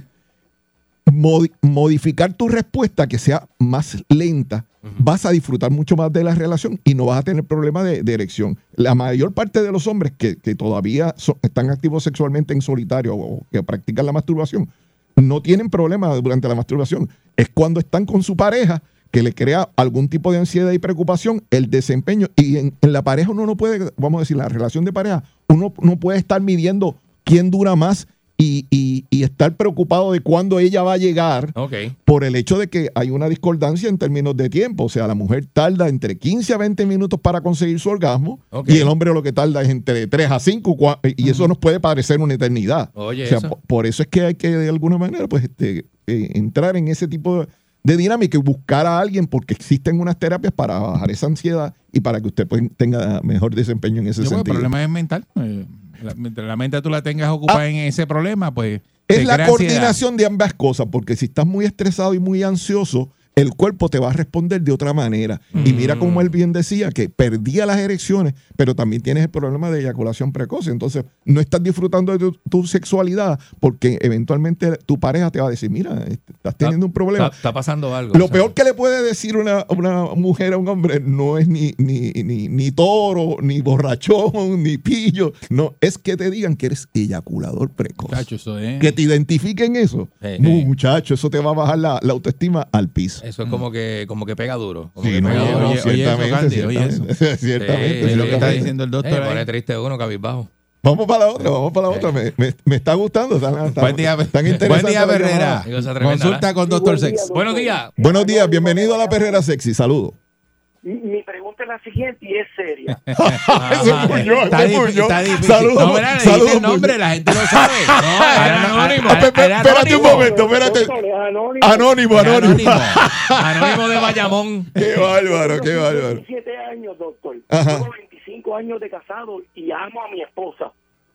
Speaker 14: modi- modificar tu respuesta que sea más lenta, vas a disfrutar mucho más de la relación y no vas a tener problemas de, de erección. La mayor parte de los hombres que, que todavía son- están activos sexualmente en solitario o que practican la masturbación, no tienen problemas durante la masturbación. Es cuando están con su pareja que le crea algún tipo de ansiedad y preocupación, el desempeño. Y en, en la pareja uno no puede, vamos a decir, la relación de pareja, uno no puede estar midiendo quién dura más y, y- y estar preocupado de cuándo ella va a llegar
Speaker 3: Ok.
Speaker 14: por el hecho de que hay una discordancia en términos de tiempo. O sea, la mujer tarda entre quince a veinte minutos para conseguir su orgasmo
Speaker 3: Ok.
Speaker 14: y el hombre lo que tarda es entre tres a cinco, cua- y eso nos puede parecer una eternidad.
Speaker 3: Oye,
Speaker 14: o sea,
Speaker 3: eso.
Speaker 14: po- por eso es que hay que de alguna manera pues este, eh, entrar en ese tipo de, de dinámica y buscar a alguien, porque existen unas terapias para bajar esa ansiedad y para que usted pues, tenga mejor desempeño en ese
Speaker 2: Yo creo que el
Speaker 14: sentido.
Speaker 2: problema es mental. Eh, la- mientras la mente tú la tengas ocupada en ese problema, pues.
Speaker 14: Es
Speaker 2: te
Speaker 14: la
Speaker 2: crea ansiedad.
Speaker 14: coordinación de ambas cosas, porque si estás muy estresado y muy ansioso, el cuerpo te va a responder de otra manera. Y mira como él bien decía, que perdía las erecciones, pero también tienes el problema de eyaculación precoz. Entonces, no estás disfrutando de tu, tu sexualidad porque eventualmente tu pareja te va a decir, mira, este, estás teniendo un problema.
Speaker 3: Está, está pasando algo.
Speaker 14: Lo
Speaker 3: o sea.
Speaker 14: peor que le puede decir una, una mujer a un hombre no es ni, ni, ni, ni toro, ni borrachón, ni pillo. No, es que te digan que eres eyaculador precoz.
Speaker 2: Muchacho, eso es.
Speaker 14: Que te identifiquen eso.
Speaker 3: Sí.
Speaker 14: Mu- Muchacho, eso te va a bajar la, la autoestima al piso.
Speaker 3: Eso es como que, como que pega duro. Como
Speaker 14: Sí,
Speaker 3: que
Speaker 14: no,
Speaker 3: pega
Speaker 14: oye,
Speaker 3: duro.
Speaker 14: oye, ciertamente,
Speaker 2: Candy, oye,
Speaker 14: ciertamente, ciertamente,
Speaker 3: Sí,
Speaker 2: es lo que está
Speaker 14: ciertamente.
Speaker 2: diciendo el doctor
Speaker 3: Eh,
Speaker 2: ahí.
Speaker 3: pone triste uno, cabizbajo.
Speaker 14: Vamos para la otra, vamos para la otra. Me, me- me está gustando. Están, están-
Speaker 2: Buen día,
Speaker 14: están
Speaker 2: buen
Speaker 14: interesantes
Speaker 2: día,
Speaker 14: las
Speaker 2: Herrera.
Speaker 14: llamadas.
Speaker 3: Digo, esa tremenda,
Speaker 2: Consulta
Speaker 3: ¿verdad?
Speaker 2: con doctor Sex.
Speaker 3: Buenos días.
Speaker 14: Buenos días, bienvenido a la Perrera Sexy. Saludos.
Speaker 15: Mi, mi pregunta es la siguiente y es seria.
Speaker 14: Ese fue yo,
Speaker 2: Está,
Speaker 14: ese fue
Speaker 2: difí-
Speaker 14: yo.
Speaker 2: está difícil.
Speaker 14: Saludos,
Speaker 2: No, mira, le
Speaker 14: saludos,
Speaker 2: dice el
Speaker 14: Muñoz.
Speaker 2: nombre, la gente lo sabe. No, era anónimo.
Speaker 14: Ah, pe- pe-
Speaker 2: Era
Speaker 14: espérate un
Speaker 2: anónimo.
Speaker 14: momento, espérate.
Speaker 15: Doctor, es anónimo.
Speaker 14: Anónimo,
Speaker 2: Era
Speaker 14: anónimo.
Speaker 3: Anónimo de Bayamón.
Speaker 14: Qué bárbaro, qué
Speaker 15: Tengo
Speaker 14: bárbaro.
Speaker 15: veintisiete años, doctor.
Speaker 14: Ajá.
Speaker 15: Tengo veinticinco años de casado y amo a mi esposa.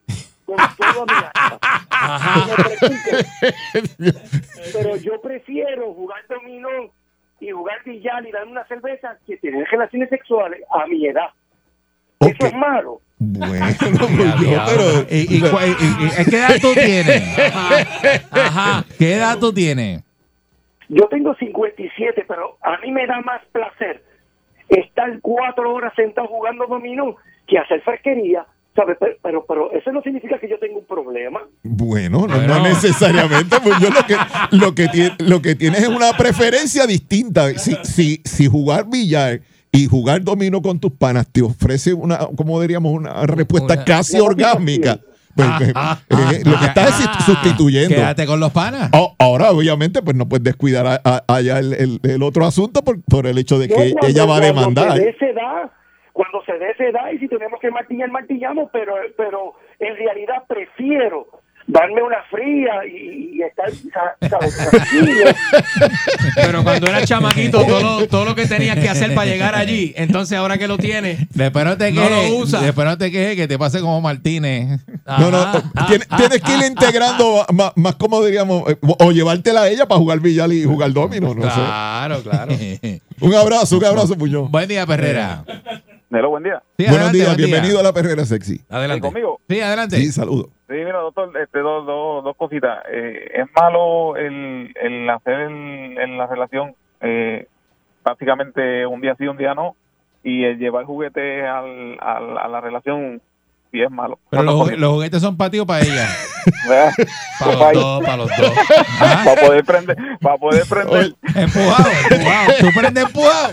Speaker 15: con todo mi alma. Que me preocupe. Pero yo prefiero jugar dominó y jugar billar y darme una cerveza que tener relaciones sexuales a mi edad.
Speaker 14: Okay.
Speaker 15: Eso es malo.
Speaker 14: Bueno, pues yo, pero...
Speaker 2: ¿Y, y, cua- y- y- ¿Qué edad tú tienes? Ajá. Ajá. ¿Qué edad tú tienes?
Speaker 15: Yo tengo cincuenta y siete, pero a mí me da más placer estar cuatro horas sentado jugando dominó que hacer fresquería, ¿sabes? Pero, pero, pero eso no significa que yo tenga un problema.
Speaker 14: Bueno, no, no necesariamente, pues yo lo que lo que tiene, lo que tienes es una preferencia distinta. Si, si, si jugar billar y jugar dominó con tus panas te ofrece una, como diríamos, una respuesta
Speaker 2: Una-
Speaker 14: casi
Speaker 2: una
Speaker 14: orgásmica. Pues, eh,
Speaker 2: Ah,
Speaker 14: eh, lo que estás es sustituyendo.
Speaker 2: Quédate con los panas.
Speaker 14: Oh, ahora, obviamente, pues no puedes descuidar a- a- allá el, el- el otro asunto por, por el hecho de
Speaker 15: No,
Speaker 14: que
Speaker 15: cuando-
Speaker 14: ella va a
Speaker 15: cuando
Speaker 14: demandar.
Speaker 15: se dé esa edad, cuando se dé esa edad, y si tenemos que martillar, martillamos, pero, pero en realidad prefiero darme una fría y, y estar sa- ¿sabes? tranquilo.
Speaker 3: Pero cuando eras chamaquito, todo lo, todo lo que tenías que hacer para llegar allí, entonces ahora que lo tienes,
Speaker 2: Después no te
Speaker 3: no
Speaker 2: quejes,
Speaker 3: lo usa.
Speaker 2: después no te quejes que te pase como Martínez.
Speaker 14: No, no, tienes, tienes que ir integrando más, más como diríamos, eh, o llevártela a ella para jugar billar y jugar domino, no
Speaker 3: Claro, claro.
Speaker 14: sé. Un abrazo, un abrazo, Puñón.
Speaker 2: Buen día, Perrera.
Speaker 13: Hello, buen día.
Speaker 2: Sí,
Speaker 14: Buenos
Speaker 2: adelante,
Speaker 14: días,
Speaker 2: buen día.
Speaker 14: bienvenido a la Perrera Sexy.
Speaker 3: Adelante.
Speaker 13: ¿Conmigo?
Speaker 2: Sí, adelante.
Speaker 14: Sí, saludos.
Speaker 13: Sí, mira, doctor, este, dos, dos, dos cositas. Eh, es malo el, el hacer el- en la relación eh, básicamente un día sí, un día no, y el llevar juguetes al, al- a la relación sí es malo.
Speaker 2: Pero
Speaker 13: No,
Speaker 2: los,
Speaker 13: no,
Speaker 2: jugue- los juguetes son para ti o para ella.
Speaker 13: ¿verdad?
Speaker 2: Para los
Speaker 13: Para-
Speaker 2: dos, para los dos.
Speaker 13: Para poder prender, para poder prender.
Speaker 2: Empujado, empujado. Tú prendes empujado.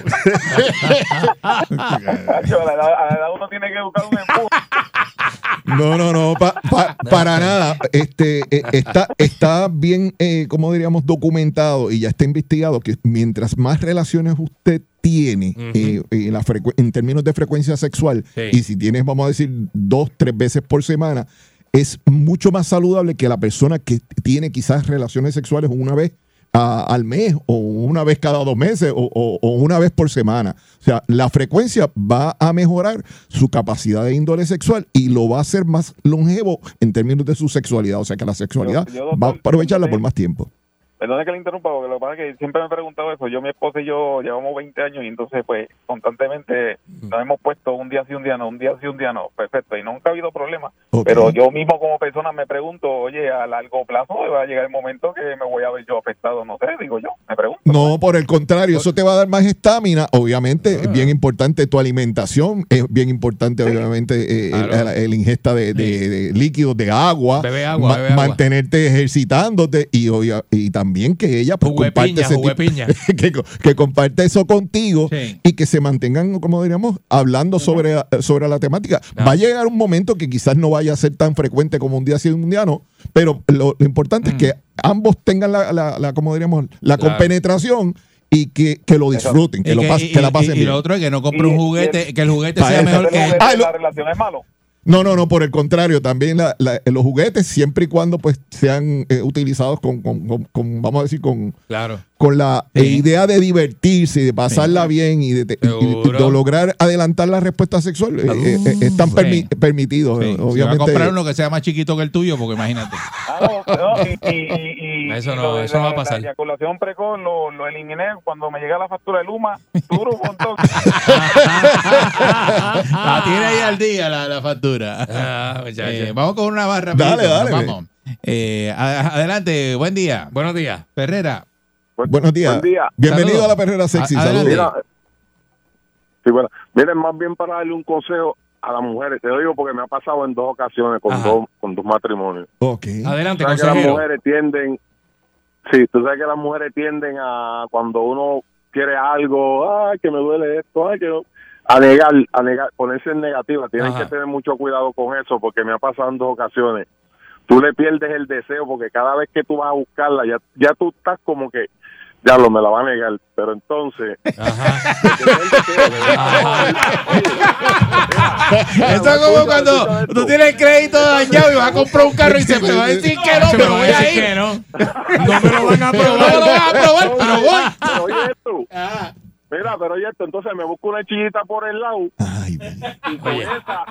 Speaker 13: Nacho, a la edad- a la edad uno tiene que buscar un empuje.
Speaker 14: No, no, no, pa- pa- para nada. Este, eh, está, está bien, eh, como diríamos, documentado y ya está investigado que mientras más relaciones usted tiene eh, en, la frecu- en términos de frecuencia sexual,
Speaker 3: Sí.
Speaker 14: y si tienes, vamos a decir, dos, tres veces por semana, es mucho más saludable que la persona que tiene quizás relaciones sexuales una vez a- al mes o una vez cada dos meses o, o- o una vez por semana. O sea, la frecuencia va a mejorar su capacidad de índole sexual y lo va a hacer más longevo en términos de su sexualidad. O sea, que la sexualidad
Speaker 13: Yo- yo, doctor,
Speaker 14: va a aprovecharla
Speaker 13: sí.
Speaker 14: por más tiempo.
Speaker 13: Perdone que le interrumpa, porque lo que pasa es que siempre me he preguntado eso. Yo, mi esposa y yo llevamos veinte años y entonces, pues, constantemente nos hemos puesto un día sí, un día no, un día sí, un día no. Perfecto, y nunca ha habido problema.
Speaker 14: Ok.
Speaker 13: Pero yo mismo como persona me pregunto, oye, a largo plazo va a llegar el momento que me voy a ver yo afectado, no sé, digo yo, me pregunto.
Speaker 14: No, por el contrario, eso te va a dar más estamina. Obviamente, es bien importante tu alimentación, es bien importante, obviamente, eh, el,
Speaker 3: Claro.
Speaker 14: el- el ingesta de, de- de líquidos, de agua,
Speaker 3: Bebe agua, bebe agua.
Speaker 14: mantenerte ejercitándote y, obvia- y también que ella pues,
Speaker 3: Jugue
Speaker 14: comparte,
Speaker 3: piña,
Speaker 14: ese
Speaker 3: jugue
Speaker 14: tipo-
Speaker 3: piña.
Speaker 14: que, que comparte eso contigo
Speaker 2: Sí.
Speaker 14: y que se mantengan, como diríamos, hablando sobre, sobre la temática.
Speaker 3: Ah.
Speaker 14: Va a llegar un momento que quizás no vaya a ser tan frecuente como un día sí, un día no, pero lo, lo importante es que ambos tengan la, la, la, como diríamos, la
Speaker 3: Claro.
Speaker 14: compenetración y que, que lo disfruten, que,
Speaker 2: Y
Speaker 14: lo
Speaker 2: que-
Speaker 14: pasen,
Speaker 2: y-
Speaker 14: que la
Speaker 2: y-
Speaker 14: pasen
Speaker 2: y
Speaker 14: bien.
Speaker 2: lo otro es que no compre
Speaker 13: Y-
Speaker 2: un
Speaker 13: y
Speaker 2: juguete,
Speaker 13: el-
Speaker 2: que el juguete
Speaker 14: Pa'
Speaker 2: sea
Speaker 14: eso.
Speaker 2: mejor que
Speaker 13: ¿El
Speaker 2: él.
Speaker 14: Ah,
Speaker 13: de
Speaker 14: lo-
Speaker 13: la relación es malo?
Speaker 14: No, no, no, por el contrario, también la- la- los juguetes, siempre y cuando pues sean eh, utilizados con, con- con- con, vamos a decir, con,
Speaker 3: Claro.
Speaker 14: con la eh,
Speaker 2: Sí.
Speaker 14: idea de divertirse, de pasarla bien y de, de- y de-
Speaker 3: Seguro.
Speaker 14: de lograr adelantar la respuesta sexual, eh, eh, eh, están
Speaker 2: Sí.
Speaker 14: permi- permitidos,
Speaker 2: Sí,
Speaker 14: eh,
Speaker 2: si va a
Speaker 14: obviamente.
Speaker 2: comprar uno que sea más chiquito que el tuyo, porque imagínate.
Speaker 13: Ah, no, no, y, y, y, y-
Speaker 3: Eso
Speaker 13: y
Speaker 3: no,
Speaker 13: lo de
Speaker 3: eso no va a
Speaker 13: la-
Speaker 3: pasar.
Speaker 13: La eyaculación precoz lo, lo eliminé cuando me llega la factura de Luma, duro un montón.
Speaker 2: La tiene ahí al día la, la factura.
Speaker 3: Ah, muchacho.
Speaker 2: Eh, vamos con una barra.
Speaker 14: Dale, dale,
Speaker 2: Vamos. Eh, a- adelante, buen día.
Speaker 3: Buenos días.
Speaker 2: Ferrera.
Speaker 14: Buenos días.
Speaker 13: Buen día.
Speaker 14: Bienvenido
Speaker 2: Saludos.
Speaker 14: a la Perrera Sexy.
Speaker 2: A-
Speaker 14: Saludos.
Speaker 2: adelante.
Speaker 13: Mira, sí, bueno, miren, más bien para darle un consejo a las mujeres, te lo digo porque me ha pasado en dos ocasiones con
Speaker 3: Ajá.
Speaker 13: dos con dos matrimonios.
Speaker 14: Ok.
Speaker 3: Adelante,
Speaker 13: Tú sabes que las
Speaker 3: consejero.
Speaker 13: mujeres tienden, sí, tú sabes que las mujeres tienden a cuando uno quiere algo, ay, que me duele esto, ay, que no, a negar, a negar, ponerse en negativa. Tienen
Speaker 3: Ajá.
Speaker 13: que tener mucho cuidado con eso porque me ha pasado en dos ocasiones. Tú le pierdes el deseo porque cada vez que tú vas a buscarla, ya, ya tú estás como que, ya lo me la va a negar, pero entonces...
Speaker 2: Eso es como cuando tú tienes el crédito dañado y vas a comprar un carro y se te va a decir que no,
Speaker 3: Se me
Speaker 2: pero
Speaker 3: va a
Speaker 2: voy a
Speaker 3: decir
Speaker 2: ir.
Speaker 3: que no. No me lo van a
Speaker 2: No
Speaker 3: probar.
Speaker 2: me lo vas a probar, pero voy.
Speaker 13: Pero oye esto, mira, pero oye esto, entonces me busco una chillita por el lado
Speaker 14: Ay,
Speaker 13: y con
Speaker 3: Oye.
Speaker 13: esa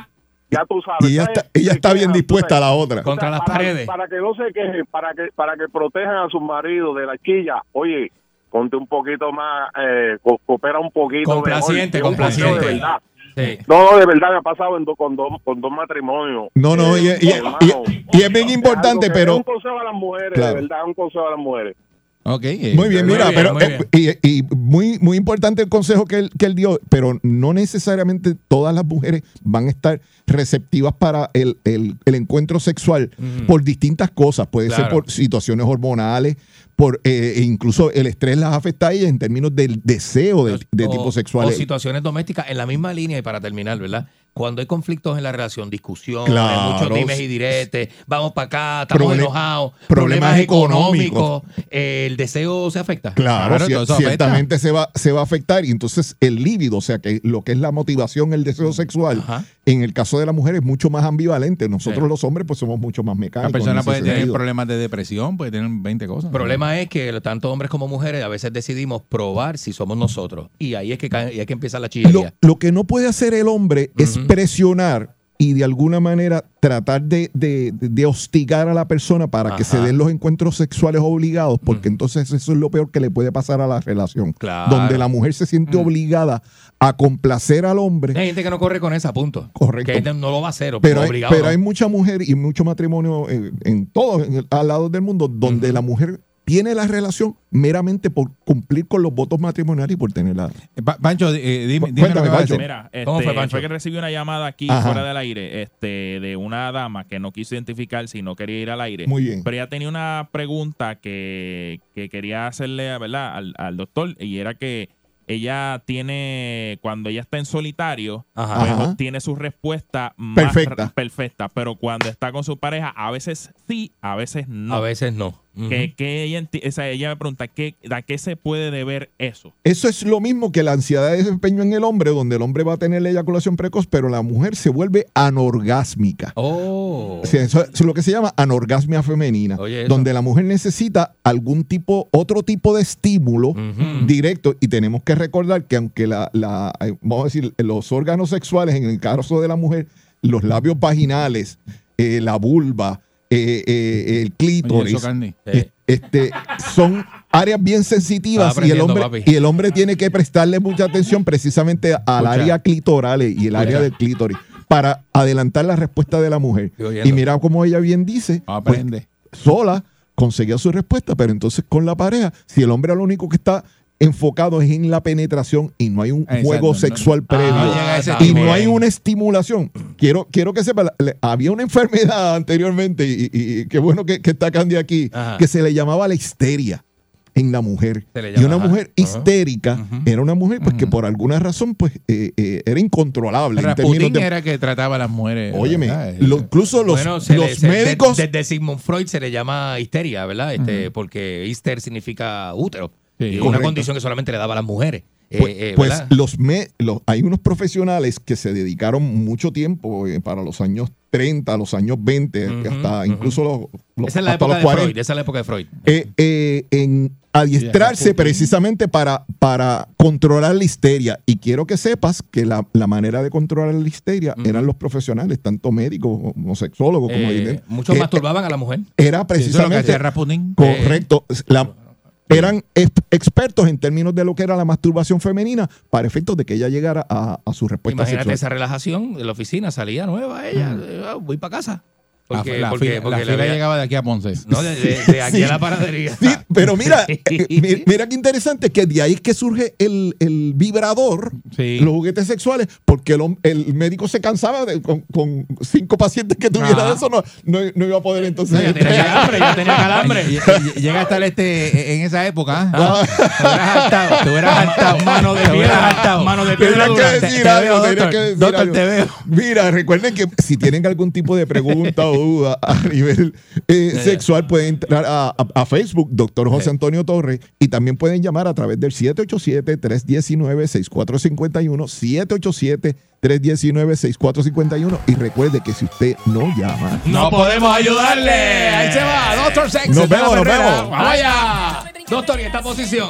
Speaker 13: ya tú sabes.
Speaker 14: Y ella está, ella está bien dispuesta a la otra.
Speaker 3: Contra las
Speaker 13: para,
Speaker 3: paredes.
Speaker 13: Para que no se quejen, para que para que protejan a sus maridos de la chilla. Oye, ponte un poquito más, eh, co- coopera un poquito
Speaker 3: Complaciente,
Speaker 13: mejor.
Speaker 3: complaciente.
Speaker 13: De verdad.
Speaker 3: Sí.
Speaker 13: No, no, de verdad me ha pasado en do, con, dos, con dos matrimonios.
Speaker 14: No, no,
Speaker 13: Eh,
Speaker 14: y, y-
Speaker 13: hermano,
Speaker 14: y- y es bien importante,
Speaker 13: algo que
Speaker 14: pero...
Speaker 13: es un consejo a las mujeres,
Speaker 14: Claro.
Speaker 13: de verdad, un consejo a las mujeres.
Speaker 2: Ok. eh,
Speaker 14: Muy bien, mira,
Speaker 3: bien,
Speaker 14: pero
Speaker 3: muy
Speaker 14: eh, y, y muy muy importante el consejo que él, que él dio, pero no necesariamente todas las mujeres van a estar receptivas para el, el, el encuentro sexual
Speaker 3: Ujú.
Speaker 14: por distintas cosas. Puede ser
Speaker 3: Claro.
Speaker 14: por situaciones hormonales, por eh, e incluso el estrés las afecta a ellas en términos del deseo de, de
Speaker 3: O-
Speaker 14: tipo
Speaker 3: O
Speaker 14: sexual.
Speaker 3: situaciones domésticas en la misma línea y para terminar, ¿verdad? Cuando hay conflictos en la relación, discusiones,
Speaker 14: Claro.
Speaker 3: muchos dimes y diretes, vamos para acá, estamos
Speaker 14: Problem-
Speaker 3: enojados,
Speaker 14: problemas
Speaker 3: problemas
Speaker 14: económicos.
Speaker 3: económicos, eh, el deseo se afecta.
Speaker 14: Claro,
Speaker 2: Claro,
Speaker 14: cier-
Speaker 2: todo eso afecta.
Speaker 14: ciertamente se va, se va a afectar. Y entonces el líbido, o sea, que lo que es la motivación, el deseo sexual,
Speaker 3: Ajá.
Speaker 14: en el caso de la mujer es mucho más ambivalente. Nosotros
Speaker 3: Sí.
Speaker 14: los hombres pues somos mucho más mecánicos.
Speaker 2: La persona
Speaker 14: en ese
Speaker 2: puede tener
Speaker 14: sentido.
Speaker 2: problemas de depresión, puede tener veinte cosas.
Speaker 3: El problema es que tanto hombres como mujeres a veces decidimos probar si somos nosotros. Y ahí es que, cae- y hay que empieza la
Speaker 14: Lo,
Speaker 3: chillería.
Speaker 14: lo que no puede hacer el hombre es
Speaker 3: Ujú.
Speaker 14: presionar y de alguna manera tratar de, de- de hostigar a la persona para que se
Speaker 3: Ajá.
Speaker 14: den los encuentros sexuales obligados, porque entonces eso es lo peor que le puede pasar a la relación.
Speaker 3: Claro.
Speaker 14: Donde la mujer se siente obligada a complacer al hombre.
Speaker 3: Hay gente que no corre con esa, punto.
Speaker 14: Correcto.
Speaker 3: Que no lo va a hacer,
Speaker 14: Pero hay,
Speaker 3: obligado.
Speaker 14: pero
Speaker 3: no.
Speaker 14: hay mucha mujer y mucho matrimonio en, en todos en el- al lado del mundo donde la mujer tiene la relación meramente por cumplir con los votos matrimoniales y por tenerla.
Speaker 2: Eh, Pa- Pancho, eh, dime,
Speaker 14: Cu-
Speaker 2: dime lo
Speaker 14: cuéntame,
Speaker 2: que vas a
Speaker 14: Pancho.
Speaker 2: decir.
Speaker 16: Mira, este,
Speaker 3: ¿Cómo fue,
Speaker 16: fue,
Speaker 3: Pancho?
Speaker 16: que recibí una llamada aquí
Speaker 14: Ajá.
Speaker 16: fuera del aire este, de una dama que no quiso identificar si no quería ir al aire.
Speaker 14: Muy bien.
Speaker 16: Pero ella tenía una pregunta que, que quería hacerle, ¿verdad?, al, al doctor, y era que ella tiene, cuando ella está en solitario,
Speaker 3: Ajá.
Speaker 16: pues,
Speaker 14: Ajá.
Speaker 16: tiene su respuesta más
Speaker 14: Perfecta.
Speaker 16: r- perfecta, pero cuando está con su pareja, a veces sí, a veces no.
Speaker 3: A veces no. Ujú.
Speaker 16: que, que ella, enti- o sea, ella me pregunta, ¿qué, ¿a qué se puede deber eso?
Speaker 14: Eso es lo mismo que la ansiedad de desempeño en el hombre, donde el hombre va a tener la eyaculación precoz, pero la mujer se vuelve anorgásmica.
Speaker 3: Oh.
Speaker 14: O sea, eso, eso es lo que se llama anorgasmia femenina,
Speaker 3: Oye, eso.
Speaker 14: donde la mujer necesita algún tipo, otro tipo de estímulo
Speaker 3: Ujú.
Speaker 14: directo. Y tenemos que recordar que aunque la, la- eh, vamos a decir, los órganos sexuales, en el caso de la mujer, los labios vaginales, eh, la vulva, eh, eh, el
Speaker 2: Oye,
Speaker 14: clítoris,
Speaker 2: eso, Candy.
Speaker 14: eh, este, son áreas bien sensitivas
Speaker 3: Estaba
Speaker 14: y el
Speaker 3: aprendiendo,
Speaker 14: hombre
Speaker 3: papi.
Speaker 14: y el hombre tiene que prestarle mucha atención precisamente al
Speaker 3: Escucha.
Speaker 14: área clitoral y el área
Speaker 3: Escucha.
Speaker 14: del clítoris para adelantar la respuesta de la mujer.
Speaker 3: Estoy oyendo.
Speaker 14: Y mira cómo ella bien dice, pues,
Speaker 2: Aprende.
Speaker 14: sola conseguía su respuesta, pero entonces con la pareja, si el hombre lo único que está enfocado es en la penetración y no hay un
Speaker 2: Exacto,
Speaker 14: juego
Speaker 2: no-
Speaker 14: sexual
Speaker 3: Ah,
Speaker 14: previo
Speaker 2: no llega a ese
Speaker 14: y
Speaker 2: nivel.
Speaker 14: no hay una estimulación. Quiero, quiero que sepa, la- le- había una enfermedad anteriormente y, y- y qué bueno que, que está Candy aquí,
Speaker 3: Ajá.
Speaker 14: que se le llamaba la histeria en la mujer.
Speaker 3: Se le
Speaker 14: Y
Speaker 3: llama,
Speaker 14: una
Speaker 3: ajá.
Speaker 14: mujer
Speaker 3: Ajá.
Speaker 14: histérica
Speaker 2: Ujú.
Speaker 14: era una mujer pues que
Speaker 2: Ujú.
Speaker 14: por alguna razón pues eh, eh, era incontrolable. en
Speaker 2: Rasputín
Speaker 14: términos de-
Speaker 2: era que trataba a las mujeres.
Speaker 14: Óyeme,
Speaker 2: ¿verdad?
Speaker 14: lo- incluso los,
Speaker 3: Bueno, se le-
Speaker 14: los
Speaker 3: se- de-
Speaker 14: médicos...
Speaker 3: Desde Sigmund Freud se le llama histeria, ¿verdad? Este, Porque hister significa útero.
Speaker 2: Sí.
Speaker 3: Y una
Speaker 14: Correcto.
Speaker 3: condición que solamente le daba a las mujeres. Eh,
Speaker 14: Pues,
Speaker 3: eh,
Speaker 14: pues
Speaker 3: ¿verdad?
Speaker 14: los, me- los hay unos profesionales que se dedicaron mucho tiempo eh, para los años treinta, los años veinte,
Speaker 3: Ujú,
Speaker 14: hasta
Speaker 3: ujú.
Speaker 14: incluso los, los-
Speaker 3: Esa es la
Speaker 14: hasta
Speaker 3: época
Speaker 14: los
Speaker 3: de
Speaker 14: cuarenta.
Speaker 3: Freud. Esa es la época de Freud.
Speaker 14: Eh, eh, en adiestrarse
Speaker 2: Rasputín.
Speaker 14: precisamente para, para controlar la histeria. Y quiero que sepas que la, la manera de controlar la histeria
Speaker 3: Ujú.
Speaker 14: eran los profesionales, tanto médicos como sexólogos, como
Speaker 3: Eh,
Speaker 14: dicen,
Speaker 3: muchos
Speaker 14: que
Speaker 3: masturbaban a la mujer.
Speaker 14: era
Speaker 2: Sí, eso es lo que
Speaker 14: precisamente
Speaker 2: hacía Rasputín.
Speaker 14: correcto. La- eran ex- expertos en términos de lo que era la masturbación femenina para efectos de que ella llegara a, a su respuesta
Speaker 3: Imagínate
Speaker 14: sexual.
Speaker 3: esa relajación de la oficina, salía nueva ella, eh, ah, voy para casa.
Speaker 2: La,
Speaker 3: Porque,
Speaker 2: la
Speaker 3: porque-
Speaker 2: fila,
Speaker 3: porque
Speaker 2: la
Speaker 3: le
Speaker 2: fila
Speaker 3: había-
Speaker 2: llegaba de aquí a Ponce.
Speaker 3: No, de, de- de aquí
Speaker 14: Sí.
Speaker 3: a la panadería.
Speaker 14: Sí, pero mira, eh, mi- mira qué interesante que de ahí es que surge el, el vibrador,
Speaker 2: Sí.
Speaker 14: los juguetes sexuales, porque el, hom- el médico se cansaba de- con, con cinco pacientes que tuviera
Speaker 2: Ah.
Speaker 14: eso, no, no, no iba a poder entonces.
Speaker 3: Ya tenía calambre, ya tenía calambre.
Speaker 2: Y- y- y Llega hasta el este en esa época.
Speaker 14: Ah.
Speaker 2: Te hubieras hartado. Te hubieras hartado.
Speaker 3: Mano de
Speaker 2: Te hubieras
Speaker 3: piedra,
Speaker 2: hartado.
Speaker 3: mano de
Speaker 14: Tenía
Speaker 3: piedra
Speaker 14: que
Speaker 3: dura.
Speaker 14: decir
Speaker 2: Te- te
Speaker 14: algo,
Speaker 2: veo,
Speaker 14: tenía
Speaker 2: doctor.
Speaker 14: que decir
Speaker 2: Doctor,
Speaker 14: algo.
Speaker 2: te veo.
Speaker 14: Mira, recuerden que si tienen algún tipo de pregunta o duda a nivel eh, sexual, pueden entrar a, a- a Facebook, doctor José Antonio Torres, y también pueden llamar a través del siete ocho siete, tres uno nueve, seis cuatro cinco uno, siete ocho siete, tres uno nueve, seis cuatro cinco uno, y recuerde que si usted no llama,
Speaker 3: No podemos ayudarle. Ahí se va, Doctor Sex.
Speaker 14: Nos
Speaker 3: el de la
Speaker 14: vemos, nos
Speaker 3: perrera.
Speaker 14: vemos.
Speaker 3: Vamos allá. Doctor, ¿y esta posición?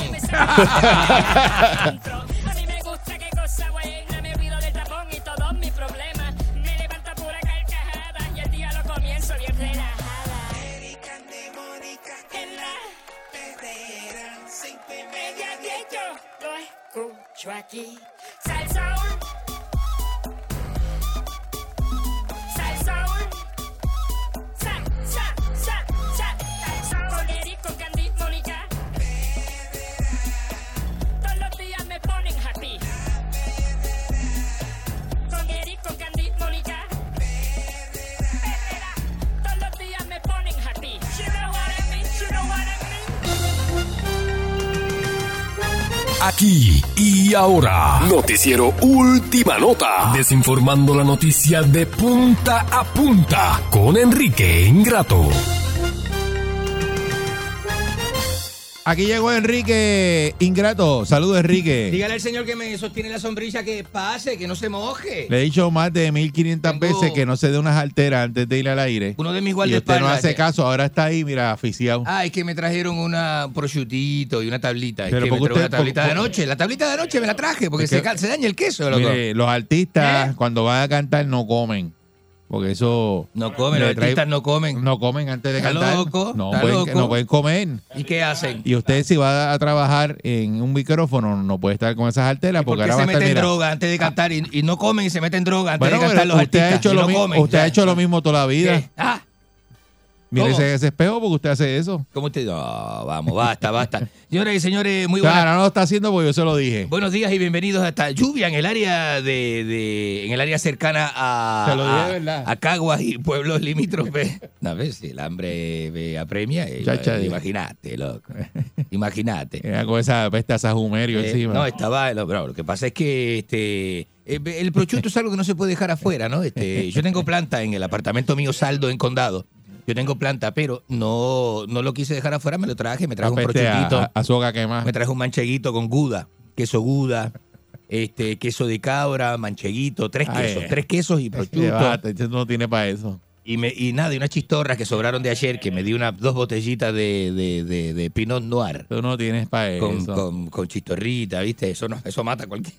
Speaker 17: A mí me gusta qué cosa buena, me olvido del tapón y todos mis problemas. Me levanto por
Speaker 18: hecho aquí. Salsaul. Salsaul. Sal, sal, sal, sal. Salsaul. Con Eric, con Candy, Mónica. Todos los días me ponen happy. Con Eric, con Candy, Mónica. Perrera. Todos los días me ponen happy. You know what I mean, you know what I mean.
Speaker 1: Aquí y ahora, Noticiero Última Nota, desinformando la noticia de punta a punta con Enrique Ingrato.
Speaker 2: Aquí llegó Enrique Ingrato. Saludos, Enrique.
Speaker 11: Dígale al señor que me sostiene la sombrilla que pase, que no se moje.
Speaker 2: Le he dicho más de mil quinientas veces que no se dé unas alteras antes de ir al aire.
Speaker 11: Uno de mis
Speaker 2: Y usted
Speaker 11: guardaespaldas.
Speaker 2: no hace
Speaker 11: que-
Speaker 2: caso, ahora está ahí, mira, aficiado.
Speaker 11: Ah, es que me trajeron una prosciutito y una tablita. Es
Speaker 2: Pero
Speaker 11: que me
Speaker 2: porque
Speaker 11: trajo
Speaker 2: usted-
Speaker 11: una tablita
Speaker 2: por-
Speaker 11: de anoche. La tablita de anoche me la traje porque
Speaker 2: Es
Speaker 11: se,
Speaker 2: que-
Speaker 11: ca- se daña el queso, loco.
Speaker 2: Mire, los artistas
Speaker 11: ¿Eh?
Speaker 2: cuando van a cantar no comen. Porque eso...
Speaker 11: No comen,
Speaker 2: le
Speaker 11: los artistas no comen.
Speaker 2: No comen antes de
Speaker 11: Está
Speaker 2: cantar.
Speaker 11: loco,
Speaker 2: no,
Speaker 11: está
Speaker 2: pueden,
Speaker 11: loco.
Speaker 2: no pueden comer.
Speaker 11: ¿Y qué hacen?
Speaker 2: Y usted si va a trabajar en un micrófono no puede estar con esas alteras
Speaker 11: ¿Por
Speaker 2: porque
Speaker 11: qué
Speaker 2: ahora va
Speaker 11: se
Speaker 2: a estar,
Speaker 11: meten
Speaker 2: mira,
Speaker 11: droga antes de cantar y, y no comen y se meten droga antes
Speaker 2: Bueno,
Speaker 11: de cantar
Speaker 2: pero
Speaker 11: los
Speaker 2: usted ha
Speaker 11: artistas?
Speaker 2: hecho
Speaker 11: y
Speaker 2: lo
Speaker 11: no
Speaker 2: mismo,
Speaker 11: comen,
Speaker 2: usted
Speaker 11: ya.
Speaker 2: ha hecho lo mismo toda la vida.
Speaker 11: ¿Qué? Ah,
Speaker 2: Mire
Speaker 11: ¿cómo?
Speaker 2: ese, ese espejo porque usted hace eso.
Speaker 11: ¿cómo usted? No, vamos, basta, basta. Señoras y señores, muy
Speaker 2: O sea,
Speaker 11: buenas.
Speaker 2: ahora no lo está haciendo porque yo se lo dije.
Speaker 11: Buenos días y bienvenidos a esta lluvia en el área de, de en el área cercana a,
Speaker 2: Se lo dije,
Speaker 11: a,
Speaker 2: ¿verdad?
Speaker 11: a Caguas y pueblos limítrofes. A ver si el hambre me apremia. eh,
Speaker 2: Chacha,
Speaker 11: eh, Imagínate, loco. Imagínate.
Speaker 2: Era con esa peste a sajumerio
Speaker 11: Eh,
Speaker 2: encima.
Speaker 11: no, estaba. Lo, bro, lo que pasa es que este eh, el prosciutto es algo que no se puede dejar afuera, ¿no? Este, yo tengo planta en el apartamento mío saldo en Condado. Yo tengo planta, pero no, no lo quise dejar afuera, me lo traje, me traje un
Speaker 2: Peste a,
Speaker 11: prosciutito.
Speaker 2: a, a soga quemada.
Speaker 11: Me traje un mancheguito con Gouda, queso Gouda, este, queso de cabra, mancheguito, tres
Speaker 2: Ay,
Speaker 11: quesos,
Speaker 2: eh.
Speaker 11: tres quesos y prosciutto.
Speaker 2: Basta, usted no tiene para eso.
Speaker 11: Y, me, y nada, y unas chistorras que sobraron de ayer, que me di unas dos botellitas de, de, de, de Pinot Noir.
Speaker 2: Tú no tienes para
Speaker 11: Con,
Speaker 2: eso.
Speaker 11: con, con chistorrita, ¿viste? Eso no, eso mata a cualquiera.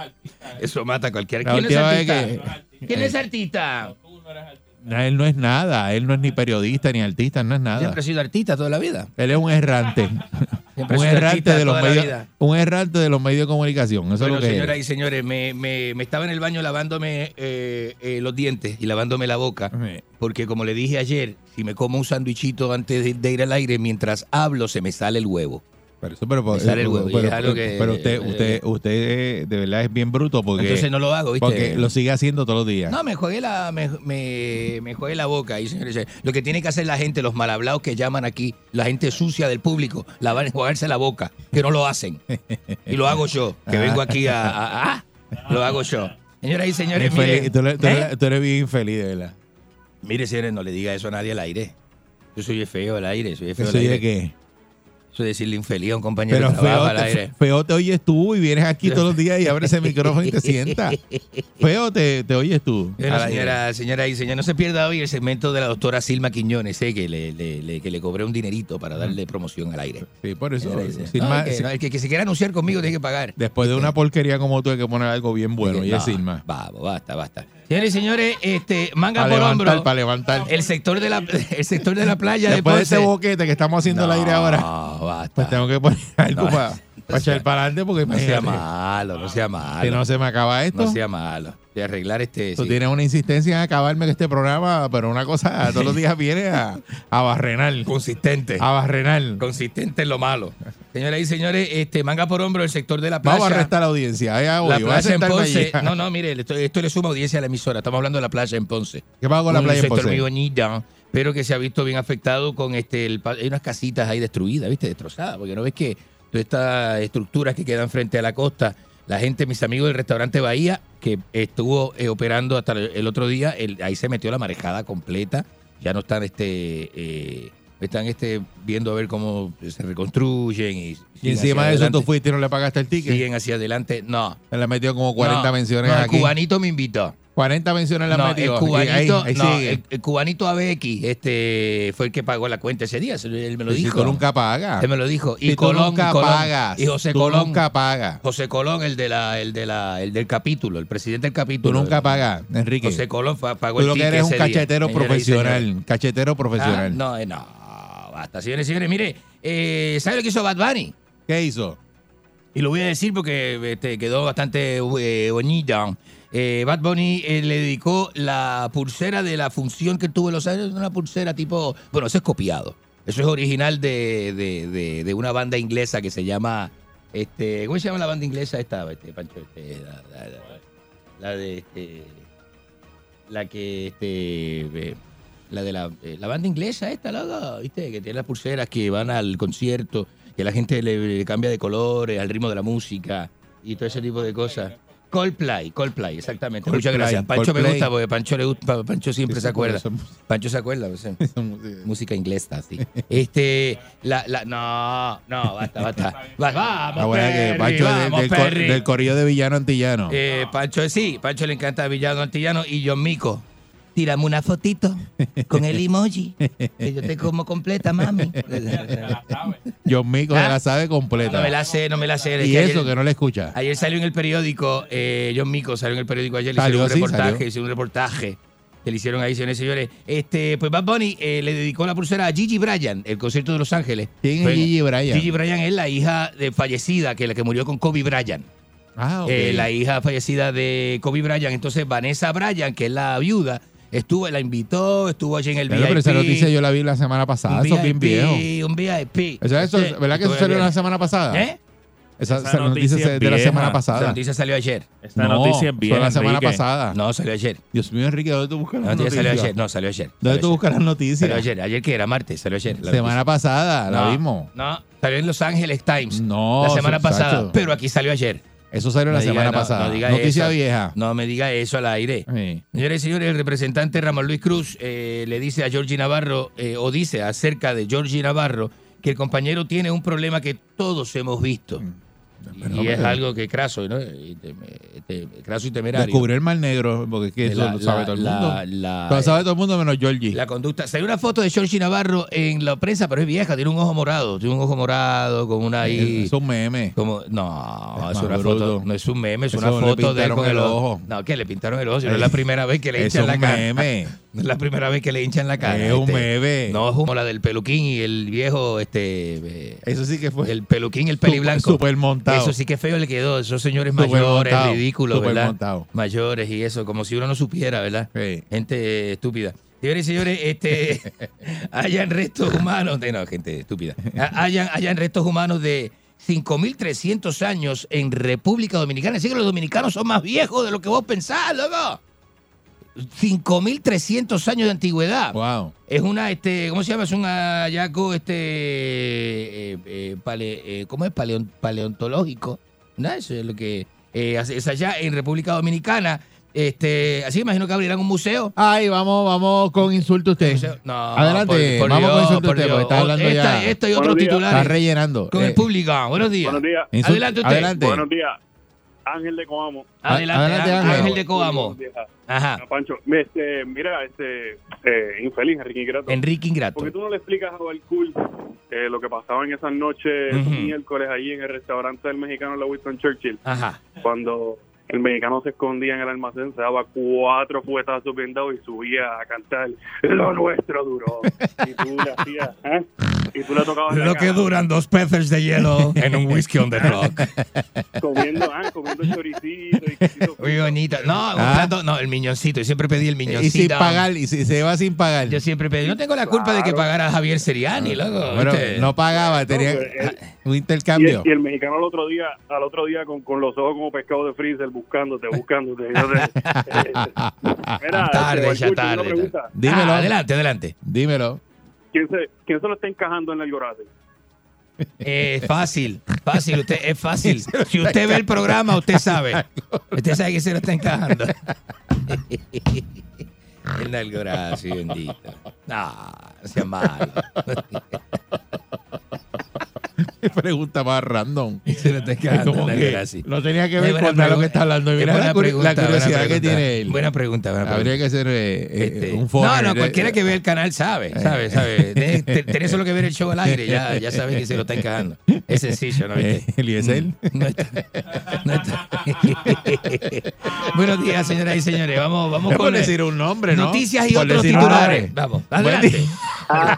Speaker 11: Eso mata a cualquiera.
Speaker 2: La
Speaker 11: ¿Quién es
Speaker 2: última vez
Speaker 11: artista?
Speaker 2: que-
Speaker 11: ¿Quién es artista?
Speaker 2: Él no es nada. Él no es ni periodista ni artista, no es nada.
Speaker 11: Siempre he sido artista toda la vida.
Speaker 2: Él es un errante.
Speaker 11: Siempre he
Speaker 2: un
Speaker 11: sido
Speaker 2: errante
Speaker 11: artista
Speaker 2: de los
Speaker 11: toda la
Speaker 2: medios.
Speaker 11: vida.
Speaker 2: Un errante de los medios de comunicación. Eso
Speaker 11: Bueno,
Speaker 2: es lo que
Speaker 11: señoras
Speaker 2: es.
Speaker 11: y señores, me, me, me estaba en el baño lavándome eh, eh, los dientes y lavándome la boca, porque como le dije ayer, si me como un sándwichito antes de, de ir al aire, mientras hablo se me sale el huevo.
Speaker 2: Pero, eso, pero,
Speaker 11: Me sale el huevo, y
Speaker 2: pero-
Speaker 11: es algo que-
Speaker 2: pero usted, usted, usted eh, de verdad es bien bruto porque,
Speaker 11: Entonces no lo hago, ¿viste?
Speaker 2: porque lo sigue haciendo todos los días.
Speaker 11: No, me juegué la, me, me, me jugué la boca ahí, señores. Lo que tiene que hacer la gente, los mal hablados que llaman aquí, la gente sucia del público, la van a jugarse la boca, que no lo hacen. Y lo hago yo, que
Speaker 2: Ah.
Speaker 11: vengo aquí a, a- a- lo hago yo. Señoras y señores,
Speaker 2: Infeliz,
Speaker 11: mire,
Speaker 2: tú, eres- tú
Speaker 11: ¿eh?
Speaker 2: eres- tú eres bien infeliz, de verdad.
Speaker 11: Mire, señores, no le diga eso a nadie al aire. Yo soy feo al aire, soy feo al
Speaker 2: ¿Eso
Speaker 11: aire.
Speaker 2: de qué?
Speaker 11: Eso es decirle infeliz a un compañero
Speaker 2: Pero
Speaker 11: de trabajo
Speaker 2: feo
Speaker 11: al aire.
Speaker 2: te, feo te oyes tú y vienes aquí todos los días y abres el micrófono y te sientas. Feo te, te oyes tú.
Speaker 11: Bueno,
Speaker 2: al aire.
Speaker 11: señora, señora y señor, no se pierda hoy el segmento de la doctora Silma Quiñones, eh, que, le, le- le- que le cobré un dinerito para darle promoción al aire.
Speaker 2: Sí, por eso.
Speaker 11: Señora y señor.
Speaker 2: Silma-
Speaker 11: No, el, que, no, el que- que se quiera anunciar conmigo tiene que pagar.
Speaker 2: Después de una porquería como tú hay que poner algo bien bueno. Y
Speaker 11: No,
Speaker 2: es Silma.
Speaker 11: Vamos, basta, basta. Señores y señores, este, manga
Speaker 2: Para
Speaker 11: por
Speaker 2: levantar,
Speaker 11: hombro.
Speaker 2: para levantar.
Speaker 11: El sector de la, el sector de la playa
Speaker 2: Después de
Speaker 11: de
Speaker 2: este
Speaker 11: Ponce.
Speaker 2: boquete que estamos haciendo al aire ahora,
Speaker 11: No, basta.
Speaker 2: pues tengo que poner algo
Speaker 11: No,
Speaker 2: para, para echar para adelante porque
Speaker 11: No sea
Speaker 2: imagínate,
Speaker 11: malo, no sea malo.
Speaker 2: si no se me acaba esto.
Speaker 11: No sea malo. De arreglar este.
Speaker 2: Tú
Speaker 11: sí.
Speaker 2: tienes una insistencia en acabarme este programa, pero una cosa, todos los días viene a, a barrenar.
Speaker 11: Consistente.
Speaker 2: A barrenar.
Speaker 11: Consistente en lo malo. Señoras y señores, este, manga por hombro, el sector de la playa.
Speaker 2: Vamos a arrestar la audiencia. Allá voy,
Speaker 11: La
Speaker 2: voy a
Speaker 11: playa en
Speaker 2: sentarme
Speaker 11: Ponce.
Speaker 2: allí.
Speaker 11: No, no, mire, esto, esto le suma audiencia a la emisora. Estamos hablando de la playa en Ponce.
Speaker 2: ¿Qué pasa con la
Speaker 11: Un
Speaker 2: playa en
Speaker 11: sector
Speaker 2: Ponce?
Speaker 11: muy bonita, pero que se ha visto bien afectado con este. El, pa- hay unas casitas ahí destruidas, ¿viste? Destrozadas, porque no ves que todas estas estructuras que quedan frente a la costa. La gente, mis amigos del restaurante Bahía, que estuvo eh, operando hasta el, el otro día, el- ahí se metió la marejada completa. Ya no están este eh, están este viendo a ver cómo se reconstruyen. Y,
Speaker 2: Y
Speaker 11: siguen
Speaker 2: encima
Speaker 11: hacia
Speaker 2: de eso
Speaker 11: adelante.
Speaker 2: tú fuiste y no le pagaste el ticket.
Speaker 11: Siguen hacia adelante. No.
Speaker 2: Se le metió como cuarenta
Speaker 11: No,
Speaker 2: menciones
Speaker 11: no,
Speaker 2: aquí.
Speaker 11: El cubanito me invitó.
Speaker 2: cuarenta menciones le han
Speaker 11: No,
Speaker 2: metido.
Speaker 11: el cubanito,
Speaker 2: Y ahí- ahí
Speaker 11: no,
Speaker 2: sigue.
Speaker 11: el, el cubanito A B X este, fue el que pagó la cuenta ese día. Él me lo
Speaker 2: Y si
Speaker 11: dijo.
Speaker 2: tú nunca pagas.
Speaker 11: Él me lo dijo. Y
Speaker 2: Si tú
Speaker 11: Colón,
Speaker 2: nunca
Speaker 11: y Colón,
Speaker 2: pagas.
Speaker 11: y José
Speaker 2: Tú
Speaker 11: Colón.
Speaker 2: nunca pagas.
Speaker 11: José Colón, el de la, el de la, el del capítulo, el presidente del capítulo.
Speaker 2: Tú nunca pagas, Enrique.
Speaker 11: José Colón fa- pagó
Speaker 2: Tú
Speaker 11: el
Speaker 2: lo que
Speaker 11: ticket
Speaker 2: eres un
Speaker 11: ese día,
Speaker 2: cachetero
Speaker 11: señoras y
Speaker 2: profesional.
Speaker 11: señores.
Speaker 2: Cachetero profesional.
Speaker 11: Ah, no, eh, no, basta, señores y señores. Mire, eh, ¿sabe lo que hizo Bad Bunny?
Speaker 2: ¿Qué hizo?
Speaker 11: Y lo voy a decir porque este, quedó bastante eh, bonita. Eh, Bad Bunny eh, le dedicó la pulsera de la función que tuvo en Los Ángeles, una pulsera tipo... Bueno, eso es copiado. Eso es original de, de, de, de una banda inglesa que se llama... este ¿Cómo se llama la banda inglesa esta, este, Pancho? Este, la, la, la, la de... Este, la que... este eh, La de la, eh, la banda inglesa esta, loco, ¿viste? Que tiene las pulseras que van al concierto, que la gente le, le cambia de colores al ritmo de la música y todo ese tipo de cosas. Coldplay, Coldplay, exactamente. Muchas
Speaker 2: Coldplay,
Speaker 11: gracias. Pancho
Speaker 2: Coldplay.
Speaker 11: me gusta porque Pancho le gusta, Pancho siempre
Speaker 2: Sí,
Speaker 11: se acuerda.
Speaker 2: son-
Speaker 11: Pancho se acuerda, pues, eh. música inglesa, sí. Este, la, la, no, no, basta, basta. Va- Vamos,
Speaker 2: La buena que
Speaker 11: Perry,
Speaker 2: Pancho de-
Speaker 11: vamos,
Speaker 2: del, cor-
Speaker 11: Perry.
Speaker 2: del corrido de villano antillano.
Speaker 11: Eh, Pancho, sí, Pancho le encanta Villano Antillano y John Mico. Tírame una fotito con el emoji, que yo te como completa, mami.
Speaker 2: John Mico se
Speaker 11: ¿Ah?
Speaker 2: la sabe completa.
Speaker 11: No me la sé, no me la sé. Es
Speaker 2: Y
Speaker 11: que
Speaker 2: eso
Speaker 11: ayer-
Speaker 2: que no le escucha.
Speaker 11: Ayer salió en el periódico, eh, John Mico salió en el periódico ayer, le
Speaker 2: Salió,
Speaker 11: hicieron un
Speaker 2: sí,
Speaker 11: reportaje,
Speaker 2: salió.
Speaker 11: hicieron un reportaje que le hicieron ahí, señores y señores. Este, pues Bad Bunny eh, le dedicó la pulsera a Gigi Bryan, el concierto de Los Ángeles.
Speaker 2: ¿Quién es
Speaker 11: Fue-
Speaker 2: Gigi Bryan?
Speaker 11: Gigi Bryan es la hija de fallecida, que la que murió con Kobe Bryant.
Speaker 2: Ah, ok.
Speaker 11: Eh, la hija fallecida de Kobe Bryant. Entonces Vanessa Bryan, que es la viuda, estuvo, la invitó, estuvo allí en el
Speaker 2: Pero,
Speaker 11: V I P.
Speaker 2: pero esa noticia yo la vi la semana pasada.
Speaker 11: un
Speaker 2: Eso es bien viejo.
Speaker 11: V I P, un V I P.
Speaker 2: O sea, eso,
Speaker 11: Entonces,
Speaker 2: ¿verdad que eso
Speaker 11: estuvo
Speaker 2: salió
Speaker 11: bien.
Speaker 2: la semana pasada?
Speaker 11: ¿Eh?
Speaker 2: Esa,
Speaker 16: Esa
Speaker 2: esa noticia
Speaker 16: noticia
Speaker 2: es de la
Speaker 16: vieja.
Speaker 2: semana
Speaker 11: Esa
Speaker 2: pasada.
Speaker 11: noticia salió ayer.
Speaker 16: Esta
Speaker 2: No,
Speaker 16: noticia es
Speaker 2: fue
Speaker 16: bien,
Speaker 2: la semana
Speaker 16: Enrique.
Speaker 2: pasada.
Speaker 11: No, salió ayer.
Speaker 2: Dios mío, Enrique, ¿dónde tú buscas
Speaker 11: La
Speaker 2: las
Speaker 11: noticia
Speaker 2: noticias?
Speaker 11: salió ayer. No, salió ayer.
Speaker 2: ¿Dónde
Speaker 11: Salió
Speaker 2: tú
Speaker 11: ayer.
Speaker 2: buscas las noticias?
Speaker 11: Salió ayer. Ayer que era martes, salió ayer. la
Speaker 2: Semana
Speaker 11: noticia.
Speaker 2: pasada, la
Speaker 11: No,
Speaker 2: vimos.
Speaker 11: No, salió en Los Ángeles Times.
Speaker 2: No,
Speaker 11: La semana
Speaker 2: muchacho.
Speaker 11: pasada. Pero aquí salió ayer.
Speaker 2: Eso salió
Speaker 11: No
Speaker 2: la
Speaker 11: diga-
Speaker 2: semana
Speaker 11: no,
Speaker 2: pasada.
Speaker 11: no diga
Speaker 2: Noticia
Speaker 11: eso.
Speaker 2: vieja.
Speaker 11: No me diga eso al aire.
Speaker 2: Sí.
Speaker 11: Señores y señores, el representante Ramón Luis Cruz eh, le dice a Georgie Navarro, eh, o dice acerca de Georgie Navarro, que el compañero tiene un problema que todos hemos visto. Y es algo que craso, ¿no? Y te- te- craso y temerario.
Speaker 2: Descubrió el mar negro, porque es que eso
Speaker 11: La-
Speaker 2: lo sabe
Speaker 11: la-
Speaker 2: todo el
Speaker 11: la-
Speaker 2: mundo.
Speaker 11: la-
Speaker 2: Lo sabe todo el mundo menos Georgie.
Speaker 11: La conducta. Salió una foto de Georgie Navarro en la prensa, pero es vieja, tiene un ojo morado, tiene un ojo morado con una ahí.
Speaker 2: Es un meme.
Speaker 11: Como, no,
Speaker 2: Es
Speaker 11: es
Speaker 2: más
Speaker 11: una
Speaker 2: bruto.
Speaker 11: foto, no es un meme, es
Speaker 2: Eso
Speaker 11: una
Speaker 2: le
Speaker 11: foto de él
Speaker 2: pintaron
Speaker 11: con el
Speaker 2: el
Speaker 11: ojo.
Speaker 2: ojo.
Speaker 11: No, que le pintaron el ojo, si no es la primera vez que le
Speaker 2: Es
Speaker 11: hinchan la
Speaker 2: un
Speaker 11: cara.
Speaker 2: meme.
Speaker 11: No es la primera vez que le hinchan la cara.
Speaker 2: Es un
Speaker 11: este.
Speaker 2: meme.
Speaker 11: No es como la del peluquín y el viejo, este. eh,
Speaker 2: Eso sí que fue.
Speaker 11: El peluquín y el peli
Speaker 2: Súper-
Speaker 11: blanco.
Speaker 2: súper montado.
Speaker 11: Eso sí que feo le quedó. Esos señores
Speaker 2: Súper
Speaker 11: mayores,
Speaker 2: montado,
Speaker 11: ridículos,
Speaker 2: súper
Speaker 11: ¿verdad?
Speaker 2: montado.
Speaker 11: Mayores y eso, como si uno no supiera, ¿verdad?
Speaker 2: Sí.
Speaker 11: Gente estúpida. Señores y señores, este, hayan restos humanos de. No, gente estúpida. Ha- Hayan, hayan restos humanos de cinco mil trescientos años en República Dominicana. Así que los dominicanos son más viejos de lo que vos pensás, loco. cinco mil trescientos años de antigüedad.
Speaker 2: Wow.
Speaker 11: Es una, este, ¿cómo se llama? Es un hallazgo, este, eh, eh, pale- eh, ¿cómo es? Paleon- paleontológico. ¿No? Eso es lo que eh, hace- es allá en República Dominicana. Este, así imagino que abrirán un museo.
Speaker 2: Ay, vamos, vamos con insulto usted.
Speaker 11: No,
Speaker 2: Adelante,
Speaker 11: por- por
Speaker 2: vamos
Speaker 11: Dios,
Speaker 2: con insulto
Speaker 11: por
Speaker 2: usted,
Speaker 11: Dios.
Speaker 2: porque está hablando
Speaker 11: Esta-
Speaker 2: ya.
Speaker 11: Esto y otros
Speaker 2: Buenos días.
Speaker 11: titulares.
Speaker 2: Está rellenando.
Speaker 11: Con
Speaker 2: Eh,
Speaker 11: el público. Buenos días.
Speaker 13: Buenos días.
Speaker 2: Insult-
Speaker 11: Adelante usted.
Speaker 2: adelante.
Speaker 13: Buenos días. Ángel de Coamo.
Speaker 11: Adelante,
Speaker 2: Adelante,
Speaker 11: Ángel,
Speaker 2: Ángel.
Speaker 11: de Coamo.
Speaker 13: Buenos días.
Speaker 11: Ajá.
Speaker 13: Ah, Pancho, este, mira, este, eh, infeliz, Enrique Ingrato.
Speaker 11: Enrique Ingrato.
Speaker 13: ¿Por qué tú no le explicas a Joel Cool eh, lo que pasaba en esas noches
Speaker 11: Ujú.
Speaker 13: miércoles allí en el restaurante del mexicano en la Winston Churchill?
Speaker 11: Ajá.
Speaker 13: Cuando el mexicano se escondía en el almacén, se daba cuatro fuetazos bien dados y subía a cantar "Lo nuestro duró". Y tú le hacías, ¿eh? Y tú le tocabas la
Speaker 11: Lo que
Speaker 13: cara,
Speaker 11: duran dos peces de hielo en un whisky on the clock.
Speaker 13: comiendo, ah, comiendo choricito y quesito.
Speaker 11: Muy bonita. No, un
Speaker 2: Ah.
Speaker 11: plato, no, el miñoncito. Yo siempre pedí el miñoncito.
Speaker 2: Y sin pagar, y si se va sin pagar.
Speaker 11: Yo siempre pedí. No tengo la culpa de que pagara Javier Seriani, loco.
Speaker 2: Bueno,
Speaker 11: ¿viste?
Speaker 2: no pagaba, tenía
Speaker 13: No, pero él-
Speaker 2: un
Speaker 13: Y
Speaker 2: intercambio.
Speaker 13: el, y el mexicano al otro día, al otro día con, con los ojos como pescado de freezer, buscándote, buscándote. Yo sé, eh, mira,
Speaker 11: Tarde,
Speaker 13: este,
Speaker 11: ya
Speaker 13: Balcucho,
Speaker 11: tarde.
Speaker 13: una pregunta.
Speaker 2: Dímelo.
Speaker 11: Ah, adelante, adelante.
Speaker 2: Dímelo.
Speaker 13: ¿Quién se, ¿Quién se lo está encajando en el Gorate?
Speaker 11: Eh, fácil, fácil, usted, es fácil. Si usted ve el programa, usted sabe. Usted sabe que se lo está encajando. El Nalgoracio, bendito. No, no sea malo.
Speaker 2: Qué pregunta más random.
Speaker 11: Se lo está encajando
Speaker 2: Como
Speaker 11: el
Speaker 2: que
Speaker 11: Nalgoracio.
Speaker 2: no tenía que
Speaker 11: Es
Speaker 2: ver
Speaker 11: buena
Speaker 2: con nada lo
Speaker 11: pregu-
Speaker 2: que está hablando.
Speaker 11: es
Speaker 2: Mira
Speaker 11: buena
Speaker 2: la, curi-
Speaker 11: pregunta,
Speaker 2: la
Speaker 11: buena
Speaker 2: curiosidad que
Speaker 11: pregunta.
Speaker 2: tiene él.
Speaker 11: Buena pregunta, buena pregunta.
Speaker 2: Habría que ser eh, eh,
Speaker 11: Este,
Speaker 2: un
Speaker 11: no,
Speaker 2: foreigner
Speaker 11: no,
Speaker 2: de-
Speaker 11: cualquiera que vea el canal sabe, sabe, sabe. Tiene- te- Tenés solo que ver el show al aire, ya, ya sabe que se lo está encajando. Es sencillo, ¿no viste?
Speaker 2: Eh, Eliezer.
Speaker 11: No está, no está. Buenos días, señoras y señores. Vamos, vamos
Speaker 2: Es
Speaker 11: con
Speaker 2: por decir un nombre, ¿no?
Speaker 11: noticias y
Speaker 2: Por
Speaker 11: otros
Speaker 2: decir
Speaker 11: titulares.
Speaker 2: nombre.
Speaker 11: Vamos,
Speaker 2: Buen
Speaker 11: adelante.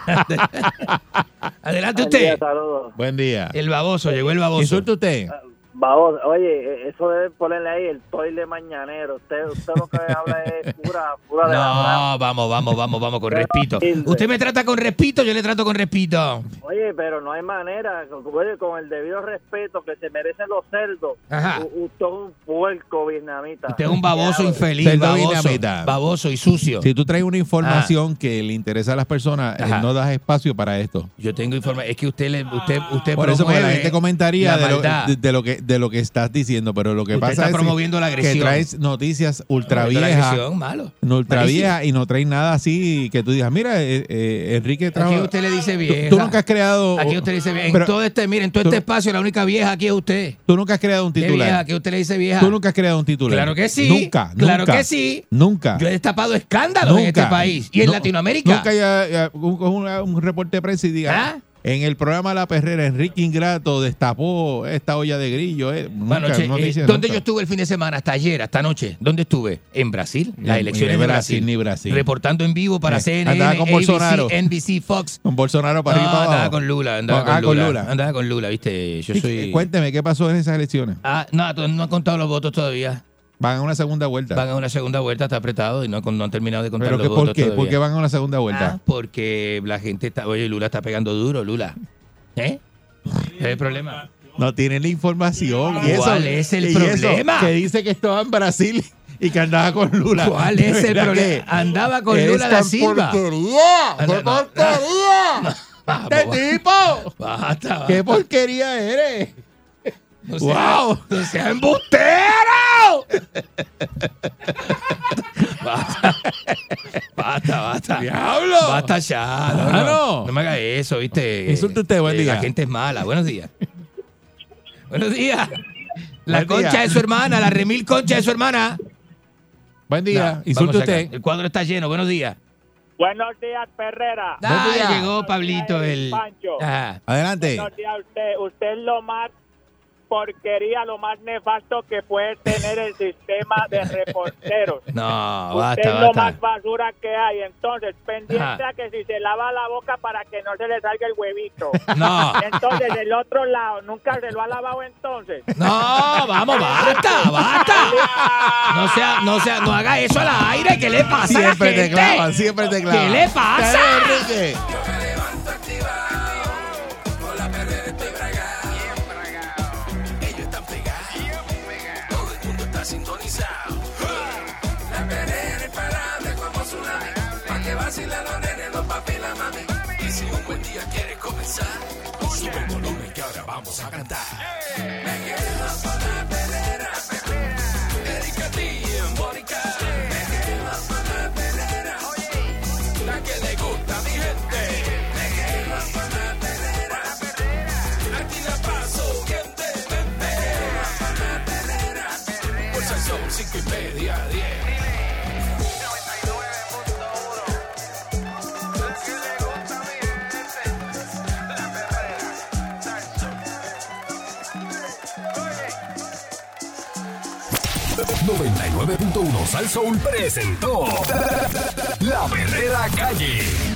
Speaker 2: día.
Speaker 11: Adelante
Speaker 6: Buen día,
Speaker 11: usted.
Speaker 6: saludos.
Speaker 2: Buen día.
Speaker 11: El baboso, llegó el baboso.
Speaker 2: Insulta usted.
Speaker 6: Vamos, oye, eso debe ponerle ahí el toile mañanero. Usted, usted lo que habla es pura, pura de la
Speaker 11: No, vamos, vamos, vamos, vamos, con respeto. Usted me trata con respeto, yo le trato con respeto.
Speaker 6: Oye, pero no hay manera, con, oye, con el debido respeto que se merecen los cerdos.
Speaker 11: Ajá.
Speaker 6: U- Usted es un puerco vietnamita.
Speaker 11: Usted es un baboso infeliz,
Speaker 2: Cerdo
Speaker 11: baboso,
Speaker 2: vietnamita.
Speaker 11: baboso y sucio.
Speaker 2: Si tú traes una información que le interesa a las personas, eh,
Speaker 11: Ajá.
Speaker 2: no das espacio para esto.
Speaker 11: Yo tengo información, es que usted le, usted, usted
Speaker 2: Por eso porque la
Speaker 11: promueve
Speaker 2: gente comentaría
Speaker 11: la
Speaker 2: de lo,
Speaker 11: maldad.
Speaker 2: de, de lo que de lo que estás diciendo, pero lo que
Speaker 11: Usted
Speaker 2: pasa
Speaker 11: está
Speaker 2: es
Speaker 11: promoviendo la agresión.
Speaker 2: que traes noticias ultra
Speaker 11: Promoviendo la
Speaker 2: viejas,
Speaker 11: agresión, malo.
Speaker 2: ultra
Speaker 11: Malísimo.
Speaker 2: viejas y no traes nada así que tú digas, mira, eh, eh, Enrique trajo.
Speaker 11: Aquí usted le dice
Speaker 2: Tú-
Speaker 11: vieja.
Speaker 2: Tú, nunca has creado.
Speaker 11: Aquí usted le dice vieja. En
Speaker 2: pero
Speaker 11: todo este, miren, en todo
Speaker 2: tú-
Speaker 11: este espacio, la única vieja aquí es usted.
Speaker 2: Tú nunca has creado un
Speaker 11: ¿Qué
Speaker 2: titular.
Speaker 11: vieja? ¿Qué usted le dice vieja?
Speaker 2: Tú nunca has creado un titular.
Speaker 11: Claro que sí.
Speaker 2: Nunca.
Speaker 11: Claro
Speaker 2: nunca,
Speaker 11: que sí.
Speaker 2: Nunca.
Speaker 11: Yo he destapado escándalos en este país y en
Speaker 2: No,
Speaker 11: Latinoamérica.
Speaker 2: Nunca haya, haya un, un- un reporte de prensa y diga.
Speaker 11: ¿Ah?
Speaker 2: En el programa La Perrera, Enrique Ingrato destapó esta olla de grillo. Eh.
Speaker 11: Bueno,
Speaker 2: Nunca,
Speaker 11: che,
Speaker 2: no
Speaker 11: eh,
Speaker 2: dice
Speaker 11: ¿dónde
Speaker 2: nunca.
Speaker 11: yo estuve el fin de semana? Hasta ayer, hasta anoche. ¿Dónde estuve? En Brasil. Las
Speaker 2: Ni-
Speaker 11: elecciones
Speaker 2: ni
Speaker 11: de
Speaker 2: Brasil,
Speaker 11: Brasil.
Speaker 2: ni Brasil.
Speaker 11: Reportando en vivo para
Speaker 2: Eh,
Speaker 11: C N N,
Speaker 2: andaba con Bolsonaro.
Speaker 11: A B C, N B C, Fox.
Speaker 2: Con Bolsonaro para
Speaker 11: No,
Speaker 2: arriba y para
Speaker 11: andaba
Speaker 2: abajo.
Speaker 11: con Lula, andaba
Speaker 2: Ah,
Speaker 11: con,
Speaker 2: con
Speaker 11: Lula,
Speaker 2: Lula.
Speaker 11: Andaba con Lula, viste. Yo
Speaker 2: Y-
Speaker 11: soy...
Speaker 2: Cuénteme, ¿qué pasó en esas elecciones?
Speaker 11: Ah, no, tú- no han contado los votos todavía.
Speaker 2: Van a una segunda vuelta.
Speaker 11: Van a una segunda vuelta, está apretado y no, no han terminado de contar
Speaker 2: ¿Pero
Speaker 11: los
Speaker 2: qué,
Speaker 11: votos
Speaker 2: por qué?
Speaker 11: todavía.
Speaker 2: ¿Por qué van a una segunda vuelta?
Speaker 11: Ah, porque la gente está... Oye, Lula está pegando duro, Lula. ¿Eh? Ese es el problema.
Speaker 2: No tienen la información. Y eso-
Speaker 11: ¿Cuál es el
Speaker 2: y eso,
Speaker 11: problema?
Speaker 2: que dice que estaba en Brasil y que andaba con Lula.
Speaker 11: ¿Cuál
Speaker 2: De
Speaker 11: es el
Speaker 2: verdad
Speaker 11: problema?
Speaker 2: que
Speaker 11: Andaba con
Speaker 2: eres
Speaker 11: Lula da
Speaker 2: tan
Speaker 11: Silva.
Speaker 2: porquería!
Speaker 11: Anda,
Speaker 2: ¡Qué
Speaker 11: no.
Speaker 2: porquería!
Speaker 11: Vamos,
Speaker 2: ¡Este tipo!
Speaker 11: Basta, basta.
Speaker 2: ¡Qué porquería eres!
Speaker 11: No
Speaker 2: ¡Wow!
Speaker 11: sea- ¡No sea embustero! Basta. Basta, basta.
Speaker 2: ¡Diablo!
Speaker 11: Basta ya. No,
Speaker 2: Mano.
Speaker 11: no, no me haga eso, ¿viste?
Speaker 2: Insulte usted, buen
Speaker 11: Eh,
Speaker 2: día.
Speaker 11: La gente es mala. Buenos días. Buenos días. La
Speaker 2: Buen día.
Speaker 11: concha de su hermana, la remil concha de su hermana.
Speaker 2: Buen día.
Speaker 11: No,
Speaker 2: Insulte
Speaker 11: vamos acá.
Speaker 2: usted.
Speaker 11: El cuadro está lleno. Buenos días.
Speaker 7: Buenos días, Perrera.
Speaker 11: Ah,
Speaker 2: día.
Speaker 11: llegó Pablito, el...
Speaker 7: Pancho.
Speaker 11: Ajá.
Speaker 2: Adelante.
Speaker 7: Buenos días a usted. Usted es lo más porquería, lo más nefasto que puede tener el sistema de reporteros.
Speaker 11: No,
Speaker 7: Usted
Speaker 11: basta,
Speaker 7: es lo
Speaker 11: basta.
Speaker 7: más basura que hay. Entonces, pendiente
Speaker 11: Ajá.
Speaker 7: a que si se lava la boca para que no se le salga el huevito.
Speaker 11: No.
Speaker 7: Entonces, del otro lado, ¿nunca se lo ha lavado entonces?
Speaker 11: No, vamos, basta, basta. No sea, no sea, no haga eso al aire. ¿Qué le pasa a la
Speaker 2: Siempre te
Speaker 11: gente?
Speaker 2: clavan, siempre te clavan.
Speaker 11: ¿Qué le pasa?
Speaker 2: Dale, Enrique.
Speaker 10: Yo me levanto activado, con la perrera estoy bragado. Ellos están pegados, todo el mundo está sintonizado. La perrera imparable como tsunami, pa' que vacilan los nenes, los papi y la mami. Y si un buen día quieres comenzar, sube el volumen que ahora vamos a cantar. Me quedo con la perrera, Erika T y Mónica. Me quedo con la perrera, la que le gusta a mi gente. Me quedo con la perrera, aquí la paso bien de mente. Me quedo con la perrera, por si son cinco y media, diez.
Speaker 1: noventa y nueve punto uno Sal Soul presentó La Verdadera Calle.